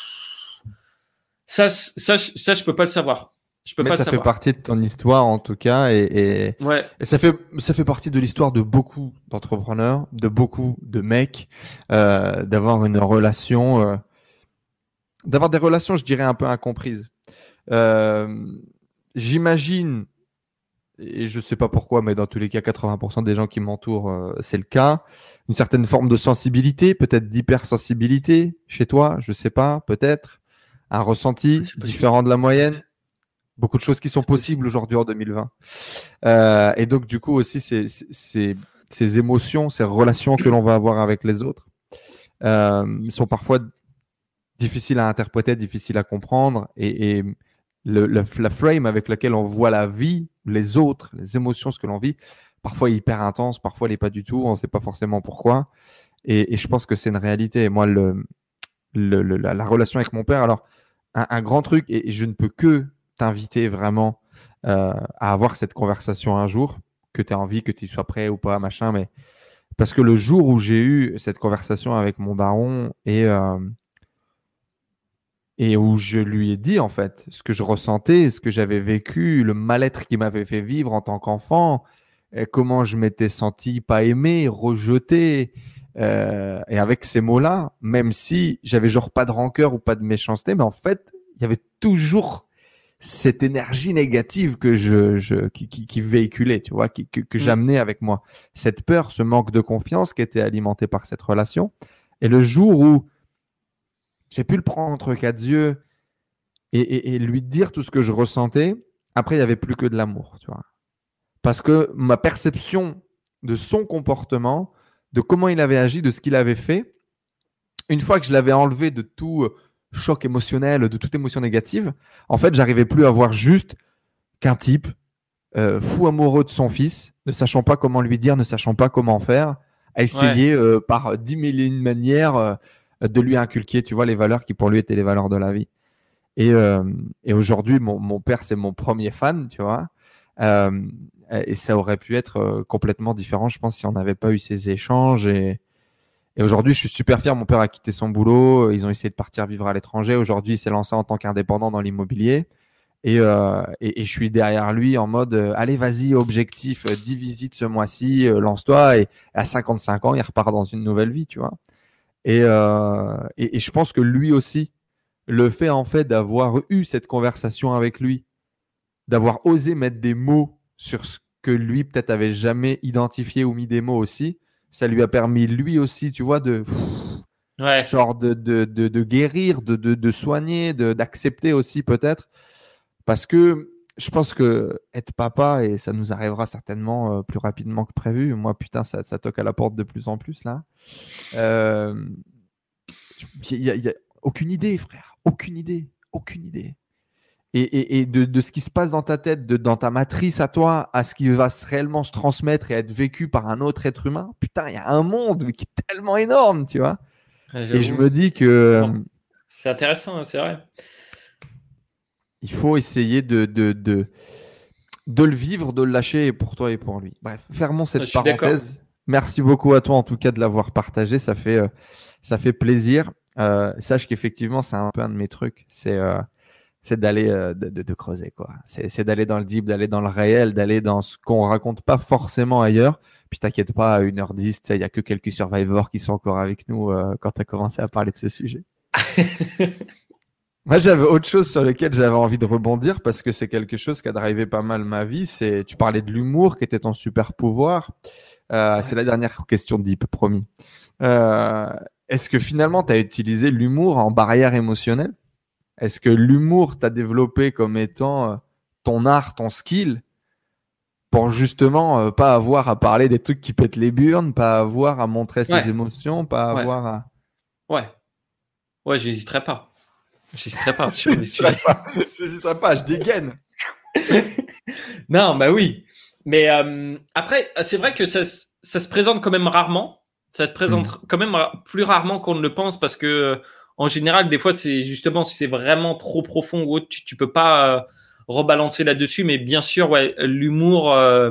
Ça, ça, je- ça, je peux pas le savoir. Je peux Mais pas le ça fait savoir. partie de ton histoire en tout cas et, et, Ouais. et ça fait, ça fait partie de l'histoire de beaucoup d'entrepreneurs, de beaucoup de mecs, euh, d'avoir une relation, euh, d'avoir des relations, je dirais, un peu incomprises. Euh, J'imagine, et je sais pas pourquoi, mais dans tous les cas, quatre-vingts pour cent des gens qui m'entourent, euh, c'est le cas, une certaine forme de sensibilité, peut-être d'hypersensibilité chez toi, je sais pas, peut-être, un ressenti C'est possible. différent de la moyenne. Beaucoup de choses qui sont C'est possible. possibles aujourd'hui en deux mille vingt. Euh, et donc, du coup, aussi, ces, ces, ces émotions, ces relations que l'on va avoir avec les autres euh, sont parfois difficiles à interpréter, difficiles à comprendre. Et, et le, le- la frame avec laquelle on voit la vie, les autres, les émotions, ce que l'on vit, parfois est hyper intense, parfois elle n'est pas du tout, on ne sait pas forcément pourquoi. Et, et je pense que c'est une réalité. Moi, le, le, le- la, la relation avec mon père, alors, un, un grand truc, et, et je ne peux que t'inviter vraiment euh, à avoir cette conversation un jour, que tu aies envie, que tu sois prêt ou pas, machin, mais parce que le jour où j'ai eu cette conversation avec mon daron et, euh, et où je lui ai dit en fait ce que je ressentais, ce que j'avais vécu, le mal-être qu'il m'avait fait vivre en tant qu'enfant, et comment je m'étais senti pas aimé, rejeté, euh, et avec ces mots-là, même si j'avais genre pas de rancœur ou pas de méchanceté, mais en fait, il y avait toujours cette énergie négative que je, je qui, qui, qui véhiculait, tu vois, qui, que, que Mm. j'amenais avec moi. Cette peur, ce manque de confiance qui était alimenté par cette relation. Et le jour où j'ai pu le prendre entre quatre yeux et, et, et lui dire tout ce que je ressentais, après, il n'y avait plus que de l'amour, tu vois. Parce que ma perception de son comportement, de comment il avait agi, de ce qu'il avait fait, une fois que je l'avais enlevé de tout euh, choc émotionnel, de toute émotion négative, en fait, j'arrivais plus à voir juste qu'un type euh, fou amoureux de son fils, ne sachant pas comment lui dire, ne sachant pas comment faire, a Ouais. essayé euh, par dix mille et une manières euh, de lui inculquer, tu vois, les valeurs qui pour lui étaient les valeurs de la vie. Et, euh, et aujourd'hui, mon, mon père, c'est mon premier fan, tu vois. Euh, et ça aurait pu être euh, complètement différent, je pense, si on n'avait pas eu ces échanges. Et, et aujourd'hui, je suis super fier. Mon père a quitté son boulot. Ils ont essayé de partir vivre à l'étranger. Aujourd'hui, il s'est lancé en tant qu'indépendant dans l'immobilier. Et, euh, et, et je suis derrière lui en mode euh, allez, vas-y, objectif, euh, dix visites ce mois-ci, euh, lance-toi. Et à cinquante-cinq ans, il repart dans une nouvelle vie, tu vois. Et, euh, et, et je pense que lui aussi, le fait en fait d'avoir eu cette conversation avec lui, d'avoir osé mettre des mots sur ce que lui peut-être avait jamais identifié ou mis des mots aussi. Ça lui a permis lui aussi, tu vois, de Ouais. genre de, de, de, de guérir, de, de, de soigner, de, d'accepter aussi peut-être. Parce que je pense que être papa, et ça nous arrivera certainement euh, plus rapidement que prévu. Moi, putain, ça, ça toque à la porte de plus en plus là. Euh, Il y a, il y a aucune idée, frère. Aucune idée. Aucune idée. Et, et, et de, de ce qui se passe dans ta tête, de, dans ta matrice à toi, à ce qui va se- réellement se transmettre et être vécu par un autre être humain, putain, il y a un monde qui est tellement énorme, tu vois. Ouais, Et je j'avoue. me dis que euh, C'est intéressant, c'est vrai. il faut essayer de, de, de, de le vivre, de le lâcher pour toi et pour lui. Bref, fermons Je cette suis d'accord. parenthèse. Merci beaucoup à toi en tout cas de l'avoir partagé. Ça fait, euh, ça fait plaisir. Euh, sache qu'effectivement, c'est un peu un de mes trucs. C'est euh, c'est d'aller euh, de, de, de creuser quoi. C'est, c'est d'aller dans le deep, d'aller dans le réel, d'aller dans ce qu'on raconte pas forcément ailleurs. Puis t'inquiète pas, à une heure dix, il y a que quelques survivors qui sont encore avec nous euh, quand tu as commencé à parler de ce sujet. Moi, j'avais autre chose sur lequel j'avais envie de rebondir parce que c'est quelque chose qui a drivé pas mal ma vie. C'est, tu parlais de l'humour qui était ton super pouvoir. Euh, Ouais. C'est la dernière question deep, promis. Euh, est-ce que finalement, tu as utilisé l'humour en barrière émotionnelle? Est-ce que l'humour t'a développé comme étant euh, ton art, ton skill, pour justement euh, pas avoir à parler des trucs qui pètent les burnes, pas avoir à montrer ses Ouais. émotions, pas Ouais. avoir à... Ouais. Ouais, j'hésiterai pas. J'hésiterai pas sur des J'hésiterai sujets. pas, j'hésiterai pas, je dégaine. Non, bah oui. Mais euh, après, c'est vrai que ça, s- ça se présente quand même rarement. Ça se présente Mm. quand même ra- plus rarement qu'on ne le pense parce que, euh, en général, des fois, c'est justement si c'est vraiment trop profond ou autre, tu, tu peux pas euh, rebalancer là-dessus. Mais bien sûr, ouais, l'humour, euh,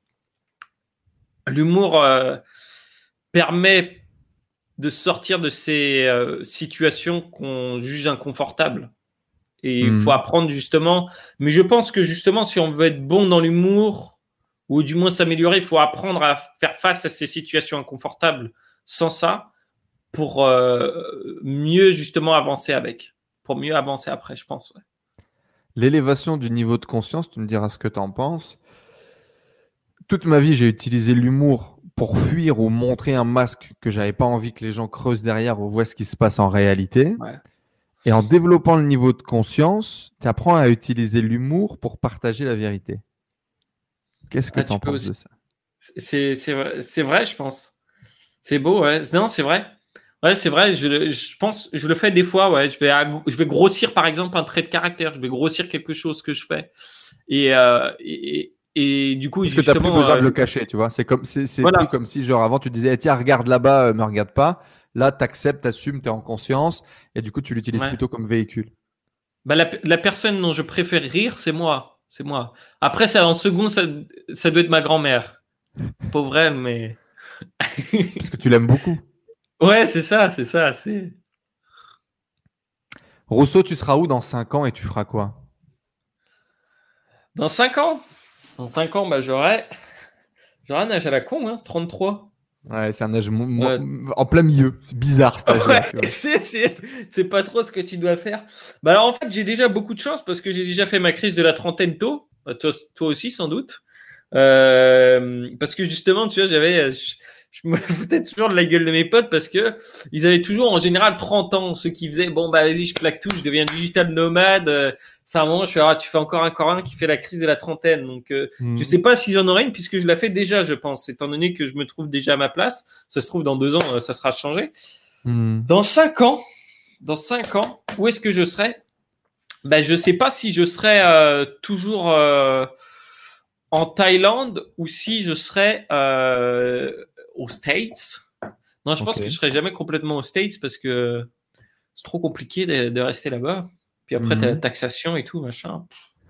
l'humour euh, permet de sortir de ces euh, situations qu'on juge inconfortables. Et il faut Mm. apprendre justement. Mais je pense que justement, si on veut être bon dans l'humour, ou du moins s'améliorer, il faut apprendre à faire face à ces situations inconfortables sans ça, pour euh, mieux justement avancer avec. Pour mieux avancer après, je pense. Ouais. L'élévation du niveau de conscience, tu me diras ce que tu en penses. Toute ma vie, j'ai utilisé l'humour pour fuir ou montrer un masque que j'avais pas envie que les gens creusent derrière ou voient ce qui se passe en réalité. Ouais. Et en développant le niveau de conscience, tu apprends à utiliser l'humour pour partager la vérité. Qu'est-ce que Ah, tu tu en peux penses aussi. de ça? C'est, c'est, vrai, c'est vrai, je pense. C'est beau, ouais. Non, c'est vrai. Ouais, c'est vrai. Je, je pense, je le fais des fois. Ouais, je vais, je vais grossir par exemple un trait de caractère. Je vais grossir quelque chose que je fais. Et, euh, et, et, du coup, Parce que tu n'as plus justement, besoin de euh, le cacher, tu vois. C'est comme, c'est, c'est plus voilà. comme si, genre, avant, tu disais, eh, tiens, regarde là-bas, euh, me regarde pas. Là, tu acceptes, tu assumes, tu es en conscience. Et du coup, tu l'utilises Ouais. plutôt comme véhicule. Bah, la, la personne dont je préfère rire, c'est moi. C'est moi. Après, ça, en second, ça, ça doit être ma grand-mère. Pauvre elle, mais. Parce que tu l'aimes beaucoup. Ouais, c'est ça, c'est ça. C'est... Rousseau, tu seras où dans cinq ans et tu feras quoi? Dans cinq ans, dans cinq ans, bah, j'aurai, j'aurai un âge à la con, hein, trente-trois. Ouais, c'est un âge mo- mo- Ouais, en plein milieu. C'est bizarre cet âge-là, ouais, tu vois. c'est, c'est, c'est pas trop ce que tu dois faire. Bah, alors, en fait, j'ai déjà beaucoup de chance parce que j'ai déjà fait ma crise de la trentaine tôt. Bah, toi, toi aussi, sans doute. Euh, parce que justement, tu vois, j'avais, je, je me foutais toujours de la gueule de mes potes parce que ils avaient toujours en général trente ans, ceux qui faisaient bon bah vas-y, je plaque tout, je deviens digital nomade. Euh, c'est un moment, je fais ah, tu fais encore un corin qui fait la crise de la trentaine. Donc euh, je Hmm. sais pas si j'en aurai une puisque je la fais déjà, je pense, étant donné que je me trouve déjà à ma place. Ça se trouve dans deux ans, euh, ça sera changé. Hmm. Dans cinq ans, dans cinq ans, où est-ce que je serai? Ben je sais pas si je serai euh, toujours euh, en Thaïlande ou si je serais euh, aux States. Non, je Ok. pense que je serais jamais complètement aux States parce que c'est trop compliqué de, de rester là-bas. Puis après, tu as la Hmm. taxation et tout, machin.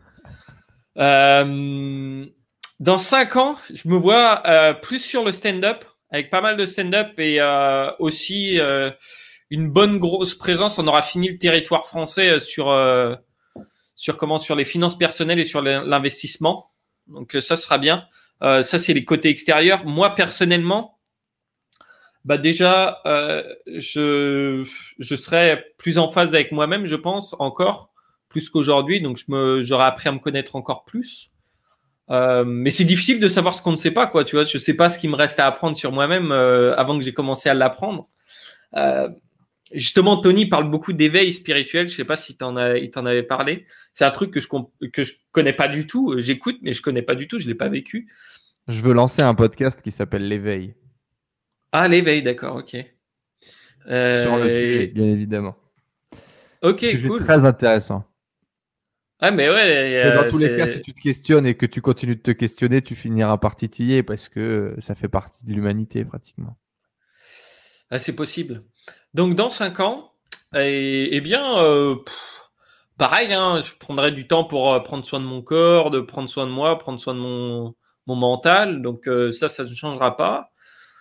Euh, dans cinq ans, je me vois euh, plus sur le stand-up, avec pas mal de stand-up et euh, aussi euh, une bonne grosse présence. On aura fini le territoire français sur, euh, sur, comment, sur les finances personnelles et sur l'investissement. Donc ça sera bien. Euh, ça, c'est les côtés extérieurs. Moi, personnellement, bah déjà, euh, je, je serais plus en phase avec moi-même, je pense, encore, plus qu'aujourd'hui. Donc, je me, j'aurais appris à me connaître encore plus. Euh, mais c'est difficile de savoir ce qu'on ne sait pas, quoi. Tu vois, je sais pas ce qui me reste à apprendre sur moi-même euh, avant que j'ai commencé à l'apprendre. Euh, justement, Tony parle beaucoup d'éveil spirituel. Je sais pas si t'en as, il t'en avait parlé. C'est un truc que je que je connais pas du tout. J'écoute, mais je connais pas du tout. Je l'ai pas vécu. Je veux lancer un podcast qui s'appelle L'éveil. Ah, l'éveil, d'accord, ok. Euh, sur le sujet, et... bien évidemment. Ok, sujet cool. Très intéressant. Ah, mais ouais. Euh, dans tous c'est... les cas, si tu te questionnes et que tu continues de te questionner, tu finiras par titiller parce que ça fait partie de l'humanité pratiquement. Ah, c'est possible. Donc, dans cinq ans, eh, eh bien, euh, pff, pareil, hein, je prendrai du temps pour euh, prendre soin de mon corps, de prendre soin de moi, prendre soin de mon, mon mental. Donc, euh, ça, ça ne changera pas.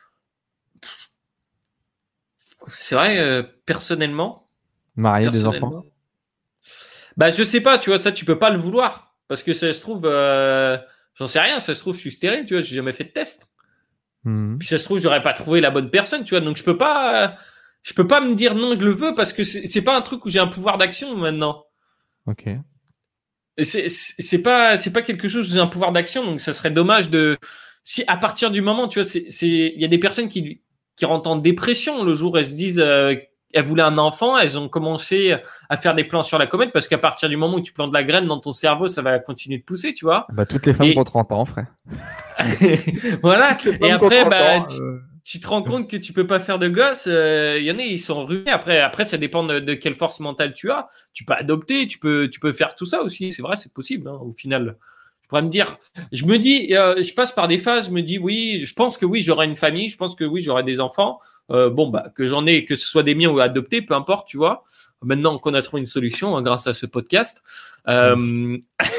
C'est vrai, euh, personnellement. Marier des personnellement enfants Bah, je sais pas, tu vois, ça, tu peux pas le vouloir. Parce que ça se trouve, euh, j'en sais rien, ça se trouve, je suis stérile, tu vois, j'ai jamais fait de test. mmh. Puis ça se trouve, j'aurais pas trouvé la bonne personne, tu vois, donc je peux pas, euh, je peux pas me dire non, je le veux parce que c'est, c'est pas un truc où j'ai un pouvoir d'action maintenant. Ok. Et c'est, c'est, c'est pas, c'est pas quelque chose où j'ai un pouvoir d'action, donc ça serait dommage de, si à partir du moment, tu vois, c'est, c'est, il y a des personnes qui, qui rentrent en dépression le jour où elles se disent, euh, elles voulaient un enfant, elles ont commencé à faire des plans sur la comète parce qu'à partir du moment où tu plantes la graine dans ton cerveau, ça va continuer de pousser, tu vois. Bah, toutes les femmes Et... qui ont trente ans, frère. voilà. Et après, bah, ans, tu, euh... tu te rends compte que tu peux pas faire de gosse. Il euh, y en a, ils sont ruinés. Après, après, ça dépend de, de quelle force mentale tu as. Tu peux adopter, tu peux, tu peux faire tout ça aussi. C'est vrai, c'est possible. Hein, au final, je pourrais me dire, je me dis, euh, je passe par des phases. Je me dis, oui, je pense que oui, j'aurai une famille. Je pense que oui, j'aurai des enfants. Euh, bon, bah, que j'en ai, que ce soit des miens ou adoptés, peu importe, tu vois. Maintenant qu'on a trouvé une solution hein, grâce à ce podcast. Euh...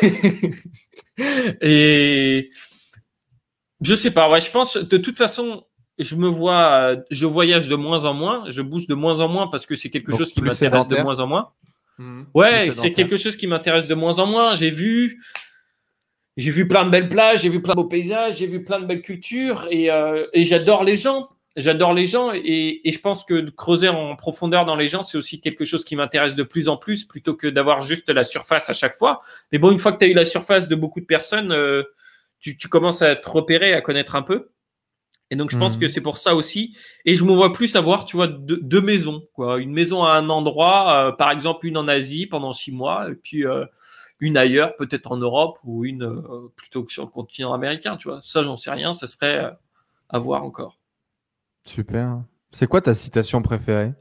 Et je sais pas. Ouais, je pense de toute façon, je me vois, je voyage de moins en moins, je bouge de moins en moins parce que c'est quelque Donc, chose qui plus m'intéresse sédentaire. de moins en moins. Mmh. Ouais, c'est quelque chose qui m'intéresse de moins en moins. J'ai vu, j'ai vu plein de belles plages, j'ai vu plein de beaux paysages, j'ai vu plein de belles cultures et, euh, et j'adore les gens. J'adore les gens et, et je pense que de creuser en profondeur dans les gens, c'est aussi quelque chose qui m'intéresse de plus en plus plutôt que d'avoir juste la surface à chaque fois. Mais bon, une fois que tu as eu la surface de beaucoup de personnes, euh, tu, tu commences à te repérer, à connaître un peu. Et donc, je pense mmh. que c'est pour ça aussi. Et je me vois plus avoir, tu vois, deux, deux maisons, quoi. Une maison à un endroit, euh, par exemple, une en Asie pendant six mois, et puis euh, une ailleurs, peut-être en Europe, ou une euh, plutôt que sur le continent américain, tu vois. Ça, j'en sais rien. Ça serait euh, à voir encore. Super. C'est quoi ta citation préférée?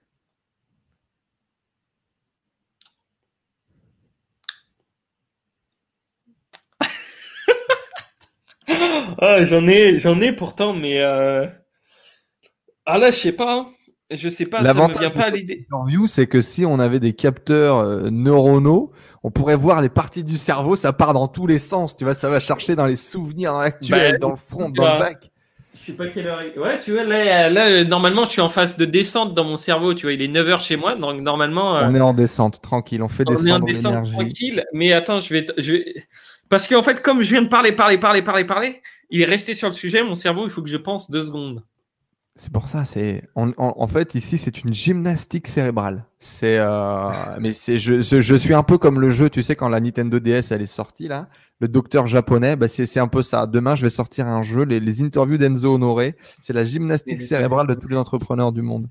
Ah, j'en ai, j'en ai pourtant, mais euh... ah là, je sais pas. Hein. Je sais pas, ça me vient pas à l'idée. L'interview, c'est que si on avait des capteurs euh, neuronaux, on pourrait voir les parties du cerveau, ça part dans tous les sens. Tu vois, ça va chercher dans les souvenirs, dans l'actuel, bah, dans le front, dans le bac. Je sais pas quelle heure. Il... Ouais, tu vois, là, là, normalement, je suis en phase de descente dans mon cerveau. Tu vois, il est neuf heures chez moi, donc normalement. On euh... est en descente, tranquille. On fait on descendre est en descente l'énergie. tranquille. Mais attends, je vais, je vais, parce qu'en fait, comme je viens de parler, parler, parler, parler, parler, il est resté sur le sujet. Mon cerveau, il faut que je pense deux secondes. C'est pour ça, c'est en, en, en fait ici c'est une gymnastique cérébrale. C'est euh... mais c'est je, je, je suis un peu comme le jeu, tu sais quand la Nintendo D S elle est sortie là, le docteur japonais, bah c'est c'est un peu ça. Demain je vais sortir un jeu, les, les interviews d'Enzo Honoré, c'est la gymnastique cérébrale de tous les entrepreneurs du monde.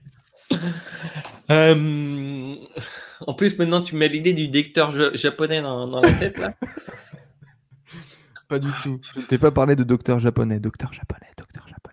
Euh... En plus maintenant tu mets l'idée du docteur japonais dans, dans la tête là. Pas du tout. Je ne t'ai pas parlé de docteur japonais, docteur japonais, docteur japonais.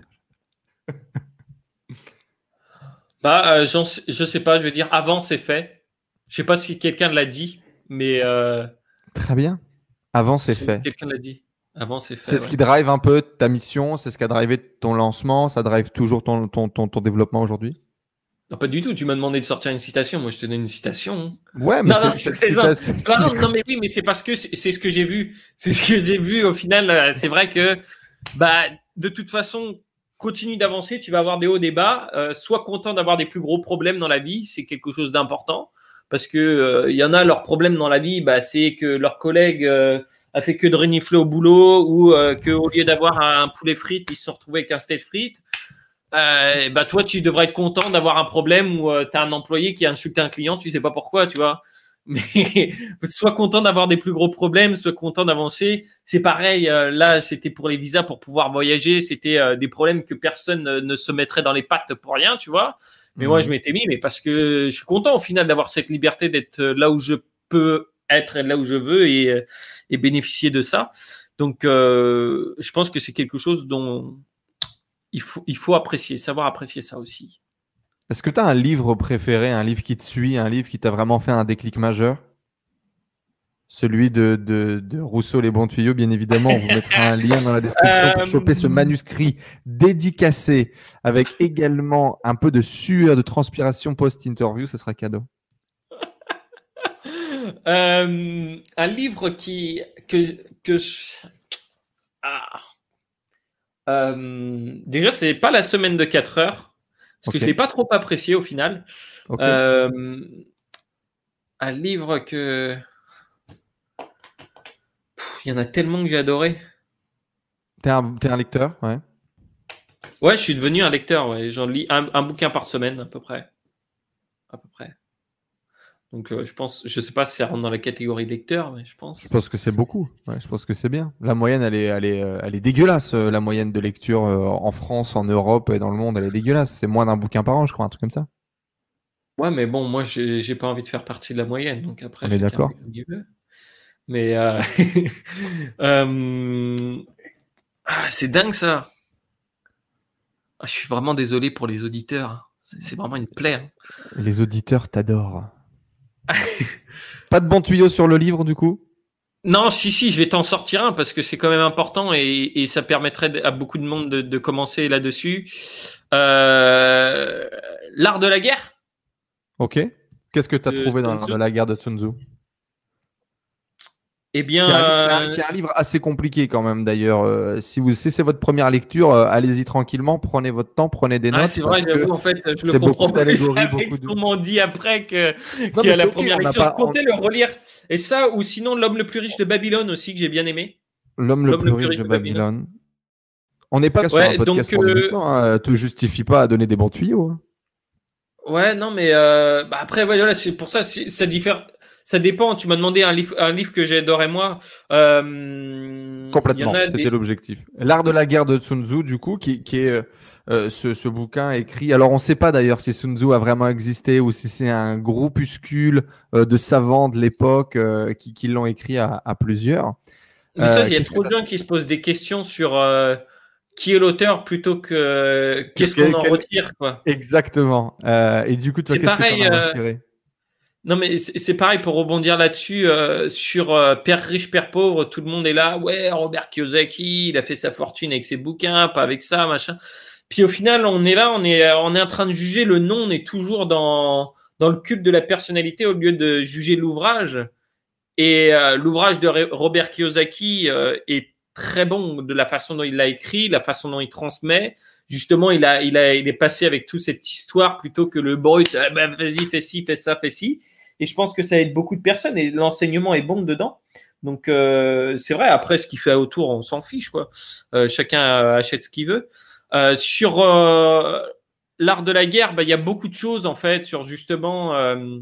Bah, euh, je sais pas, je vais dire avant c'est fait. Je sais pas si quelqu'un l'a dit, mais euh... très bien. Avant c'est fait. Quelqu'un l'a dit. Avant c'est fait. C'est ce ouais. qui drive un peu ta mission, c'est ce qui a drivé ton lancement, ça drive toujours ton ton ton, ton développement aujourd'hui. Non, pas du tout. Tu m'as demandé de sortir une citation. Moi, je te donne une citation. Ouais, mais non, non, c'est citation... non, non, mais oui, mais c'est parce que c'est ce que j'ai vu. C'est ce que j'ai vu. Au final, c'est vrai que, bah, de toute façon, continue d'avancer. Tu vas avoir des hauts, des bas. Euh, sois content d'avoir des plus gros problèmes dans la vie. C'est quelque chose d'important parce que il euh, y en a leurs problèmes dans la vie. Bah, c'est que leur collègue euh, a fait que de renifler au boulot ou euh, que au lieu d'avoir un poulet frites, ils se sont retrouvés avec un steak frites. Euh, bah toi tu devrais être content d'avoir un problème où euh, tu as un employé qui a insulté un client, tu sais pas pourquoi, tu vois. Mais sois content d'avoir des plus gros problèmes, sois content d'avancer. C'est pareil, euh, là, c'était pour les visas, pour pouvoir voyager. C'était euh, des problèmes que personne euh, ne se mettrait dans les pattes pour rien, tu vois. Mais mmh. moi, je m'étais mis, mais parce que je suis content au final d'avoir cette liberté d'être là où je peux être et là où je veux et, et bénéficier de ça. Donc, euh, je pense que c'est quelque chose dont il faut, il faut apprécier, savoir apprécier ça aussi. Est-ce que tu as un livre préféré, un livre qui te suit, un livre qui t'a vraiment fait un déclic majeur? Celui de, de, de Rousseau, Les Bons Tuyaux, bien évidemment. On vous mettra un lien dans la description euh... pour choper ce manuscrit dédicacé avec également un peu de sueur, de transpiration post-interview. Ce sera cadeau. euh, un livre qui que, que je... ah. euh, déjà, c'est pas La Semaine de quatre heures. Parce okay. que je ne l'ai pas trop apprécié au final. Okay. Euh, un livre que... Il y en a tellement que j'ai adoré. T'es un, t'es un lecteur, ouais. Ouais, je suis devenu un lecteur. Ouais. J'en lis un, un bouquin par semaine à peu près. À peu près. Donc euh, je pense, je sais pas si ça rentre dans la catégorie lecteur, mais je pense. Je pense que c'est beaucoup. Ouais, je pense que c'est bien. La moyenne, elle est, elle est, elle est dégueulasse. La moyenne de lecture euh, en France, en Europe et dans le monde, elle est dégueulasse. C'est moins d'un bouquin par an, je crois, un truc comme ça. Ouais, mais bon, moi, j'ai, j'ai pas envie de faire partie de la moyenne, donc après. On est d'accord. Mais euh... euh... Ah, c'est dingue ça. Ah, je suis vraiment désolé pour les auditeurs. C'est, c'est vraiment une plaie. Hein. Les auditeurs t'adorent. Pas de bons tuyaux sur le livre, du coup? Non, si, si, je vais t'en sortir un parce que c'est quand même important et, et ça permettrait à beaucoup de monde de, de commencer là-dessus. Euh, L'art de la guerre. Ok. Qu'est-ce que tu as trouvé dans L'art de la guerre de Sun Tzu? Eh bien, qui est, un, qui, est un, qui est un livre assez compliqué quand même d'ailleurs. Euh, si vous si c'est votre première lecture, euh, allez-y tranquillement, prenez votre temps, prenez des notes. Ah, c'est vrai, j'avoue, en fait, je le comprends pas plus avec ce qu'on m'en dit après que, non, que la okay, première lecture. Pas, je comptais on... le relire. Et ça, ou sinon L'homme le plus riche de Babylone aussi, que j'ai bien aimé. L'homme le, L'homme le plus, plus riche de, de Babylone. Babylone. On n'est pas sur ouais, un podcast donc, euh... hein, te justifie pas à donner des bons tuyaux. Hein. Ouais, non, mais euh, bah après, ouais, voilà, c'est pour ça, c'est, ça diffère. Ça dépend. Tu m'as demandé un livre, un livre que j'adorais moi. Euh, Complètement. C'était des... l'objectif. L'art de la guerre de Sun Tzu, du coup, qui, qui est euh, ce, ce bouquin écrit. Alors, on ne sait pas d'ailleurs si Sun Tzu a vraiment existé ou si c'est un groupuscule euh, de savants de l'époque euh, qui, qui l'ont écrit à, à plusieurs. Mais ça, il euh, y a trop de gens qui se posent des questions sur euh, qui est l'auteur plutôt que qu'est-ce qu'on en retire, quoi. Exactement. Euh, et du coup, toi, c'est qu'est-ce pareil. que t'en as retiré ? Non, mais c'est, c'est pareil pour rebondir là-dessus, euh, sur euh, Père riche, Père pauvre, tout le monde est là, ouais, Robert Kiyosaki, il a fait sa fortune avec ses bouquins, pas avec ça, machin. Puis au final, on est là, on est, on est en train de juger le nom, on est toujours dans, dans le culte de la personnalité au lieu de juger l'ouvrage. Et euh, l'ouvrage de Robert Kiyosaki euh, est très bon de la façon dont il l'a écrit, la façon dont il transmet. Justement, il a, il a, il est passé avec toute cette histoire plutôt que le brut. Ah ben, vas-y, fais ci, fais ça, fais ci. Et je pense que ça aide beaucoup de personnes et l'enseignement est bon dedans. Donc euh, c'est vrai. Après, ce qu'il fait autour, on s'en fiche, quoi. Euh, chacun achète ce qu'il veut. Euh, sur euh, l'art de la guerre, bah il y a beaucoup de choses en fait sur justement euh,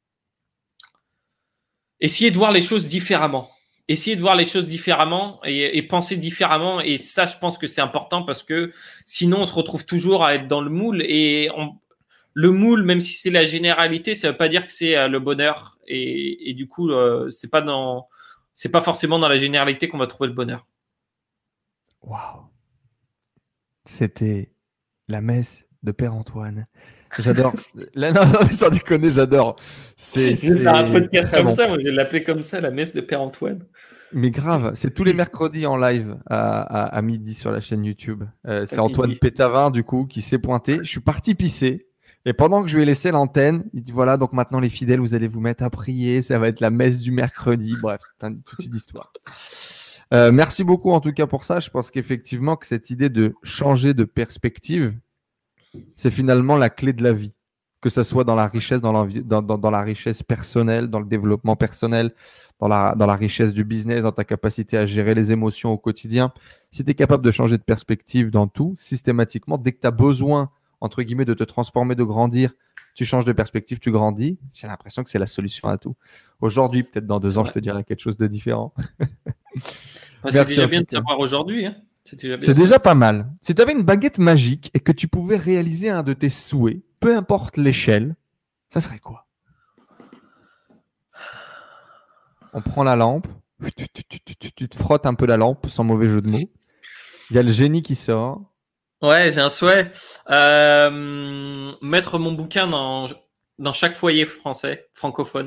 essayer de voir les choses différemment. Essayer de voir les choses différemment et, et penser différemment. Et ça, je pense que c'est important parce que sinon, on se retrouve toujours à être dans le moule. Et on, le moule, même si c'est la généralité, ça ne veut pas dire que c'est euh, le bonheur. Et, et du coup, euh, c'est pas dans, c'est pas forcément dans la généralité qu'on va trouver le bonheur. Waouh! C'était la messe de Père Antoine. J'adore. Là, non, non, mais sans déconner, j'adore. C'est, je vais faire un podcast comme bon. ça, moi, je vais l'appeler comme ça, la messe de Père Antoine. Mais grave, c'est tous les mercredis en live à, à, à midi sur la chaîne YouTube. Euh, c'est Antoine Pétavin, du coup, qui s'est pointé. Je suis parti pisser. Et pendant que je lui ai laissé l'antenne, il dit voilà, donc maintenant les fidèles, vous allez vous mettre à prier. Ça va être la messe du mercredi. Bref, toute une histoire. Euh, merci beaucoup en tout cas pour ça. Je pense qu'effectivement, que cette idée de changer de perspective, c'est finalement la clé de la vie, que ce soit dans la richesse, dans, dans, dans, dans la richesse personnelle, dans le développement personnel, dans la, dans la richesse du business, dans ta capacité à gérer les émotions au quotidien. Si tu es capable de changer de perspective dans tout, systématiquement, dès que tu as besoin entre guillemets, de te transformer, de grandir, tu changes de perspective, tu grandis. J'ai l'impression que c'est la solution à tout. Aujourd'hui, peut-être dans deux ans, Ouais. je te dirai quelque chose de différent. Bah, c'est Merci, déjà en bien tout de cas. savoir aujourd'hui. Hein. C'est déjà, bien C'est ça. déjà pas mal. Si tu avais une baguette magique et que tu pouvais réaliser un de tes souhaits, peu importe l'échelle, ça serait quoi? On prend la lampe, tu, tu- tu- tu- tu- tu te frottes un peu la lampe, sans mauvais jeu de mots. Il y a le génie qui sort. Ouais, j'ai un souhait. Euh, mettre mon bouquin dans, dans chaque foyer français, francophone.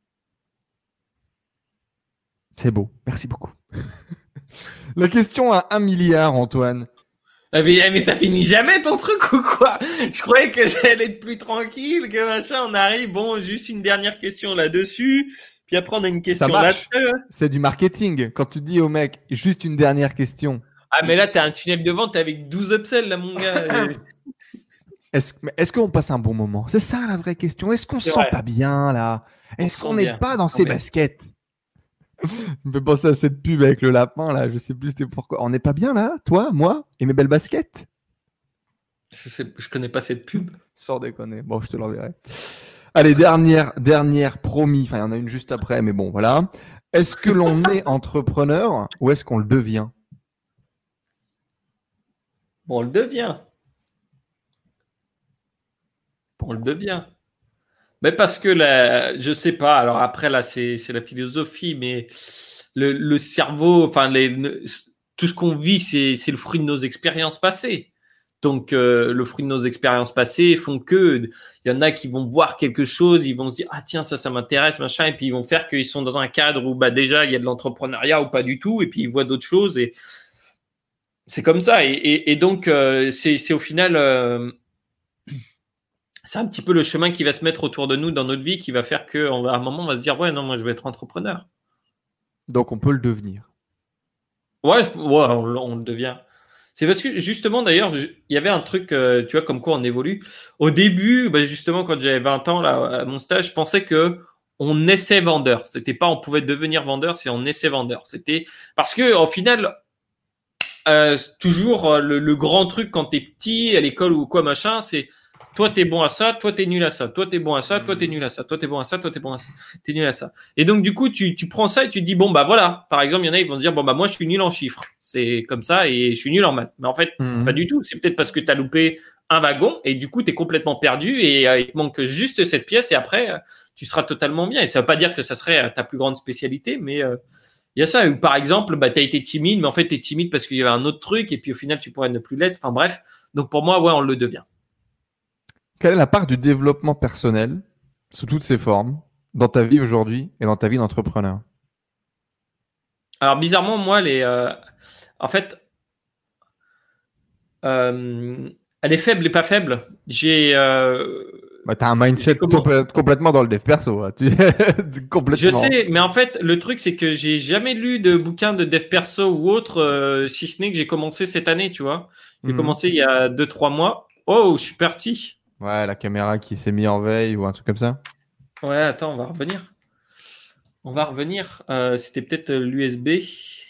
C'est beau. Merci beaucoup. La question à un milliard, Antoine. Ah, mais, mais ça finit jamais ton truc ou quoi? Je croyais que ça allait être plus tranquille, que machin, on arrive, bon, juste une dernière question là-dessus, puis après on a une Ça question marche. là-dessus. C'est du marketing. Quand tu dis au mec, juste une dernière question. Ah, mais là, t'as un tunnel de vente avec douze upsells, là, mon gars. Est-ce est-ce qu'on passe un bon moment? C'est ça la vraie question. Est-ce qu'on se C'est sent vrai. pas bien là? On Est-ce se qu'on sent n'est bien, pas on dans se ses sent bien. baskets? Ça me fait penser à cette pub avec le lapin là. Je sais plus c'était pourquoi. On n'est pas bien là, toi, moi et mes belles baskets? Je sais, je connais pas cette pub. Sans déconner. Bon, je te l'enverrai. Allez, dernière, dernière promis. Enfin, il y en a une juste après, mais bon, voilà. Est-ce que l'on est entrepreneur ou est-ce qu'on le devient? Bon, on le devient. On le devient. Mais parce que là, je sais pas. Alors après, là, c'est, c'est la philosophie, mais le, le cerveau, enfin, les, tout ce qu'on vit, c'est, c'est le fruit de nos expériences passées. Donc, euh, le fruit de nos expériences passées font que il y en a qui vont voir quelque chose, ils vont se dire ah tiens ça ça m'intéresse machin, et puis ils vont faire qu'ils sont dans un cadre où bah déjà il y a de l'entrepreneuriat ou pas du tout, et puis ils voient d'autres choses et c'est comme ça. Et, et, et donc euh, c'est, c'est au final euh, c'est un petit peu le chemin qui va se mettre autour de nous dans notre vie qui va faire qu'à un moment on va se dire ouais non moi je vais être entrepreneur. Donc, on peut le devenir. Ouais, je- ouais on, on le devient. C'est parce que justement, d'ailleurs, je- il y avait un truc, euh, tu vois, comme quoi on évolue. Au début, bah, justement, quand j'avais vingt ans, là, à mon stage, je pensais que on naissait vendeur. C'était pas on pouvait devenir vendeur, c'est on naissait vendeur. C'était parce que, au final, euh, toujours euh, le, le grand truc quand t'es petit, à l'école ou quoi, machin, c'est toi t'es bon à ça, toi t'es nul à ça, toi t'es bon à ça, toi t'es nul à ça, toi t'es bon à ça, toi t'es bon à ça, t'es nul à ça. Et donc du coup tu, tu prends ça et tu te dis bon bah voilà, par exemple il y en a ils vont se dire bon bah moi je suis nul en chiffres, c'est comme ça et je suis nul en maths. Mais en fait Mhm. pas du tout, c'est peut-être parce que t'as loupé un wagon et du coup t'es complètement perdu et euh, il te manque juste cette pièce et après euh, tu seras totalement bien. Et ça veut pas dire que ça serait euh, ta plus grande spécialité, mais euh, il y a ça. Ou par exemple, bah, tu as été timide, mais en fait, tu es timide parce qu'il y avait un autre truc, et puis au final, tu pourrais ne plus l'être. Enfin bref. Donc pour moi, ouais, on le devient. Quelle est la part du développement personnel, sous toutes ses formes, dans ta vie aujourd'hui et dans ta vie d'entrepreneur? Alors bizarrement, moi, les, euh, en fait, euh, elle est faible et pas faible. J'ai, euh, Bah, tu as un mindset j'ai comment- complè- complètement dans le dev perso. hein. Tu... c'est complètement. Je sais, mais en fait, le truc, c'est que j'ai jamais lu de bouquin de dev perso ou autre, euh, si ce n'est que j'ai commencé cette année, tu vois. J'ai Mhm. commencé il y a deux, trois mois. Oh, je suis parti. Ouais, la caméra qui s'est mise en veille ou un truc comme ça. Ouais, attends, on va revenir. On va revenir. Euh, c'était peut-être l'U S B.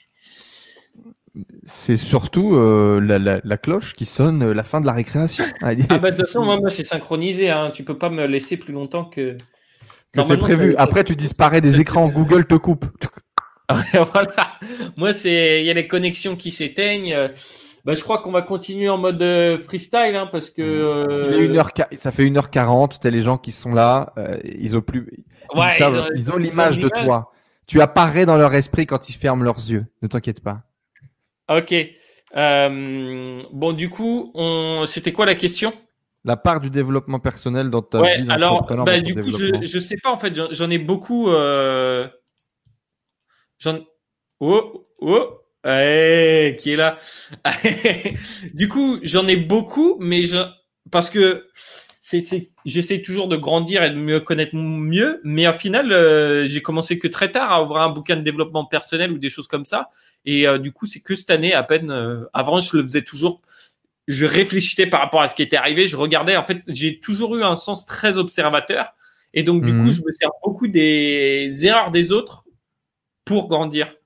C'est surtout euh, la, la, la cloche qui sonne euh, la fin de la récréation. Ah, que Ah bah de toute façon, moi, moi c'est synchronisé. Hein. Tu peux pas me laisser plus longtemps que. c'est Normalement, prévu. ça- Après, tu disparais des ça- écrans. Google te coupe. Voilà. Moi, c'est il y a les connexions qui s'éteignent. Euh, Bah, je crois qu'on va continuer en mode euh, freestyle hein, parce que. Il est euh, une heure, ça fait une heure quarante. T'as les gens qui sont là. euh, ils ont plus. Ils, Ouais, savent- ils ont- ils ont ils ont l'image de l'image. toi. Tu apparais dans leur esprit quand ils ferment leurs yeux. Ne t'inquiète pas. Ok. Euh, Bon, du coup, on... c'était quoi la question? La part du développement personnel dans ta Ouais. vie Alors, d'entrepreneur, bah dans ton du coup, je développement. je sais pas en fait. J'en j'en ai beaucoup. Euh... J'en. Oh oh. Ouais, qui est là. Du coup, j'en ai beaucoup, mais je... parce que c'est, c'est... j'essaie toujours de grandir et de me connaître mieux, mais au final, euh, j'ai commencé que très tard à ouvrir un bouquin de développement personnel ou des choses comme ça. Et euh, du coup, c'est que cette année à peine. Euh... Avant, je le faisais toujours. Je réfléchissais par rapport à ce qui était arrivé. Je regardais. En fait, j'ai toujours eu un sens très observateur. Et donc, du Mhm. coup, je me sers beaucoup des erreurs des autres pour grandir.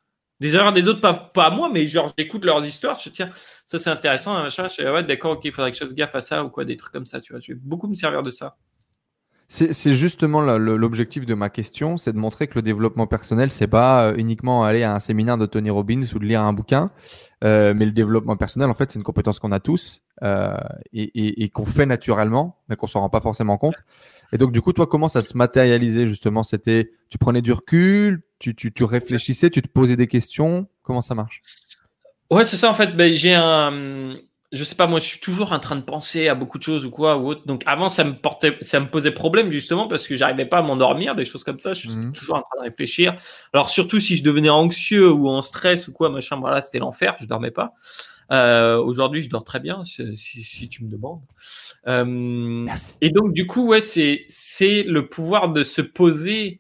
des erreurs des autres, pas, pas à moi, mais genre j'écoute leurs histoires, je tiens, ça c'est intéressant, machin, je fais, ouais, d'accord, ok, il faudrait que je fasse gaffe à ça ou quoi, des trucs comme ça, tu vois. Je vais beaucoup me servir de ça. C'est, c'est justement la- le- l'objectif de ma question, c'est de montrer que le développement personnel, c'est pas euh, uniquement aller à un séminaire de Tony Robbins ou de lire un bouquin, euh, mais le développement personnel, en fait, c'est une compétence qu'on a tous euh, et, et- et qu'on fait naturellement, mais qu'on s'en rend pas forcément compte. Et donc, du coup, toi, comment ça se matérialisait justement? C'était, tu prenais du recul, tu, tu, tu réfléchissais, tu te posais des questions. Comment ça marche? Ouais, c'est ça en fait. Ben, j'ai un, je sais pas, moi, je suis toujours en train de penser à beaucoup de choses ou quoi ou autre. Donc avant, ça me portait, ça me posait problème justement parce que j'arrivais pas à m'endormir, des choses comme ça. Je suis Mhm. toujours en train de réfléchir. Alors surtout si je devenais anxieux ou en stress ou quoi, machin, voilà, c'était l'enfer. Je dormais pas. Euh, aujourd'hui, je dors très bien, si, si, si tu me demandes. Euh, Merci. et donc du coup, ouais, c'est c'est le pouvoir de se poser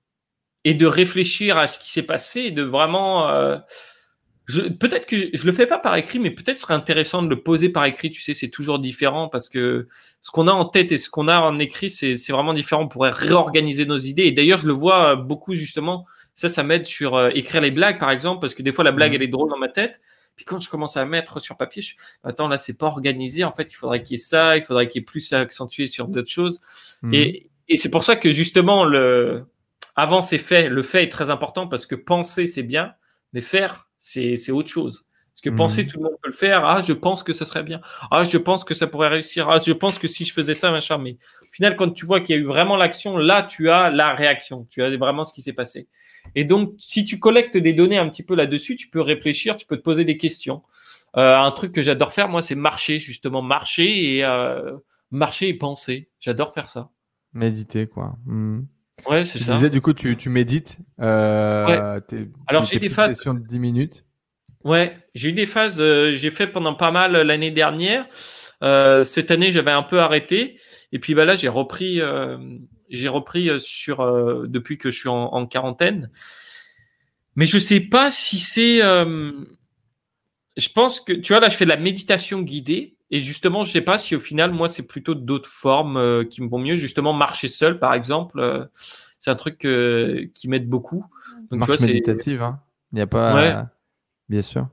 et de réfléchir à ce qui s'est passé, et de vraiment euh, je, peut-être que je le fais pas par écrit, mais peut-être ce serait intéressant de le poser par écrit. Tu sais, c'est toujours différent parce que ce qu'on a en tête et ce qu'on a en écrit, c'est, c'est vraiment différent. On pourrait réorganiser nos idées. Et d'ailleurs, je le vois beaucoup justement. Ça, ça m'aide sur euh, écrire les blagues, par exemple, parce que des fois, la blague, Mhm. elle est drôle dans ma tête. Puis quand je commence à mettre sur papier, je attends, là, c'est pas organisé. En fait, il faudrait qu'il y ait ça, il faudrait qu'il y ait plus accentué sur d'autres choses. Mhm. Et, et c'est pour ça que justement, le avant, c'est fait. Le fait est très important parce que penser, c'est bien. Mais faire, c'est, c'est autre chose. Parce que penser, Mhm. tout le monde peut le faire. Ah, je pense que ça serait bien. Ah, je pense que ça pourrait réussir. Ah, je pense que si je faisais ça, machin. Mais au final, quand tu vois qu'il y a eu vraiment l'action, là, tu as la réaction. Tu as vraiment ce qui s'est passé. Et donc, si tu collectes des données un petit peu là-dessus, tu peux réfléchir, tu peux te poser des questions. Euh, un truc que j'adore faire, moi, c'est marcher, justement. Marcher et, euh, marcher et penser. J'adore faire ça. Méditer, quoi. Mhm. Ouais, c'est Tu ça. disais, du coup, tu, tu médites, Ouais. euh, tes, Alors, tes- j'ai tes des petites phases. sessions de dix minutes. Ouais, j'ai eu des phases, euh, j'ai fait pendant pas mal l'année dernière. Euh, cette année, j'avais un peu arrêté. Et puis bah là, j'ai repris, euh, j'ai repris euh, sur euh, depuis que je suis en, en quarantaine. Mais je sais pas si c'est. Euh, je pense que tu vois là, je fais de la méditation guidée. Et justement, je sais pas si au final, moi, c'est plutôt d'autres formes euh, qui me vont mieux. Justement, marcher seul, par exemple, euh, c'est un truc euh, qui m'aide beaucoup. Donc tu vois, Marche c'est méditative, hein. Il n'y a ouais, pas, bien sûr.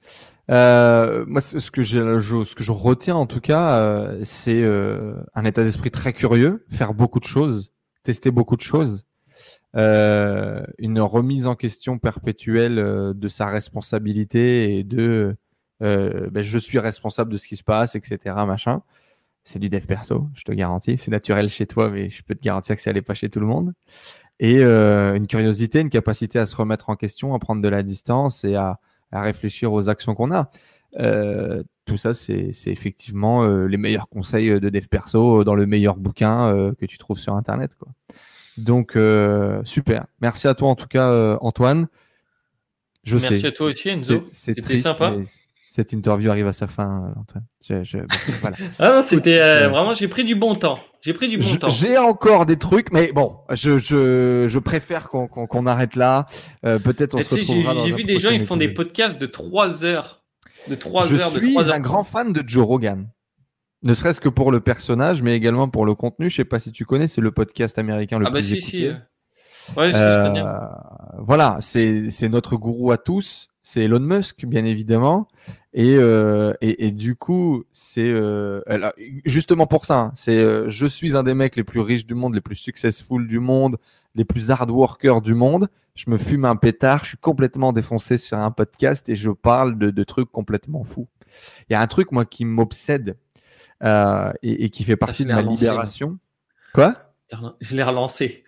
Euh, moi, ce ce que j'ai, je- ce que je retiens en tout cas, euh, c'est euh, un état d'esprit très curieux, faire beaucoup de choses, tester beaucoup de choses, euh, une remise en question perpétuelle euh, de sa responsabilité et de euh, ben, je suis responsable de ce qui se passe, et cetera. Machin. C'est du dev perso, je te garantis. C'est naturel chez toi, mais je peux te garantir que ça n'est pas chez tout le monde. Et euh, une curiosité, une capacité à se remettre en question, à prendre de la distance et à, à réfléchir aux actions qu'on a. Euh, tout ça, c'est c'est effectivement euh, les meilleurs conseils de dev perso dans le meilleur bouquin euh, que tu trouves sur Internet, quoi. Donc, euh, super. Merci à toi en tout cas, euh, Antoine. Je merci sais, à toi c'est aussi, c'est- Enzo. c'est C'était triste, mais sympa. cette interview arrive à sa fin, euh, Antoine. Je, je- bon, voilà. Ah non, Écoute, c'était euh, je- vraiment, j'ai pris du bon temps. J'ai pris du bon je- temps. j'ai encore des trucs, mais bon, je, je, je préfère qu'on qu'on, qu'on arrête là. Euh, peut-être on Et se tu sais, j'ai retrouvera j'ai dans un vu des gens, prochain ils font des épisode. podcasts de trois heures. De Je trois heures, de trois suis un heures grand trente. fan de Joe Rogan. Ne serait-ce que pour le personnage, mais également pour le contenu. Je sais pas si tu connais, c'est le podcast américain le Ah bah plus si, si. euh. écouté. Ouais, si, je connais. Euh, voilà, c'est c'est notre gourou à tous. C'est Elon Musk, bien évidemment. Et, euh, et, et du coup, c'est euh, elle a- justement pour ça. Hein, c'est euh, je suis un des mecs les plus riches du monde, les plus successful du monde, les plus hard workers du monde. Je me fume un pétard, je suis complètement défoncé sur un podcast et je parle de, de trucs complètement fous. Il y a un truc moi qui m'obsède euh, et, et qui fait Ah, partie je de l'ai ma relancé, là. libération. Quoi? Je l'ai relancé.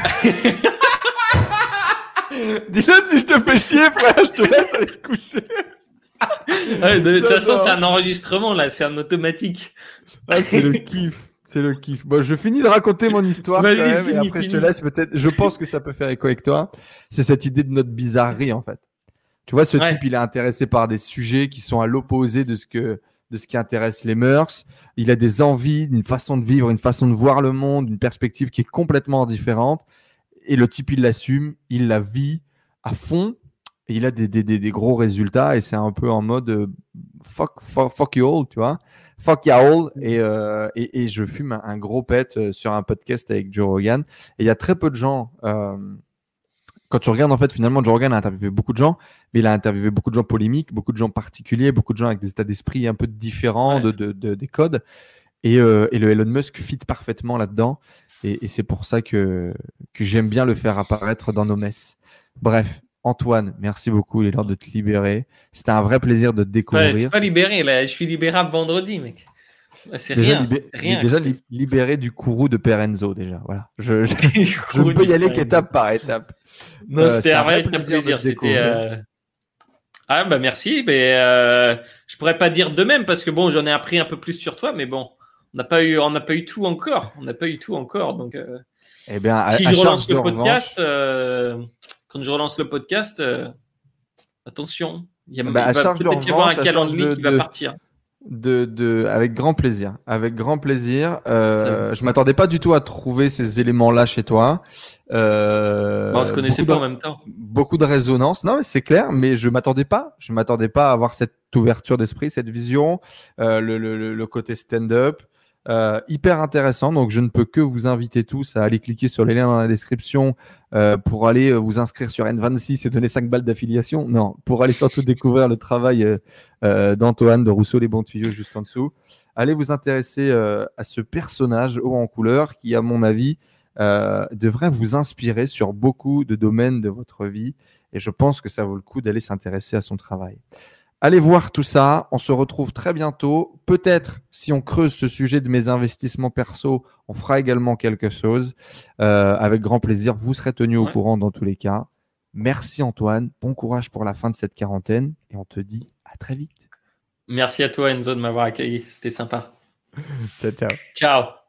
Dis-le si je te fais chier, frère, je te laisse aller te coucher. Ouais, de toute façon, c'est J'adore. un enregistrement, là. C'est un automatique. Ah, c'est le kiff. C'est le kiff. Bon, je finis de raconter mon histoire quand Vas-y, même et fini, après je te fini. laisse peut-être. Je pense que ça peut faire écho avec toi. C'est cette idée de notre bizarrerie en fait. Tu vois, ce Ouais. type, il est intéressé par des sujets qui sont à l'opposé de ce que de ce qui intéresse les mœurs. Il a des envies, une façon de vivre, une façon de voir le monde, une perspective qui est complètement différente. Et le type, il l'assume, il la vit à fond. Et il a des, des, des, des gros résultats et c'est un peu en mode euh, fuck, fuck, fuck you all, tu vois. Fuck you all. Et, euh, et, et je fume un, un gros pet euh, sur un podcast avec Joe Rogan. Et il y a très peu de gens euh, quand tu regardes, en fait, finalement, Joe Rogan a interviewé beaucoup de gens, mais il a interviewé beaucoup de gens polémiques, beaucoup de gens particuliers, beaucoup de gens avec des états d'esprit un peu différents Ouais. de, de, de- des codes. Et, euh, et le Elon Musk fit parfaitement là-dedans. Et, et c'est pour ça que, que j'aime bien le faire apparaître dans nos messes. Bref, Antoine, merci beaucoup. Il est l'heure de te libérer. C'était un vrai plaisir de te Ouais, découvrir. c'est pas libéré, là. Je suis libérable vendredi, mec. C'est Déjà, rien. libé- C'est rien. déjà écoutez. li- libéré du courroux de Perenzo, déjà. Voilà. Je, je, Du je coup, ne peux du y aller coup, qu'étape par étape. Non, Euh, c'était c'était un un vrai véritable plaisir de plaisir. te C'était. découvrir. euh, Ah, bah merci. Mais euh, je pourrais pas dire de même parce que bon, j'en ai appris un peu plus sur toi, mais bon, on n'a pas eu, on n'a pas eu tout encore. On n'a pas eu tout encore. Donc, euh, Eh bien, à, si à je charge relance de le revanche, podcast, euh, quand je relance le podcast, euh, attention, il, y a- bah, il à va charge de peut-être y avoir un revanche, à charge calendrier de, qui va de, partir. de, de- avec grand plaisir. Avec grand plaisir. Ça- Euh, je m'attendais pas du tout à trouver ces éléments-là chez toi. Euh, Bon, on se connaissait beaucoup pas de, en même temps. beaucoup de résonance. Non, mais c'est clair, mais je m'attendais pas. Je m'attendais pas à avoir cette ouverture d'esprit, cette vision, euh, le, le, le, le côté stand-up. Euh, hyper intéressant. Donc, je ne peux que vous inviter tous à aller cliquer sur les liens dans la description euh, pour aller euh, vous inscrire sur N vingt-six et donner cinq balles d'affiliation. Non, pour aller surtout découvrir le travail euh, euh, d'Antoine, de Rousseau, les bons tuyaux juste en dessous. Allez vous intéresser euh, à ce personnage haut en couleur qui, à mon avis, euh, devrait vous inspirer sur beaucoup de domaines de votre vie. Et je pense que ça vaut le coup d'aller s'intéresser à son travail. Allez voir tout ça. On se retrouve très bientôt. Peut-être, si on creuse ce sujet de mes investissements perso, on fera également quelque chose. Euh, avec grand plaisir. Vous serez tenus au Ouais. courant dans tous les cas. Merci Antoine. Bon courage pour la fin de cette quarantaine. Et on te dit à très vite. Merci à toi, Enzo, de m'avoir accueilli. C'était sympa. Ciao, ciao. Ciao.